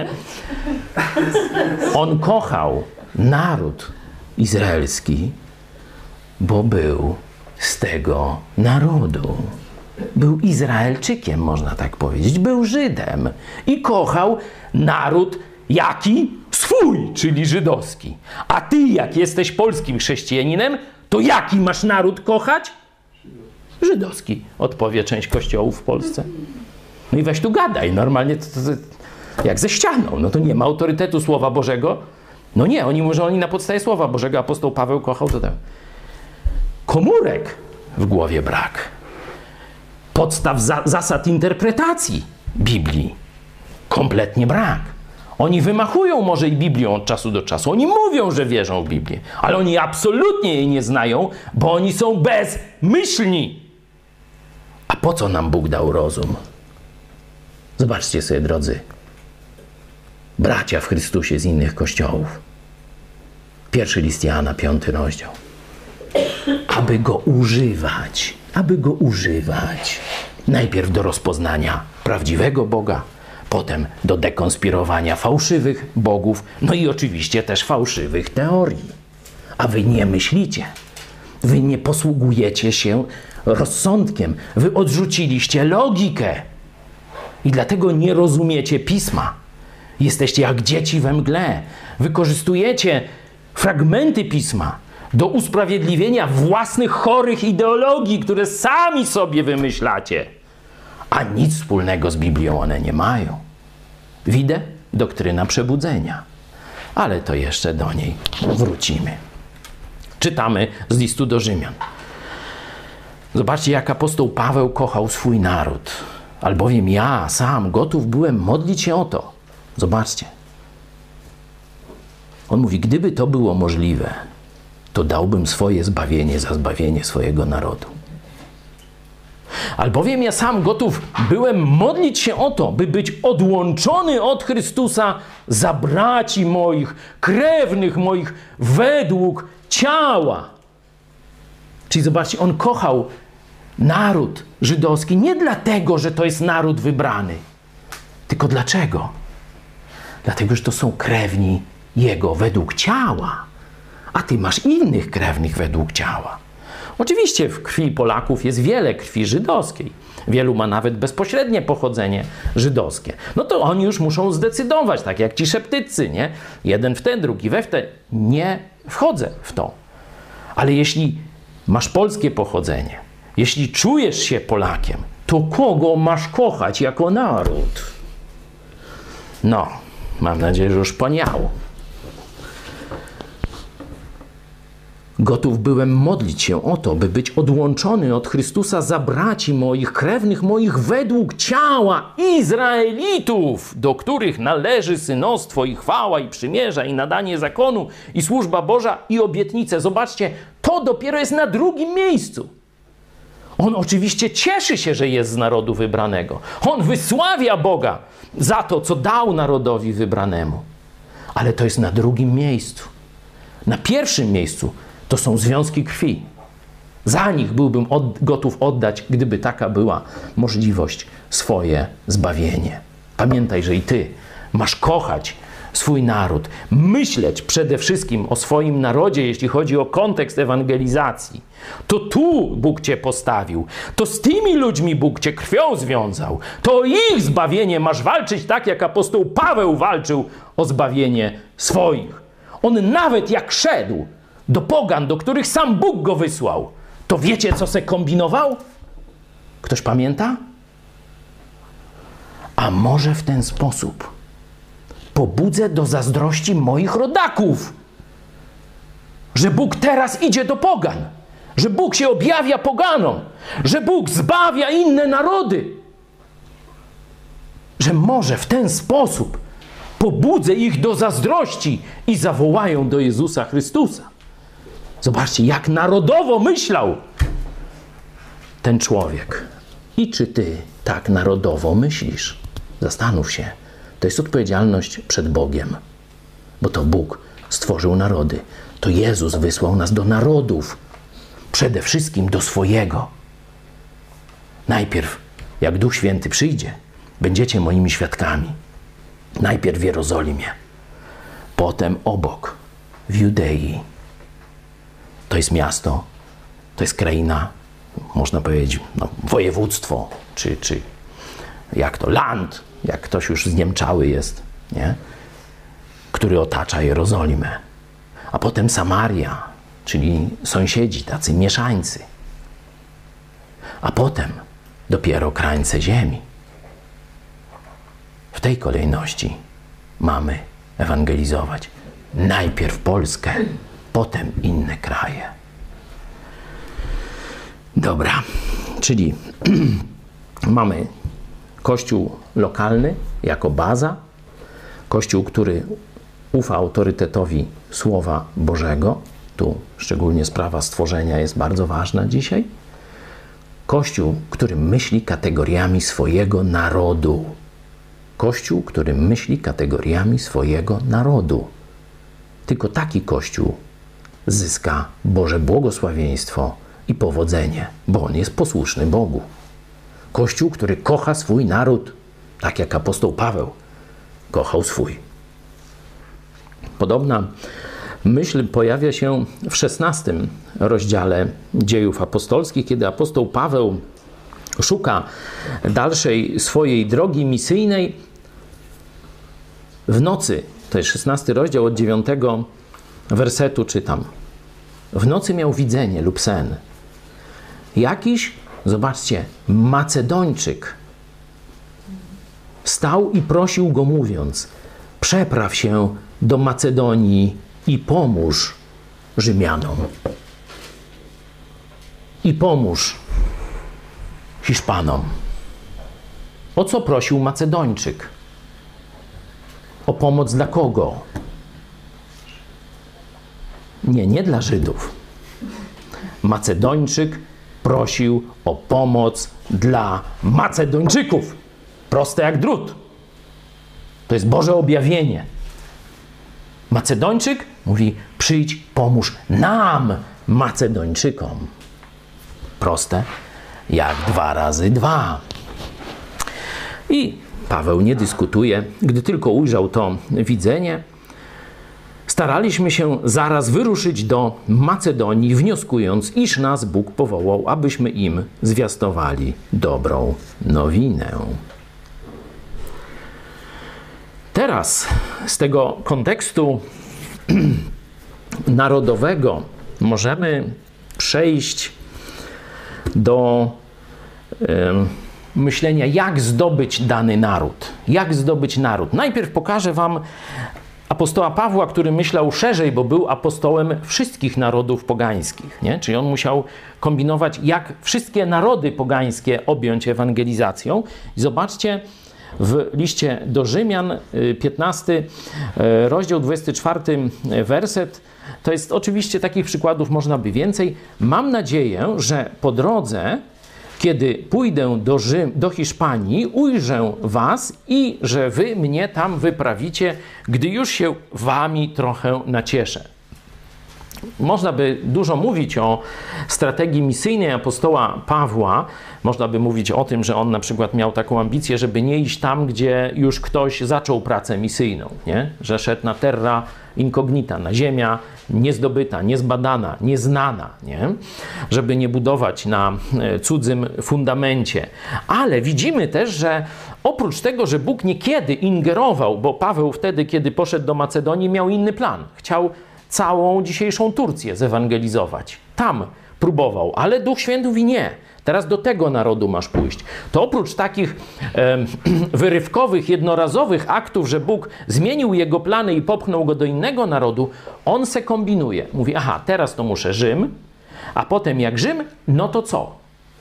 On kochał naród izraelski, bo był z tego narodu. Był Izraelczykiem, można tak powiedzieć. Był Żydem. I kochał naród jaki? Swój, czyli żydowski. A ty, jak jesteś polskim chrześcijaninem, to jaki masz naród kochać? Żydowski, odpowie część kościołów w Polsce. No i weź tu gadaj. Normalnie to, to, to jak ze ścianą. No to nie ma autorytetu Słowa Bożego. No nie, oni mówią, że oni na podstawie Słowa Bożego apostoł Paweł kochał to tam. Komórek w głowie brak. Podstaw za, zasad interpretacji Biblii kompletnie brak. Oni wymachują może i Biblią od czasu do czasu. Oni mówią, że wierzą w Biblię, ale oni absolutnie jej nie znają, bo oni są bezmyślni. A po co nam Bóg dał rozum? Zobaczcie sobie, drodzy, bracia w Chrystusie z innych kościołów. Pierwszy list Jana, piąty rozdział. Aby go używać, aby go używać. Najpierw do rozpoznania prawdziwego Boga, potem do dekonspirowania fałszywych bogów, no i oczywiście też fałszywych teorii. A wy nie myślicie, wy nie posługujecie się rozsądkiem, wy odrzuciliście logikę i dlatego nie rozumiecie Pisma. Jesteście jak dzieci we mgle. Wykorzystujecie fragmenty Pisma do usprawiedliwienia własnych chorych ideologii, które sami sobie wymyślacie, a nic wspólnego z Biblią one nie mają. Widzę doktryna przebudzenia, ale to jeszcze do niej wrócimy. Czytamy z listu do Rzymian. Zobaczcie, jak apostoł Paweł kochał swój naród. Albowiem ja sam gotów byłem modlić się o to. Zobaczcie. On mówi, gdyby to było możliwe, to dałbym swoje zbawienie za zbawienie swojego narodu. Albowiem ja sam gotów byłem modlić się o to, by być odłączony od Chrystusa za braci moich, krewnych moich, według ciała. Czyli zobaczcie, on kochał naród żydowski nie dlatego, że to jest naród wybrany, tylko dlaczego? Dlatego, że to są krewni jego według ciała, a ty masz innych krewnych według ciała. Oczywiście w krwi Polaków jest wiele krwi żydowskiej. Wielu ma nawet bezpośrednie pochodzenie żydowskie. No to oni już muszą zdecydować, tak jak ci szeptycy, nie? Jeden w ten, drugi we w ten. Nie wchodzę w to. Ale jeśli masz polskie pochodzenie, jeśli czujesz się Polakiem, to kogo masz kochać jako naród? No, mam nadzieję, że już poniało. Gotów byłem modlić się o to, by być odłączony od Chrystusa za braci moich, krewnych moich według ciała Izraelitów, do których należy synostwo i chwała i przymierza i nadanie zakonu i służba Boża i obietnice. Zobaczcie, to dopiero jest na drugim miejscu. On oczywiście cieszy się, że jest z narodu wybranego. On wysławia Boga za to, co dał narodowi wybranemu. Ale to jest na drugim miejscu. Na pierwszym miejscu to są związki krwi. Za nich byłbym od, gotów oddać, gdyby taka była możliwość, swoje zbawienie. Pamiętaj, że i ty masz kochać swój naród, myśleć przede wszystkim o swoim narodzie, jeśli chodzi o kontekst ewangelizacji. To tu Bóg cię postawił, to z tymi ludźmi Bóg cię krwią związał, to o ich zbawienie masz walczyć tak, jak apostoł Paweł walczył o zbawienie swoich. On nawet jak szedł do pogan, do których sam Bóg go wysłał, to wiecie, co se kombinował? Ktoś pamięta? A może w ten sposób pobudzę do zazdrości moich rodaków, że Bóg teraz idzie do pogan, że Bóg się objawia poganom, że Bóg zbawia inne narody, że może w ten sposób pobudzę ich do zazdrości i zawołają do Jezusa Chrystusa. Zobaczcie, jak narodowo myślał ten człowiek. I czy ty tak narodowo myślisz? Zastanów się. To jest odpowiedzialność przed Bogiem. Bo to Bóg stworzył narody. To Jezus wysłał nas do narodów. Przede wszystkim do swojego. Najpierw, jak Duch Święty przyjdzie, będziecie moimi świadkami. Najpierw w Jerozolimie. Potem obok, w Judei. To jest miasto, to jest kraina, można powiedzieć, no, województwo, czy, czy jak to, land, jak ktoś już zniemczały jest, nie? Który otacza Jerozolimę. A potem Samaria, czyli sąsiedzi, tacy mieszańcy. A potem dopiero krańce ziemi. W tej kolejności mamy ewangelizować. Najpierw Polskę, potem inne kraje. Dobra, czyli mamy Kościół lokalny jako baza, Kościół, który ufa autorytetowi Słowa Bożego, tu szczególnie sprawa stworzenia jest bardzo ważna dzisiaj, Kościół, który myśli kategoriami swojego narodu. Kościół, który myśli kategoriami swojego narodu. Tylko taki Kościół zyska Boże błogosławieństwo i powodzenie, bo on jest posłuszny Bogu. Kościół, który kocha swój naród, tak jak apostoł Paweł kochał swój. Podobna myśl pojawia się w szesnastym rozdziale Dziejów Apostolskich, kiedy apostoł Paweł szuka dalszej swojej drogi misyjnej. W nocy, to jest szesnasty rozdział, od dziewiątego wersetu czytam. W nocy miał widzenie lub sen. Jakiś, zobaczcie, Macedończyk stał i prosił go, mówiąc: przepraw się do Macedonii i pomóż Rzymianom. I pomóż Hiszpanom. O co prosił Macedończyk? O pomoc dla kogo? Nie, nie dla Żydów. Macedończyk prosił o pomoc dla Macedończyków. Proste jak drut. To jest Boże objawienie. Macedończyk mówi: przyjdź, pomóż nam, Macedończykom. Proste jak dwa razy dwa. I Paweł nie dyskutuje. Gdy tylko ujrzał to widzenie, staraliśmy się zaraz wyruszyć do Macedonii, wnioskując, iż nas Bóg powołał, abyśmy im zwiastowali dobrą nowinę. Teraz z tego kontekstu narodowego możemy przejść do y, myślenia, jak zdobyć dany naród. Jak zdobyć naród. Najpierw pokażę wam apostoła Pawła, który myślał szerzej, bo był apostołem wszystkich narodów pogańskich. Nie? Czyli on musiał kombinować, jak wszystkie narody pogańskie objąć ewangelizacją. I zobaczcie, w liście do Rzymian, piętnasty rozdział, dwudziesty czwarty werset. To jest oczywiście, takich przykładów można by więcej. Mam nadzieję, że po drodze, kiedy pójdę do, Rzym, do Hiszpanii, ujrzę was i że wy mnie tam wyprawicie, gdy już się wami trochę nacieszę. Można by dużo mówić o strategii misyjnej apostoła Pawła. Można by mówić o tym, że on na przykład miał taką ambicję, żeby nie iść tam, gdzie już ktoś zaczął pracę misyjną, nie? Że szedł na terra incognita, na ziemia niezdobyta, niezbadana, nieznana, nie? Żeby nie budować na cudzym fundamencie. Ale widzimy też, że oprócz tego, że Bóg niekiedy ingerował, bo Paweł wtedy, kiedy poszedł do Macedonii, miał inny plan. Chciał całą dzisiejszą Turcję zewangelizować. Tam próbował, ale Duch Święty mówi: nie, teraz do tego narodu masz pójść. To oprócz takich e, wyrywkowych, jednorazowych aktów, że Bóg zmienił jego plany i popchnął go do innego narodu, on se kombinuje. Mówi: aha, teraz to muszę Rzym, a potem jak Rzym, no to co?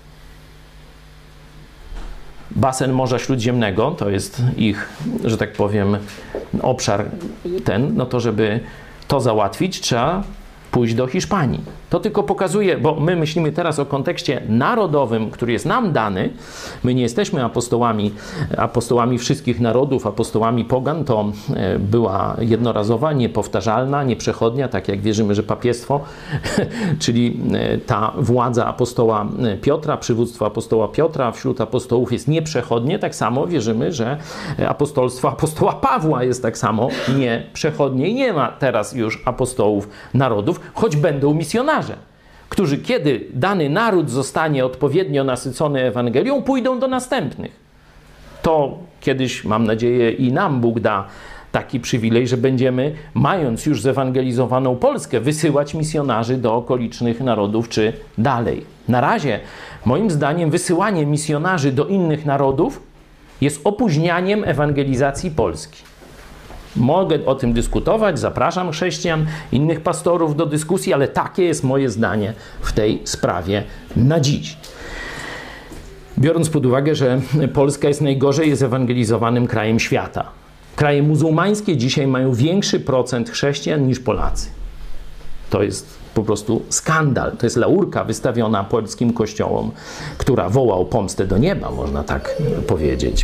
Basen Morza Śródziemnego, to jest ich, że tak powiem, obszar ten, no to żeby to załatwić, trzeba pójść do Hiszpanii. To tylko pokazuje, bo my myślimy teraz o kontekście narodowym, który jest nam dany. My nie jesteśmy apostołami, apostołami wszystkich narodów, apostołami pogan. To była jednorazowa, niepowtarzalna, nieprzechodnia, tak jak wierzymy, że papiestwo, czyli ta władza apostoła Piotra, przywództwo apostoła Piotra wśród apostołów jest nieprzechodnie. Tak samo wierzymy, że apostolstwo apostoła Pawła jest tak samo nieprzechodnie i nie ma teraz już apostołów narodów, choć będą misjonarze, którzy, kiedy dany naród zostanie odpowiednio nasycony Ewangelią, pójdą do następnych. To kiedyś, mam nadzieję, i nam Bóg da taki przywilej, że będziemy, mając już zewangelizowaną Polskę, wysyłać misjonarzy do okolicznych narodów czy dalej. Na razie, moim zdaniem, wysyłanie misjonarzy do innych narodów jest opóźnianiem ewangelizacji Polski. Mogę o tym dyskutować, zapraszam chrześcijan, innych pastorów do dyskusji, ale takie jest moje zdanie w tej sprawie na dziś. Biorąc pod uwagę, że Polska jest najgorzej zewangelizowanym krajem świata. Kraje muzułmańskie dzisiaj mają większy procent chrześcijan niż Polacy. To jest po prostu skandal. To jest laurka wystawiona polskim kościołom, która woła o pomstę do nieba, można tak powiedzieć.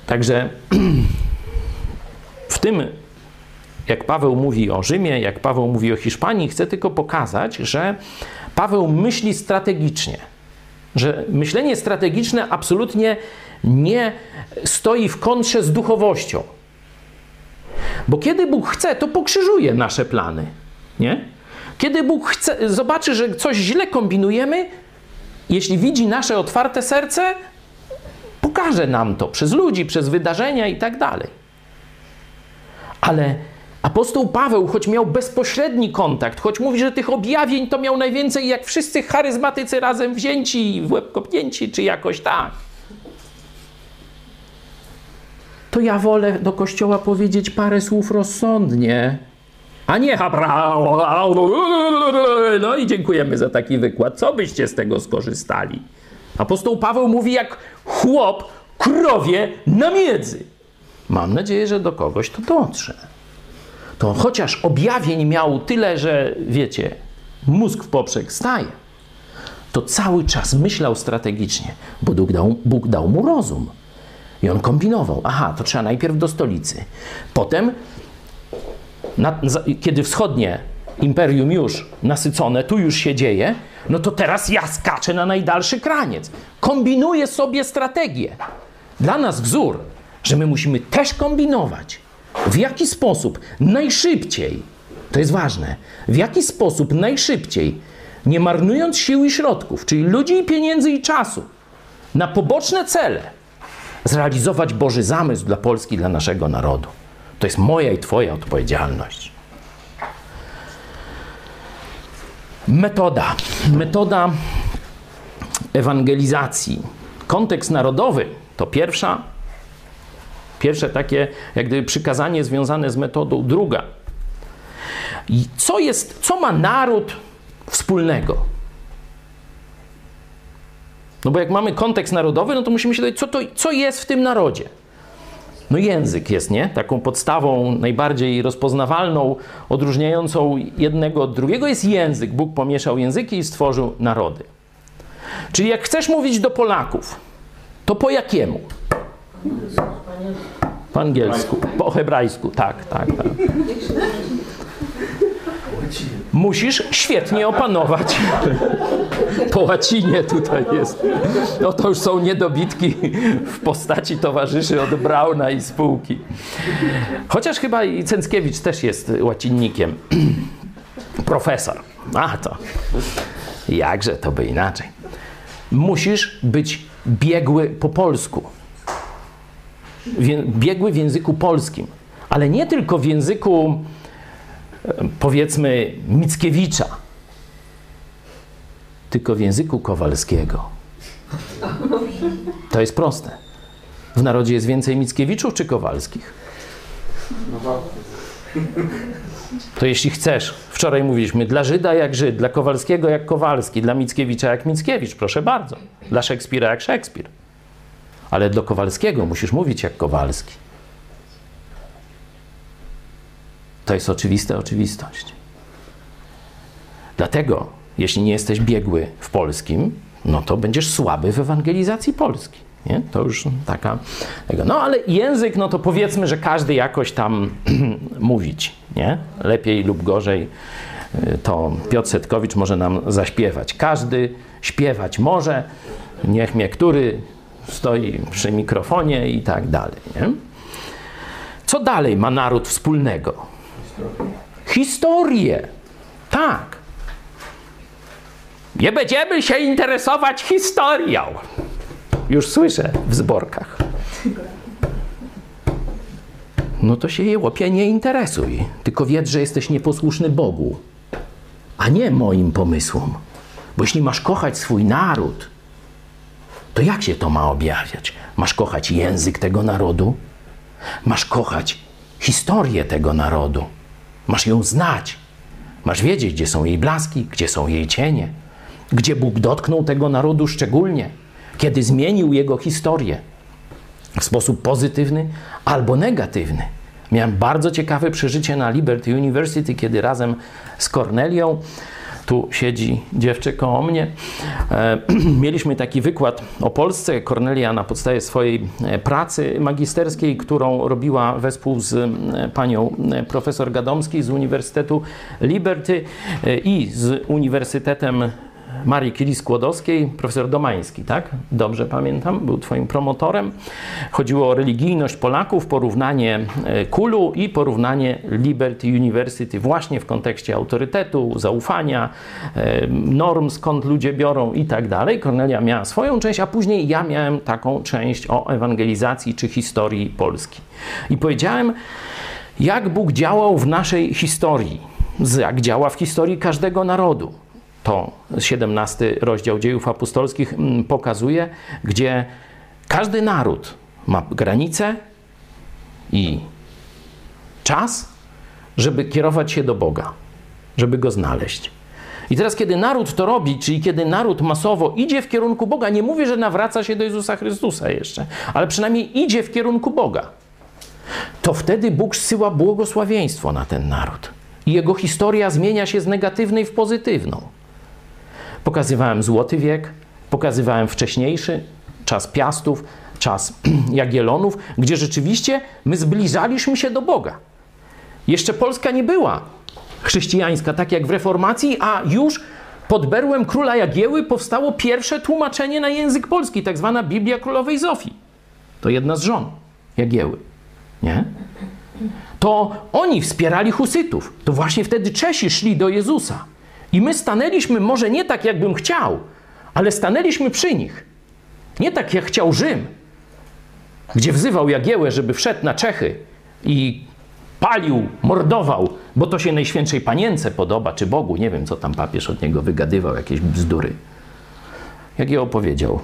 Także w tym, jak Paweł mówi o Rzymie, jak Paweł mówi o Hiszpanii, chcę tylko pokazać, że Paweł myśli strategicznie. Że myślenie strategiczne absolutnie nie stoi w kontrze z duchowością. Bo kiedy Bóg chce, to pokrzyżuje nasze plany. Nie? Kiedy Bóg chce, zobaczy, że coś źle kombinujemy, jeśli widzi nasze otwarte serce, pokaże nam to przez ludzi, przez wydarzenia i tak dalej. Ale apostoł Paweł, choć miał bezpośredni kontakt, choć mówi, że tych objawień to miał najwięcej jak wszyscy charyzmatycy razem wzięci, w łeb kopnięci, czy jakoś tak, to ja wolę do Kościoła powiedzieć parę słów rozsądnie, a nie no i dziękujemy za taki wykład. Co byście z tego skorzystali? Apostoł Paweł mówi jak chłop krowie na miedzy. Mam nadzieję, że do kogoś to dotrze. To chociaż objawień miał tyle, że wiecie, mózg w poprzek staje, to cały czas myślał strategicznie, bo Bóg dał, Bóg dał mu rozum. I on kombinował. Aha, to trzeba najpierw do stolicy. Potem, na, kiedy wschodnie imperium już nasycone, tu już się dzieje, no to teraz ja skaczę na najdalszy kraniec. Kombinuję sobie strategię. Dla nas wzór, że my musimy też kombinować. W jaki sposób najszybciej, to jest ważne, w jaki sposób najszybciej, nie marnując sił i środków, czyli ludzi, pieniędzy i czasu, na poboczne cele, zrealizować Boży zamysł dla Polski, dla naszego narodu. To jest moja i twoja odpowiedzialność. Metoda. Metoda ewangelizacji. Kontekst narodowy to pierwsza, pierwsze takie jak gdyby przykazanie związane z metodą. Druga. I co jest, co ma naród wspólnego? No bo jak mamy kontekst narodowy, no to musimy się dowiedzieć, co, to, co jest w tym narodzie. No język jest, nie? Taką podstawą najbardziej rozpoznawalną, odróżniającą jednego od drugiego jest język. Bóg pomieszał języki i stworzył narody. Czyli jak chcesz mówić do Polaków, to po jakiemu? Po angielsku, po hebrajsku, tak, tak, tak. Musisz świetnie opanować. Po łacinie tutaj jest. No to już są niedobitki w postaci towarzyszy od Brauna i spółki. Chociaż chyba i Cęckiewicz też jest łacinnikiem. Profesor. A to jakże to by inaczej. Musisz być biegły po polsku. Biegły w języku polskim. Ale nie tylko w języku, powiedzmy, Mickiewicza, tylko w języku Kowalskiego. To jest proste. W narodzie jest więcej Mickiewiczów czy Kowalskich? To jeśli chcesz, wczoraj mówiliśmy, dla Żyda jak Żyd, dla Kowalskiego jak Kowalski, dla Mickiewicza jak Mickiewicz, proszę bardzo. Dla Szekspira jak Szekspir. Ale do Kowalskiego musisz mówić jak Kowalski. To jest oczywista oczywistość. Dlatego, jeśli nie jesteś biegły w polskim, no to będziesz słaby w ewangelizacji Polski. Nie? To już taka... Tego. No ale język, no to powiedzmy, że każdy jakoś tam mówić, nie? Lepiej lub gorzej to Piotr Setkowicz może nam zaśpiewać. Każdy śpiewać może, niech mnie który stoi przy mikrofonie i tak dalej. Nie? Co dalej ma naród wspólnego? Historię. Tak. Nie będziemy się interesować historią. Już słyszę w zborkach. No to się je łopie nie interesuj. Tylko wiedz, że jesteś nieposłuszny Bogu, a nie moim pomysłom. Bo jeśli masz kochać swój naród, to jak się to ma objawiać? Masz kochać język tego narodu? Masz kochać historię tego narodu? Masz ją znać. Masz wiedzieć, gdzie są jej blaski, gdzie są jej cienie. Gdzie Bóg dotknął tego narodu szczególnie. Kiedy zmienił jego historię. W sposób pozytywny albo negatywny. Miałem bardzo ciekawe przeżycie na Liberty University, kiedy razem z Kornelią Tu siedzi dziewczę koło mnie. E, mieliśmy taki wykład o Polsce. Kornelia na podstawie swojej pracy magisterskiej, którą robiła wespół z panią profesor Gadomskiej z Uniwersytetu Liberty i z Uniwersytetem Marii Curie-Skłodowskiej, profesor Domański, tak? Dobrze pamiętam, był twoim promotorem. Chodziło o religijność Polaków, porównanie Kulu i porównanie Liberty University właśnie w kontekście autorytetu, zaufania, norm, skąd ludzie biorą i tak dalej. Kornelia miała swoją część, a później ja miałem taką część o ewangelizacji czy historii Polski. I powiedziałem, jak Bóg działał w naszej historii, jak działa w historii każdego narodu. To siedemnasty rozdział Dziejów Apostolskich pokazuje, gdzie każdy naród ma granicę i czas, żeby kierować się do Boga, żeby Go znaleźć. I teraz, kiedy naród to robi, czyli kiedy naród masowo idzie w kierunku Boga, nie mówię, że nawraca się do Jezusa Chrystusa jeszcze, ale przynajmniej idzie w kierunku Boga, to wtedy Bóg zsyła błogosławieństwo na ten naród. I jego historia zmienia się z negatywnej w pozytywną. Pokazywałem Złoty Wiek, pokazywałem wcześniejszy, czas Piastów, czas Jagiellonów, gdzie rzeczywiście my zbliżaliśmy się do Boga. Jeszcze Polska nie była chrześcijańska, tak jak w Reformacji, a już pod berłem króla Jagieły powstało pierwsze tłumaczenie na język polski, tak zwana Biblia Królowej Zofii. To jedna z żon Jagieły, nie? To oni wspierali husytów. To właśnie wtedy Czesi szli do Jezusa. I my stanęliśmy, może nie tak, jakbym chciał, ale stanęliśmy przy nich. Nie tak, jak chciał Rzym, gdzie wzywał Jagiełę, żeby wszedł na Czechy i palił, mordował, bo to się Najświętszej Panience podoba, czy Bogu, nie wiem, co tam papież od niego wygadywał, jakieś bzdury. Jagiełło powiedział,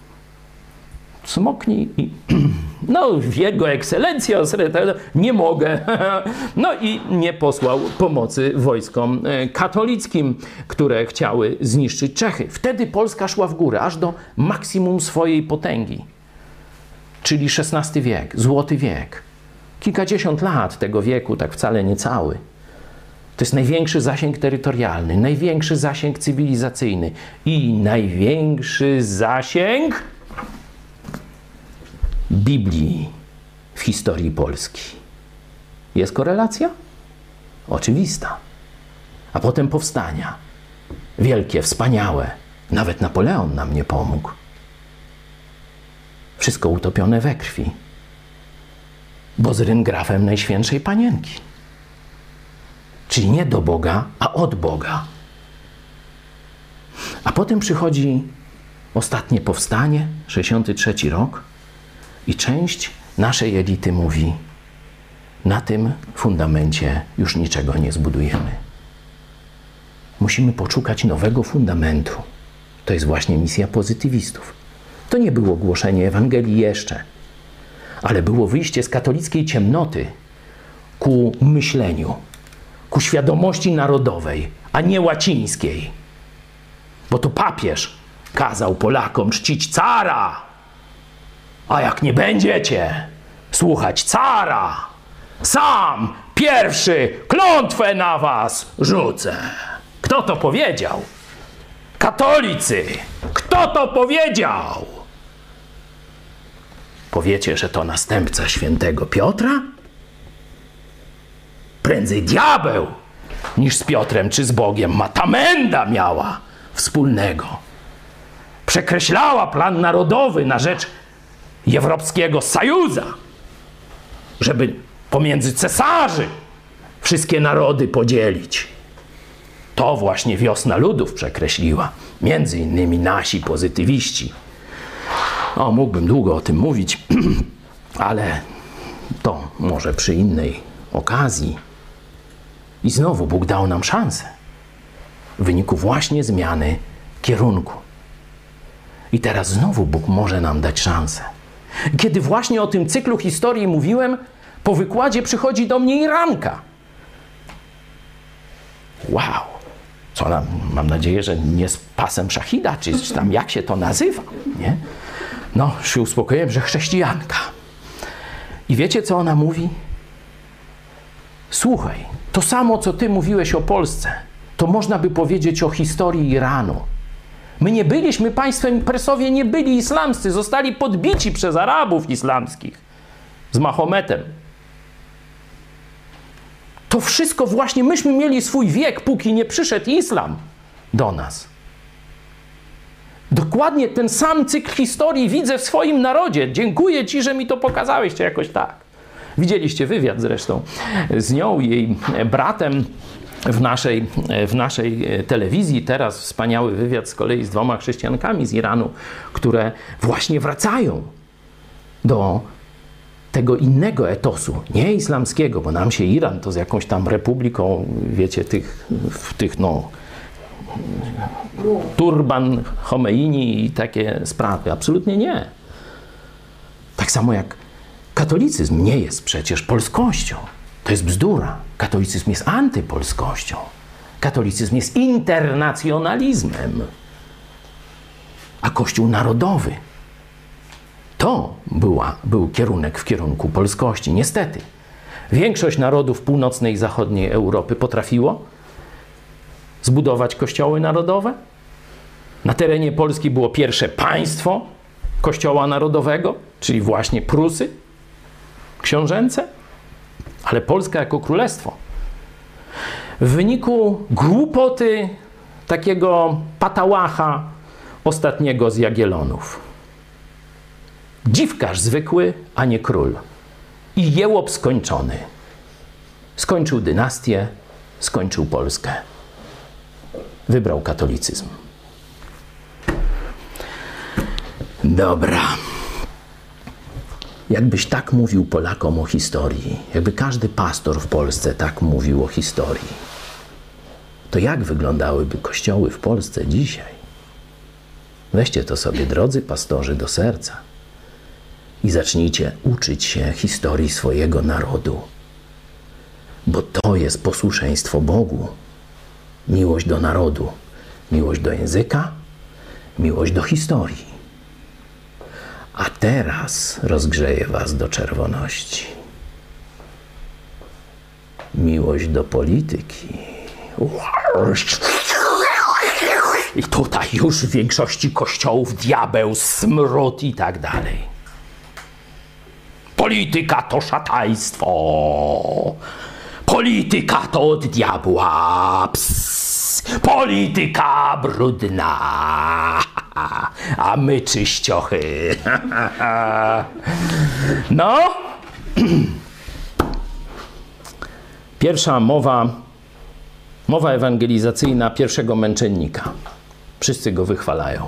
smoknij i no, jego ekscelencja, nie mogę. No i nie posłał pomocy wojskom katolickim, które chciały zniszczyć Czechy. Wtedy Polska szła w górę, aż do maksimum swojej potęgi. Czyli szesnasty wiek, Złoty Wiek. Kilkadziesiąt lat tego wieku, tak wcale nie cały. To jest największy zasięg terytorialny, największy zasięg cywilizacyjny i największy zasięg Biblii w historii Polski. Jest korelacja? Oczywista. A potem powstania. Wielkie, wspaniałe. Nawet Napoleon nam nie pomógł. Wszystko utopione we krwi. Bo z ryngrafem Najświętszej Panienki. Czyli nie do Boga, a od Boga. A potem przychodzi ostatnie powstanie, sześćdziesiąty trzeci rok. I część naszej elity mówi, na tym fundamencie już niczego nie zbudujemy. Musimy poszukać nowego fundamentu. To jest właśnie misja pozytywistów. To nie było głoszenie Ewangelii jeszcze, ale było wyjście z katolickiej ciemnoty ku myśleniu, ku świadomości narodowej, a nie łacińskiej. Bo to papież kazał Polakom czcić cara. A jak nie będziecie słuchać cara, sam pierwszy klątwę na was rzucę. Kto to powiedział? Katolicy! Kto to powiedział? Powiecie, że to następca świętego Piotra? Prędzej diabeł niż z Piotrem czy z Bogiem Matamenda miała wspólnego. Przekreślała plan narodowy na rzecz Europejskiego Sojuza, żeby pomiędzy cesarzy wszystkie narody podzielić. To właśnie wiosna ludów przekreśliła, między innymi nasi pozytywiści. O, mógłbym długo o tym mówić, ale to może przy innej okazji. I znowu Bóg dał nam szansę w wyniku właśnie zmiany kierunku. I teraz znowu Bóg może nam dać szansę. Kiedy właśnie o tym cyklu historii mówiłem, po wykładzie przychodzi do mnie Iranka. Wow! Co nam, mam nadzieję, że nie z pasem szachida, czy, czy tam jak się to nazywa, nie? No, się uspokoiłem, że chrześcijanka. I wiecie, co ona mówi? Słuchaj, to samo, co ty mówiłeś o Polsce, to można by powiedzieć o historii Iranu. My nie byliśmy państwem, Persowie nie byli islamscy, zostali podbici przez Arabów islamskich z Mahometem. To wszystko właśnie myśmy mieli swój wiek, póki nie przyszedł islam do nas. Dokładnie ten sam cykl historii widzę w swoim narodzie. Dziękuję Ci, że mi to pokazałeś, czy jakoś tak. Widzieliście wywiad zresztą z nią i jej bratem w naszej, w naszej telewizji. Teraz wspaniały wywiad z kolei z dwoma chrześcijankami z Iranu, które właśnie wracają do tego innego etosu, nie islamskiego, bo nam się Iran to z jakąś tam republiką, wiecie, tych, tych no, Turban, Chomeini i takie sprawy. Absolutnie nie. Tak samo jak katolicyzm nie jest przecież polskością. To jest bzdura. Katolicyzm jest antypolskością. Katolicyzm jest internacjonalizmem. A Kościół narodowy to była, był kierunek w kierunku polskości. Niestety, większość narodów północnej i zachodniej Europy potrafiło zbudować kościoły narodowe. Na terenie Polski było pierwsze państwo kościoła narodowego, czyli właśnie Prusy książęce, ale Polska jako królestwo w wyniku głupoty takiego patałacha ostatniego z Jagiellonów. Dziwkarz zwykły, a nie król. I jełop skończony. Skończył dynastię, skończył Polskę. Wybrał katolicyzm. Dobra. Jakbyś tak mówił Polakom o historii, jakby każdy pastor w Polsce tak mówił o historii, to jak wyglądałyby kościoły w Polsce dzisiaj? Weźcie to sobie, drodzy pastorzy, do serca i zacznijcie uczyć się historii swojego narodu, bo to jest posłuszeństwo Bogu. Miłość do narodu, miłość do języka, miłość do historii. A teraz rozgrzeję was do czerwoności. Miłość do polityki. I tutaj już w większości kościołów diabeł, smród i tak dalej. Polityka to szataństwo. Polityka to od diabła. Pss. Polityka brudna. A my czyściochy. No. Pierwsza mowa, mowa ewangelizacyjna pierwszego męczennika. Wszyscy go wychwalają.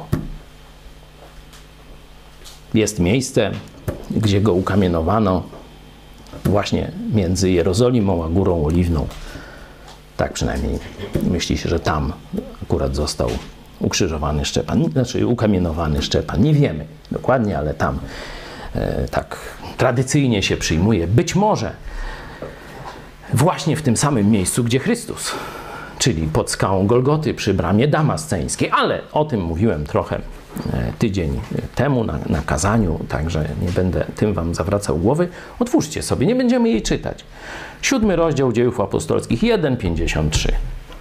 Jest miejsce, gdzie go ukamienowano właśnie między Jerozolimą a Górą Oliwną. Tak przynajmniej myśli się, że tam akurat został ukrzyżowany Szczepan, znaczy ukamienowany Szczepan. Nie wiemy dokładnie, ale tam e, tak tradycyjnie się przyjmuje. Być może właśnie w tym samym miejscu, gdzie Chrystus, czyli pod skałą Golgoty przy bramie damasceńskiej, ale o tym mówiłem trochę e, tydzień temu na, na kazaniu, także nie będę tym wam zawracał głowy. Otwórzcie sobie, nie będziemy jej czytać. Siódmy rozdział Dziejów Apostolskich, jeden pięćdziesiąt trzy.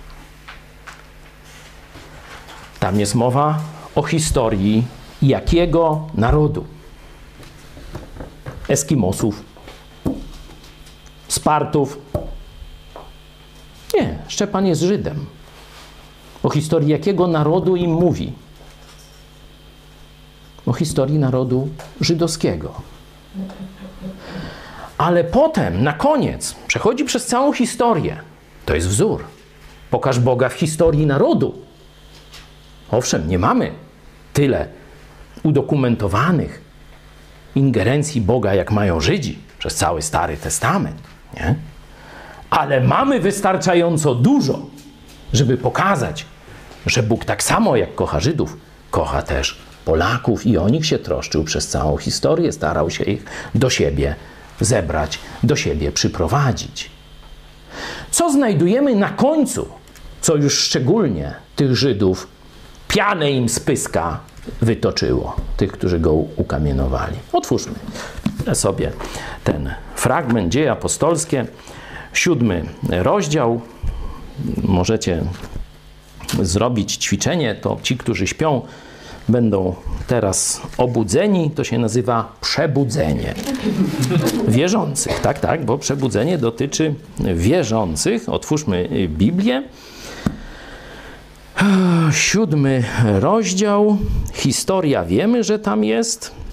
Tam jest mowa o historii jakiego narodu? Eskimosów? Spartów? Nie, Szczepan jest Żydem. O historii jakiego narodu im mówi? O historii narodu żydowskiego. Ale potem, na koniec, przechodzi przez całą historię. To jest wzór. Pokaż Boga w historii narodu. Owszem, nie mamy tyle udokumentowanych ingerencji Boga, jak mają Żydzi przez cały Stary Testament, nie? Ale mamy wystarczająco dużo, żeby pokazać, że Bóg tak samo jak kocha Żydów, kocha też Polaków i o nich się troszczył przez całą historię, starał się ich do siebie zebrać, do siebie przyprowadzić. Co znajdujemy na końcu, co już szczególnie tych Żydów pianę im z pyska wytoczyło, tych, którzy go ukamienowali. Otwórzmy sobie ten fragment, Dzieje Apostolskie, siódmy rozdział. Możecie zrobić ćwiczenie, to ci, którzy śpią, będą teraz obudzeni. To się nazywa przebudzenie wierzących. Tak, tak, bo przebudzenie dotyczy wierzących. Otwórzmy Biblię. Siódmy rozdział. Historia, wiemy, że tam jest.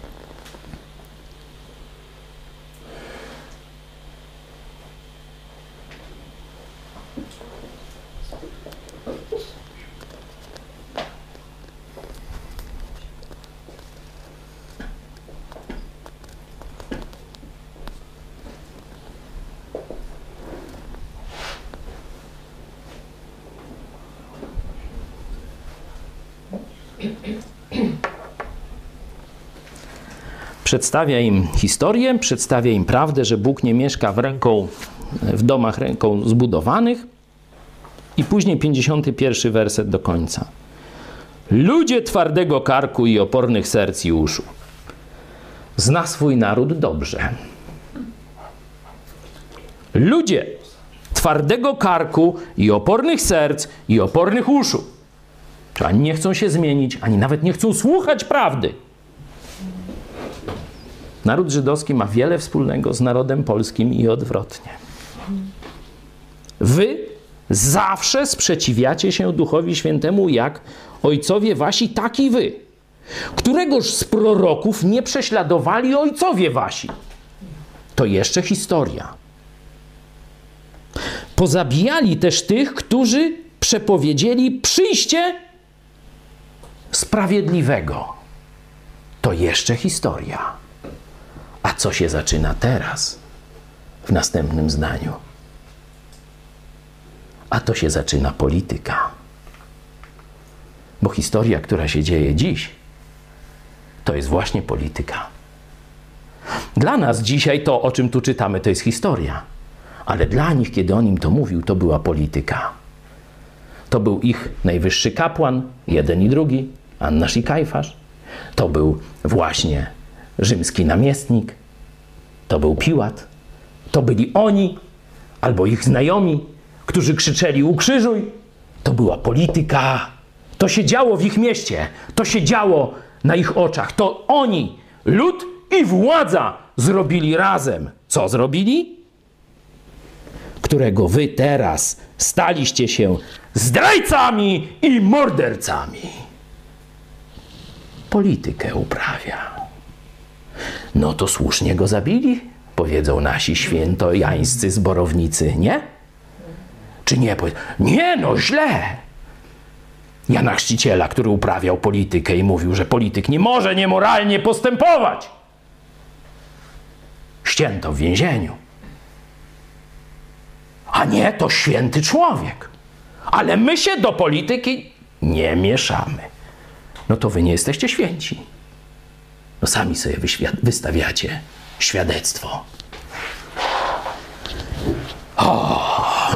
Przedstawia im historię, przedstawia im prawdę, że Bóg nie mieszka w ręką, w domach ręką zbudowanych. I później pięćdziesiąty pierwszy werset do końca. Ludzie twardego karku i opornych serc i uszu. Zna swój naród dobrze. Ludzie twardego karku i opornych serc i opornych uszu. Czy ani nie chcą się zmienić, ani nawet nie chcą słuchać prawdy. Naród żydowski ma wiele wspólnego z narodem polskim i odwrotnie. Wy zawsze sprzeciwiacie się Duchowi Świętemu jak ojcowie wasi, tak i wy. Któregoż z proroków nie prześladowali ojcowie wasi? To jeszcze historia. Pozabijali też tych, którzy przepowiedzieli przyjście sprawiedliwego. To jeszcze historia. A co się zaczyna teraz, w następnym zdaniu? A to się zaczyna polityka. Bo historia, która się dzieje dziś, to jest właśnie polityka. Dla nas dzisiaj to, o czym tu czytamy, to jest historia. Ale dla nich, kiedy on im to mówił, to była polityka. To był ich najwyższy kapłan, jeden i drugi, Annasz i Kajfasz. To był właśnie rzymski namiestnik. To był Piłat. To byli oni, albo ich znajomi, którzy krzyczeli ukrzyżuj. To była polityka. To się działo w ich mieście. To się działo na ich oczach. To oni, lud i władza zrobili razem. Co zrobili? Którego wy teraz staliście się zdrajcami i mordercami. Politykę uprawia. No to słusznie go zabili, powiedzą nasi świętojańscy zborownicy, nie? Czy nie? Nie, no źle. Jana Chrzciciela, który uprawiał politykę i mówił, że polityk nie może niemoralnie postępować. Ścięto w więzieniu. A nie, to święty człowiek. Ale my się do polityki nie mieszamy. No to wy nie jesteście święci. No sami sobie wystawiacie świadectwo. O.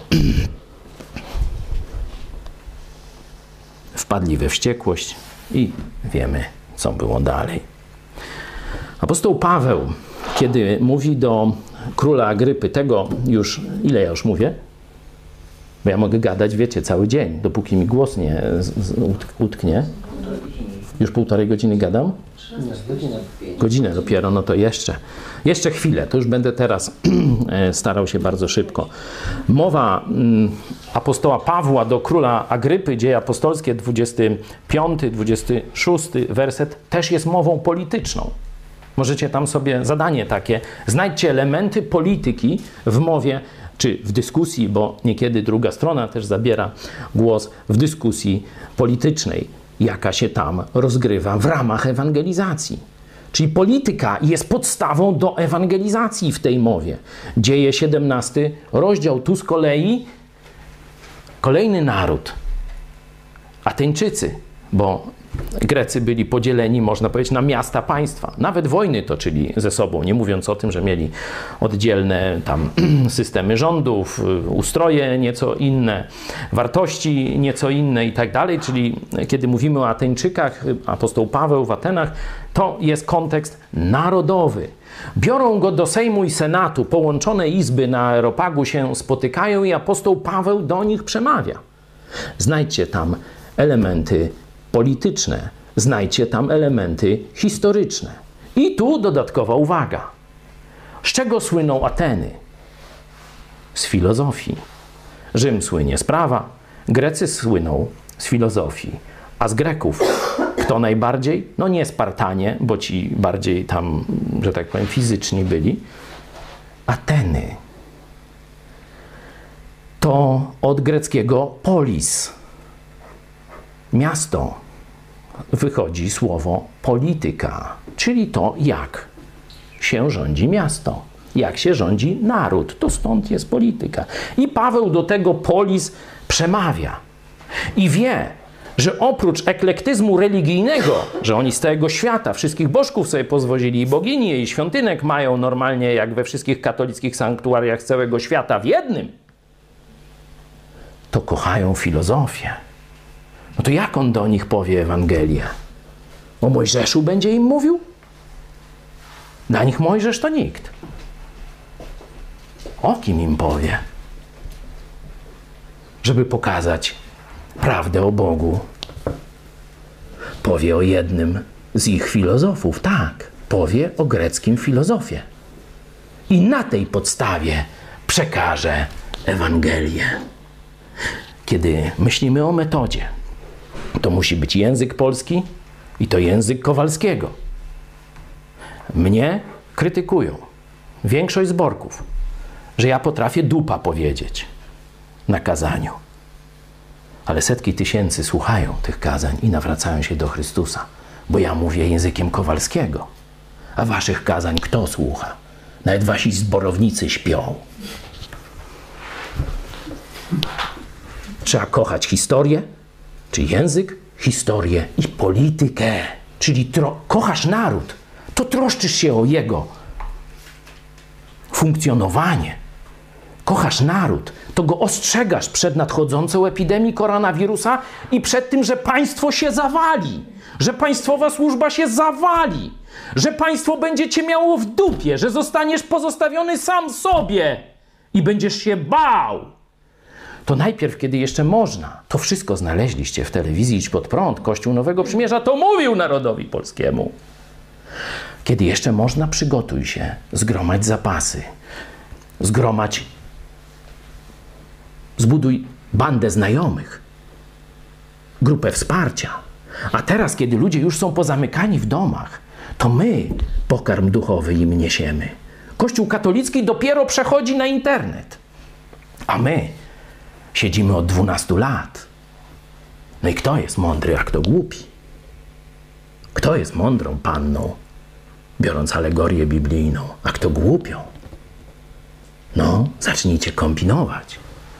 Wpadli we wściekłość i wiemy, co było dalej. Apostoł Paweł, kiedy mówi do króla Agrypy, tego już, ile ja już mówię? Bo ja mogę gadać, wiecie, cały dzień, dopóki mi głos nie utknie. Już półtorej godziny gadam? Godzinę dopiero, no to jeszcze. Jeszcze chwilę, to już będę teraz starał się bardzo szybko. Mowa mm, apostoła Pawła do króla Agrypy, Dzieje Apostolskie, dwudziesty piąty, dwudziesty szósty werset, też jest mową polityczną. Możecie tam sobie zadanie takie, znajdźcie elementy polityki w mowie, czy w dyskusji, bo niekiedy druga strona też zabiera głos w dyskusji politycznej, jaka się tam rozgrywa w ramach ewangelizacji. Czyli polityka jest podstawą do ewangelizacji w tej mowie. Dzieje siedemnasty rozdział. Tu z kolei kolejny naród. Ateńczycy, bo Grecy byli podzieleni, można powiedzieć, na miasta państwa. Nawet wojny toczyli ze sobą, nie mówiąc o tym, że mieli oddzielne tam systemy rządów, ustroje nieco inne, wartości nieco inne i tak dalej. Czyli kiedy mówimy o Ateńczykach, apostoł Paweł w Atenach, to jest kontekst narodowy. Biorą go do Sejmu i Senatu, połączone izby na Areopagu się spotykają i apostoł Paweł do nich przemawia. Znajdźcie tam elementy polityczne, znajdźcie tam elementy historyczne. I tu dodatkowa uwaga. Z czego słyną Ateny? Z filozofii. Rzym słynie z prawa, Grecy słyną z filozofii. A z Greków kto najbardziej? No nie Spartanie, bo ci bardziej tam, że tak powiem, fizyczni byli. Ateny. To od greckiego polis. Miasto. Wychodzi słowo polityka, czyli to, jak się rządzi miasto, jak się rządzi naród. To stąd jest polityka. I Paweł do tego polis przemawia. I wie, że oprócz eklektyzmu religijnego, że oni z całego świata wszystkich bożków sobie pozwolili i bogini i świątynek mają normalnie jak we wszystkich katolickich sanktuariach z całego świata w jednym, to kochają filozofię. No to jak on do nich powie Ewangelię? O Mojżeszu będzie im mówił? Dla nich Mojżesz to nikt. O kim im powie? Żeby pokazać prawdę o Bogu. Powie o jednym z ich filozofów. Tak, powie o greckim filozofie. I na tej podstawie przekaże Ewangelię. Kiedy myślimy o metodzie, to musi być język polski i to język Kowalskiego. Mnie krytykują większość zborków, że ja potrafię dupa powiedzieć na kazaniu. Ale setki tysięcy słuchają tych kazań i nawracają się do Chrystusa, bo ja mówię językiem Kowalskiego. A waszych kazań kto słucha? Nawet wasi zborownicy śpią. Trzeba kochać historię, czy język, historię i politykę. Czyli tro- kochasz naród, to troszczysz się o jego funkcjonowanie. Kochasz naród, to go ostrzegasz przed nadchodzącą epidemią koronawirusa i przed tym, że państwo się zawali, że państwowa służba się zawali, że państwo będzie cię miało w dupie, że zostaniesz pozostawiony sam sobie i będziesz się bał. To najpierw, kiedy jeszcze można, to wszystko znaleźliście w telewizji Idź Pod Prąd, Kościół Nowego Przymierza to mówił narodowi polskiemu. Kiedy jeszcze można, przygotuj się, zgromadź zapasy, zgromadź, zbuduj bandę znajomych, grupę wsparcia. A teraz, kiedy ludzie już są pozamykani w domach, to my pokarm duchowy im niesiemy. Kościół katolicki dopiero przechodzi na internet, a my siedzimy od dwunastu lat. No i kto jest mądry, a kto głupi? Kto jest mądrą panną, biorąc alegorię biblijną, a kto głupią? No, zacznijcie kombinować.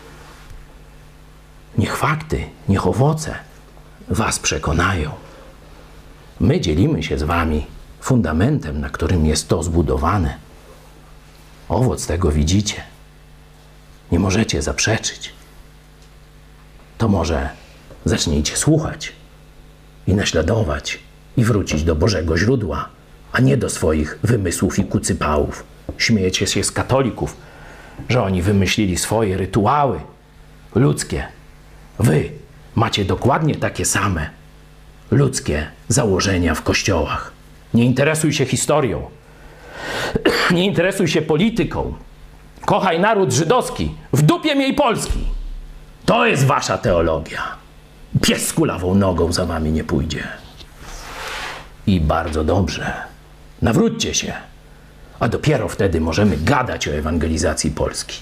Niech fakty, niech owoce was przekonają. My dzielimy się z wami fundamentem, na którym jest to zbudowane. Owoc tego widzicie. Nie możecie zaprzeczyć. To może zacznijcie słuchać i naśladować i wrócić do Bożego źródła, a nie do swoich wymysłów i kucypałów. Śmiejecie się z katolików, że oni wymyślili swoje rytuały ludzkie. Wy macie dokładnie takie same ludzkie założenia w kościołach. Nie interesuj się historią. Nie interesuj się polityką. Kochaj naród żydowski. W dupie miej Polski. To jest wasza teologia. Pies z kulawą nogą za wami nie pójdzie. I bardzo dobrze. Nawróćcie się. A dopiero wtedy możemy gadać o ewangelizacji Polski.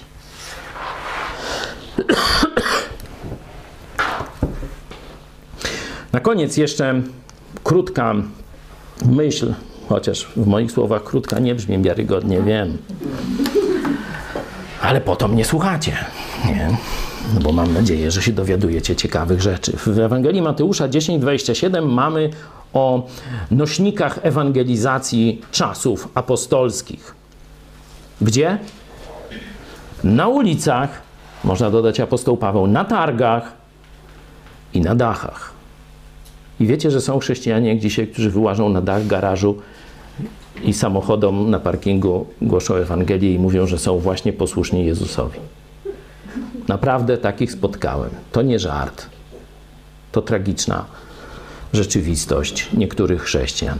Na koniec jeszcze krótka myśl, chociaż w moich słowach krótka nie brzmi wiarygodnie, wiem. Ale po mnie słuchacie, nie? No bo mam nadzieję, że się dowiadujecie ciekawych rzeczy. W Ewangelii Mateusza dziesięć dwadzieścia siedem mamy o nośnikach ewangelizacji czasów apostolskich. Gdzie? Na ulicach, można dodać apostoł Paweł, na targach i na dachach. I wiecie, że są chrześcijanie jak dzisiaj, którzy wyłażą na dach garażu i samochodom na parkingu głoszą Ewangelię i mówią, że są właśnie posłuszni Jezusowi. Naprawdę takich spotkałem. To nie żart. To tragiczna rzeczywistość niektórych chrześcijan.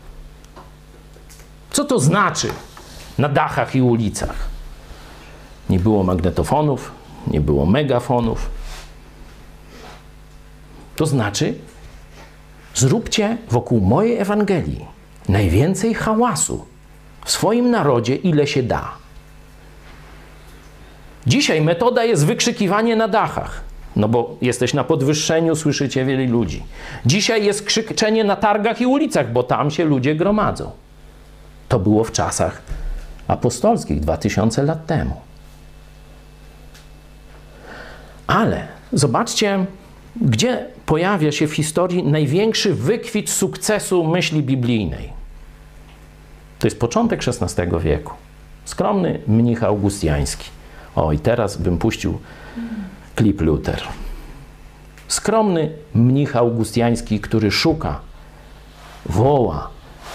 Co to znaczy na dachach i ulicach? Nie było magnetofonów, nie było megafonów. To znaczy, zróbcie wokół mojej Ewangelii najwięcej hałasu w swoim narodzie, ile się da. Dzisiaj metoda jest wykrzykiwanie na dachach, no bo jesteś na podwyższeniu, słyszycie wielu ludzi. Dzisiaj jest krzyczenie na targach i ulicach, bo tam się ludzie gromadzą. To było w czasach apostolskich, dwa tysiące lat temu. Ale zobaczcie, gdzie pojawia się w historii największy wykwit sukcesu myśli biblijnej. To jest początek szesnastego wieku. Skromny mnich augustiański. O, i teraz bym puścił klip Luther. Skromny mnich augustiański, który szuka, woła,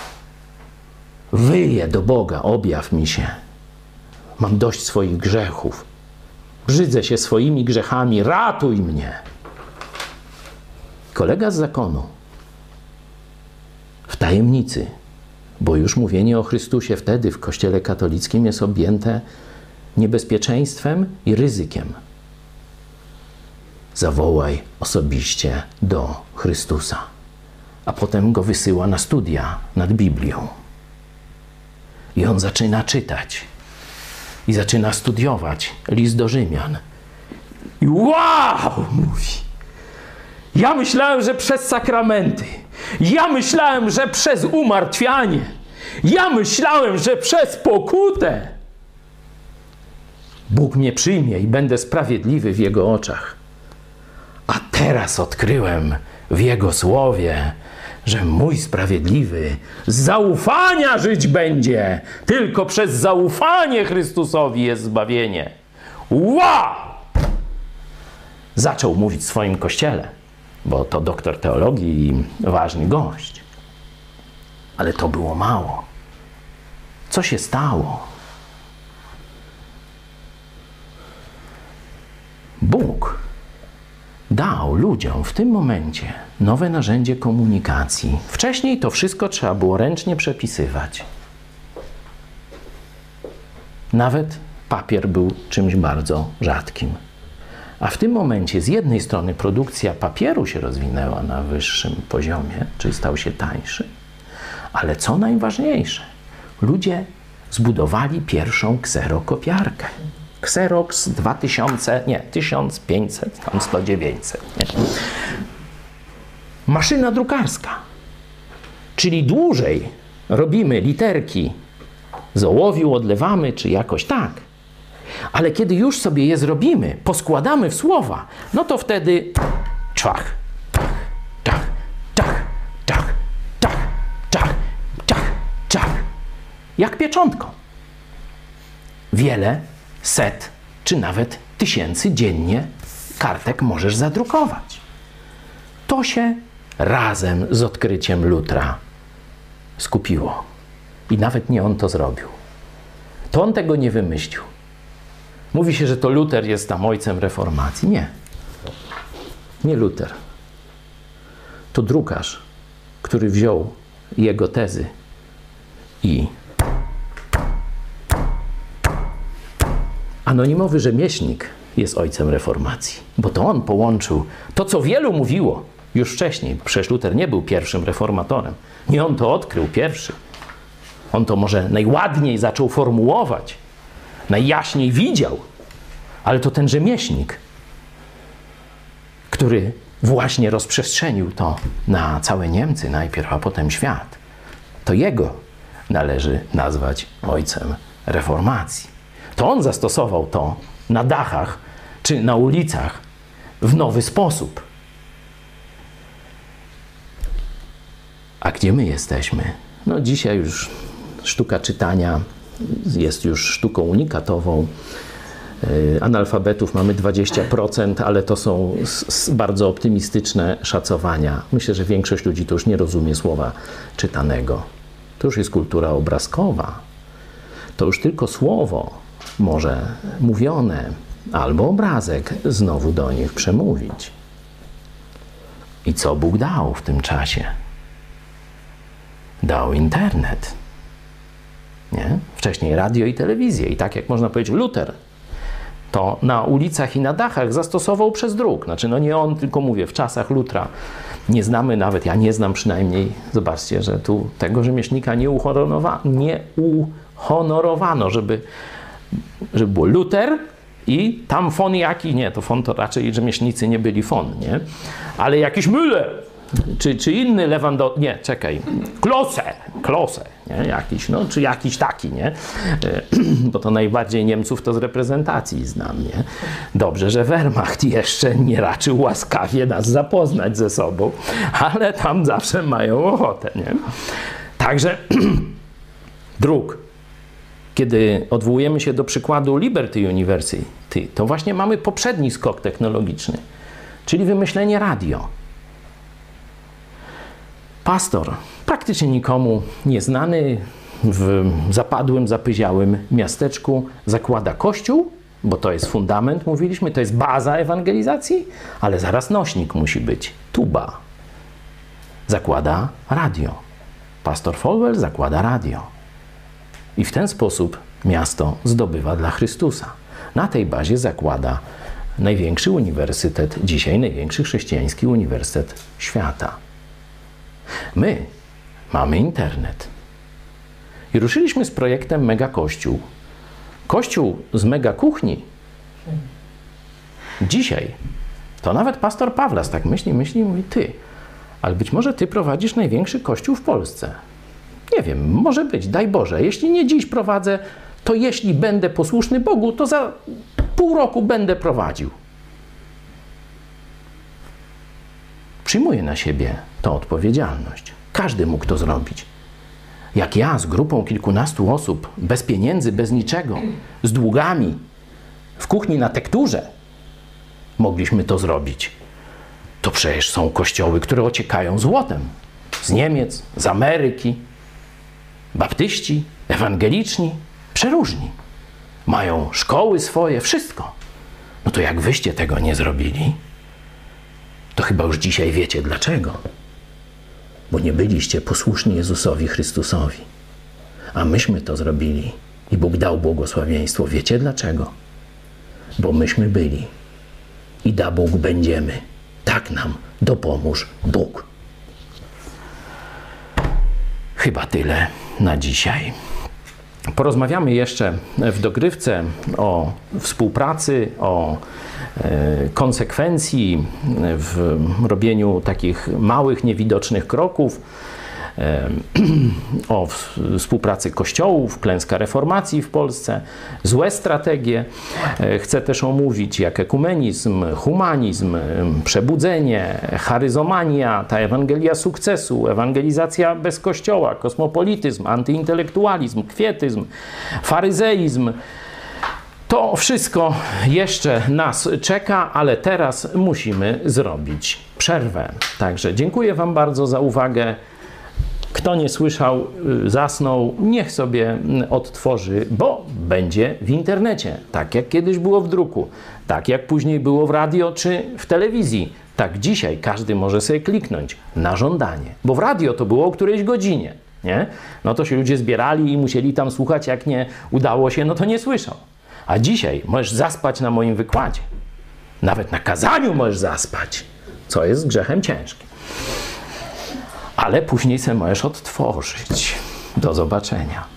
wyje do Boga, objaw mi się. Mam dość swoich grzechów. Brzydzę się swoimi grzechami, ratuj mnie. Kolega z zakonu w tajemnicy, bo już mówienie o Chrystusie wtedy w Kościele katolickim jest objęte niebezpieczeństwem i ryzykiem. Zawołaj osobiście do Chrystusa, a potem go wysyła na studia nad Biblią. I on zaczyna czytać i zaczyna studiować list do Rzymian. I wow, mówi, ja myślałem, że przez sakramenty, ja myślałem, że przez umartwianie, ja myślałem, że przez pokutę Bóg mnie przyjmie i będę sprawiedliwy w Jego oczach. A teraz odkryłem w Jego słowie, że mój sprawiedliwy z zaufania żyć będzie. Tylko przez zaufanie Chrystusowi jest zbawienie. Wow! Zaczął mówić w swoim kościele, bo to doktor teologii i ważny gość. Ale to było mało. Co się stało? Bóg dał ludziom w tym momencie nowe narzędzie komunikacji. Wcześniej to wszystko trzeba było ręcznie przepisywać. Nawet papier był czymś bardzo rzadkim. A w tym momencie z jednej strony produkcja papieru się rozwinęła na wyższym poziomie, czyli stał się tańszy, ale co najważniejsze, ludzie zbudowali pierwszą kserokopiarkę. Xerox dwa tysiące, nie, tysiąc pięćset, tam sto dziewięćset. Nie? Maszyna drukarska, czyli dłużej robimy literki z ołowiu, odlewamy, czy jakoś tak. Ale kiedy już sobie je zrobimy, poskładamy w słowa, no to wtedy czach, czach, czach, czach, czach, czach, czach, czach. Jak pieczątką. Wiele set, czy nawet tysięcy dziennie kartek możesz zadrukować. To się razem z odkryciem Lutra skupiło. I nawet nie on to zrobił. To on tego nie wymyślił. Mówi się, że to Luter jest tam ojcem reformacji. Nie. Nie Luter. To drukarz, który wziął jego tezy i anonimowy rzemieślnik jest ojcem reformacji, bo to on połączył to, co wielu mówiło już wcześniej. Przecież Luter nie był pierwszym reformatorem. Nie on to odkrył pierwszy. On to może najładniej zaczął formułować, najjaśniej widział, ale to ten rzemieślnik, który właśnie rozprzestrzenił to na całe Niemcy najpierw, a potem świat. To jego należy nazwać ojcem reformacji. To on zastosował to na dachach czy na ulicach w nowy sposób. A gdzie my jesteśmy? No dzisiaj już sztuka czytania jest już sztuką unikatową. Analfabetów mamy dwadzieścia procent, ale to są bardzo optymistyczne szacowania. Myślę, że większość ludzi to już nie rozumie słowa czytanego. To już jest kultura obrazkowa. To już tylko słowo może mówione albo obrazek znowu do nich przemówić. I co Bóg dał w tym czasie? Dał internet. Nie? Wcześniej radio i telewizję. I tak jak można powiedzieć, Luter to na ulicach i na dachach zastosował przez druk. Znaczy, no nie on, tylko mówię, w czasach Lutra nie znamy nawet, ja nie znam przynajmniej, zobaczcie, że tu tego rzemieślnika nie, uhonorowa, nie uhonorowano, żeby, żeby było Luter i tam fon jaki, nie, to fon to raczej rzemieślnicy nie byli fon, nie? Ale jakiś Müller, czy, czy inny Lewandowski, nie, czekaj, Klose, Klose, nie, jakiś, no, czy jakiś taki, nie, bo to najbardziej Niemców to z reprezentacji znam, nie. Dobrze, że Wehrmacht jeszcze nie raczył łaskawie nas zapoznać ze sobą, ale tam zawsze mają ochotę, nie. Także druk. Kiedy odwołujemy się do przykładu Liberty University, to właśnie mamy poprzedni skok technologiczny, czyli wymyślenie radio. Pastor, praktycznie nikomu nieznany, w zapadłym, zapyziałym miasteczku zakłada kościół, bo to jest fundament, mówiliśmy, to jest baza ewangelizacji, ale zaraz nośnik musi być, tuba. Zakłada radio. Pastor Falwell zakłada radio. I w ten sposób miasto zdobywa dla Chrystusa. Na tej bazie zakłada największy uniwersytet, dzisiaj największy chrześcijański uniwersytet świata. My mamy internet. I ruszyliśmy z projektem Mega Kościół. Kościół z mega kuchni. Dzisiaj to nawet pastor Pawlas tak myśli, myśli i mówi, ty, ale być może ty prowadzisz największy kościół w Polsce. Nie wiem, może być, daj Boże. Jeśli nie dziś prowadzę, to jeśli będę posłuszny Bogu, to za pół roku będę prowadził. Przyjmuję na siebie tę odpowiedzialność. Każdy mógł to zrobić. Jak ja z grupą kilkunastu osób, bez pieniędzy, bez niczego, z długami, w kuchni na tekturze, mogliśmy to zrobić. To przecież są kościoły, które ociekają złotem. Z Niemiec, z Ameryki. Baptyści, ewangeliczni, przeróżni. Mają szkoły swoje, wszystko. No to jak wyście tego nie zrobili, to chyba już dzisiaj wiecie dlaczego. Bo nie byliście posłuszni Jezusowi Chrystusowi. A myśmy to zrobili i Bóg dał błogosławieństwo. Wiecie dlaczego? Bo myśmy byli i da Bóg będziemy. Tak nam dopomóż Bóg. Chyba tyle na dzisiaj. Porozmawiamy jeszcze w dogrywce o współpracy, o e, konsekwencji w robieniu takich małych, niewidocznych kroków, e, o współpracy kościołów, klęska reformacji w Polsce, złe strategie. E, chcę też omówić, jak ekumenizm, humanizm, przebudzenie, charyzomania, ta Ewangelia sukcesu, ewangelizacja bez kościoła, kosmopolityzm, antyintelektualizm, kwietyzm, faryzeizm. To wszystko jeszcze nas czeka, ale teraz musimy zrobić przerwę. Także dziękuję Wam bardzo za uwagę. Kto nie słyszał, zasnął, niech sobie odtworzy, bo będzie w internecie. Tak jak kiedyś było w druku, tak jak później było w radio czy w telewizji. Tak dzisiaj każdy może sobie kliknąć na żądanie. Bo w radio to było o którejś godzinie, nie? No to się ludzie zbierali i musieli tam słuchać, jak nie udało się, no to nie słyszą. A dzisiaj możesz zaspać na moim wykładzie. Nawet na kazaniu możesz zaspać, co jest grzechem ciężkim. Ale później sobie możesz odtworzyć. Do zobaczenia.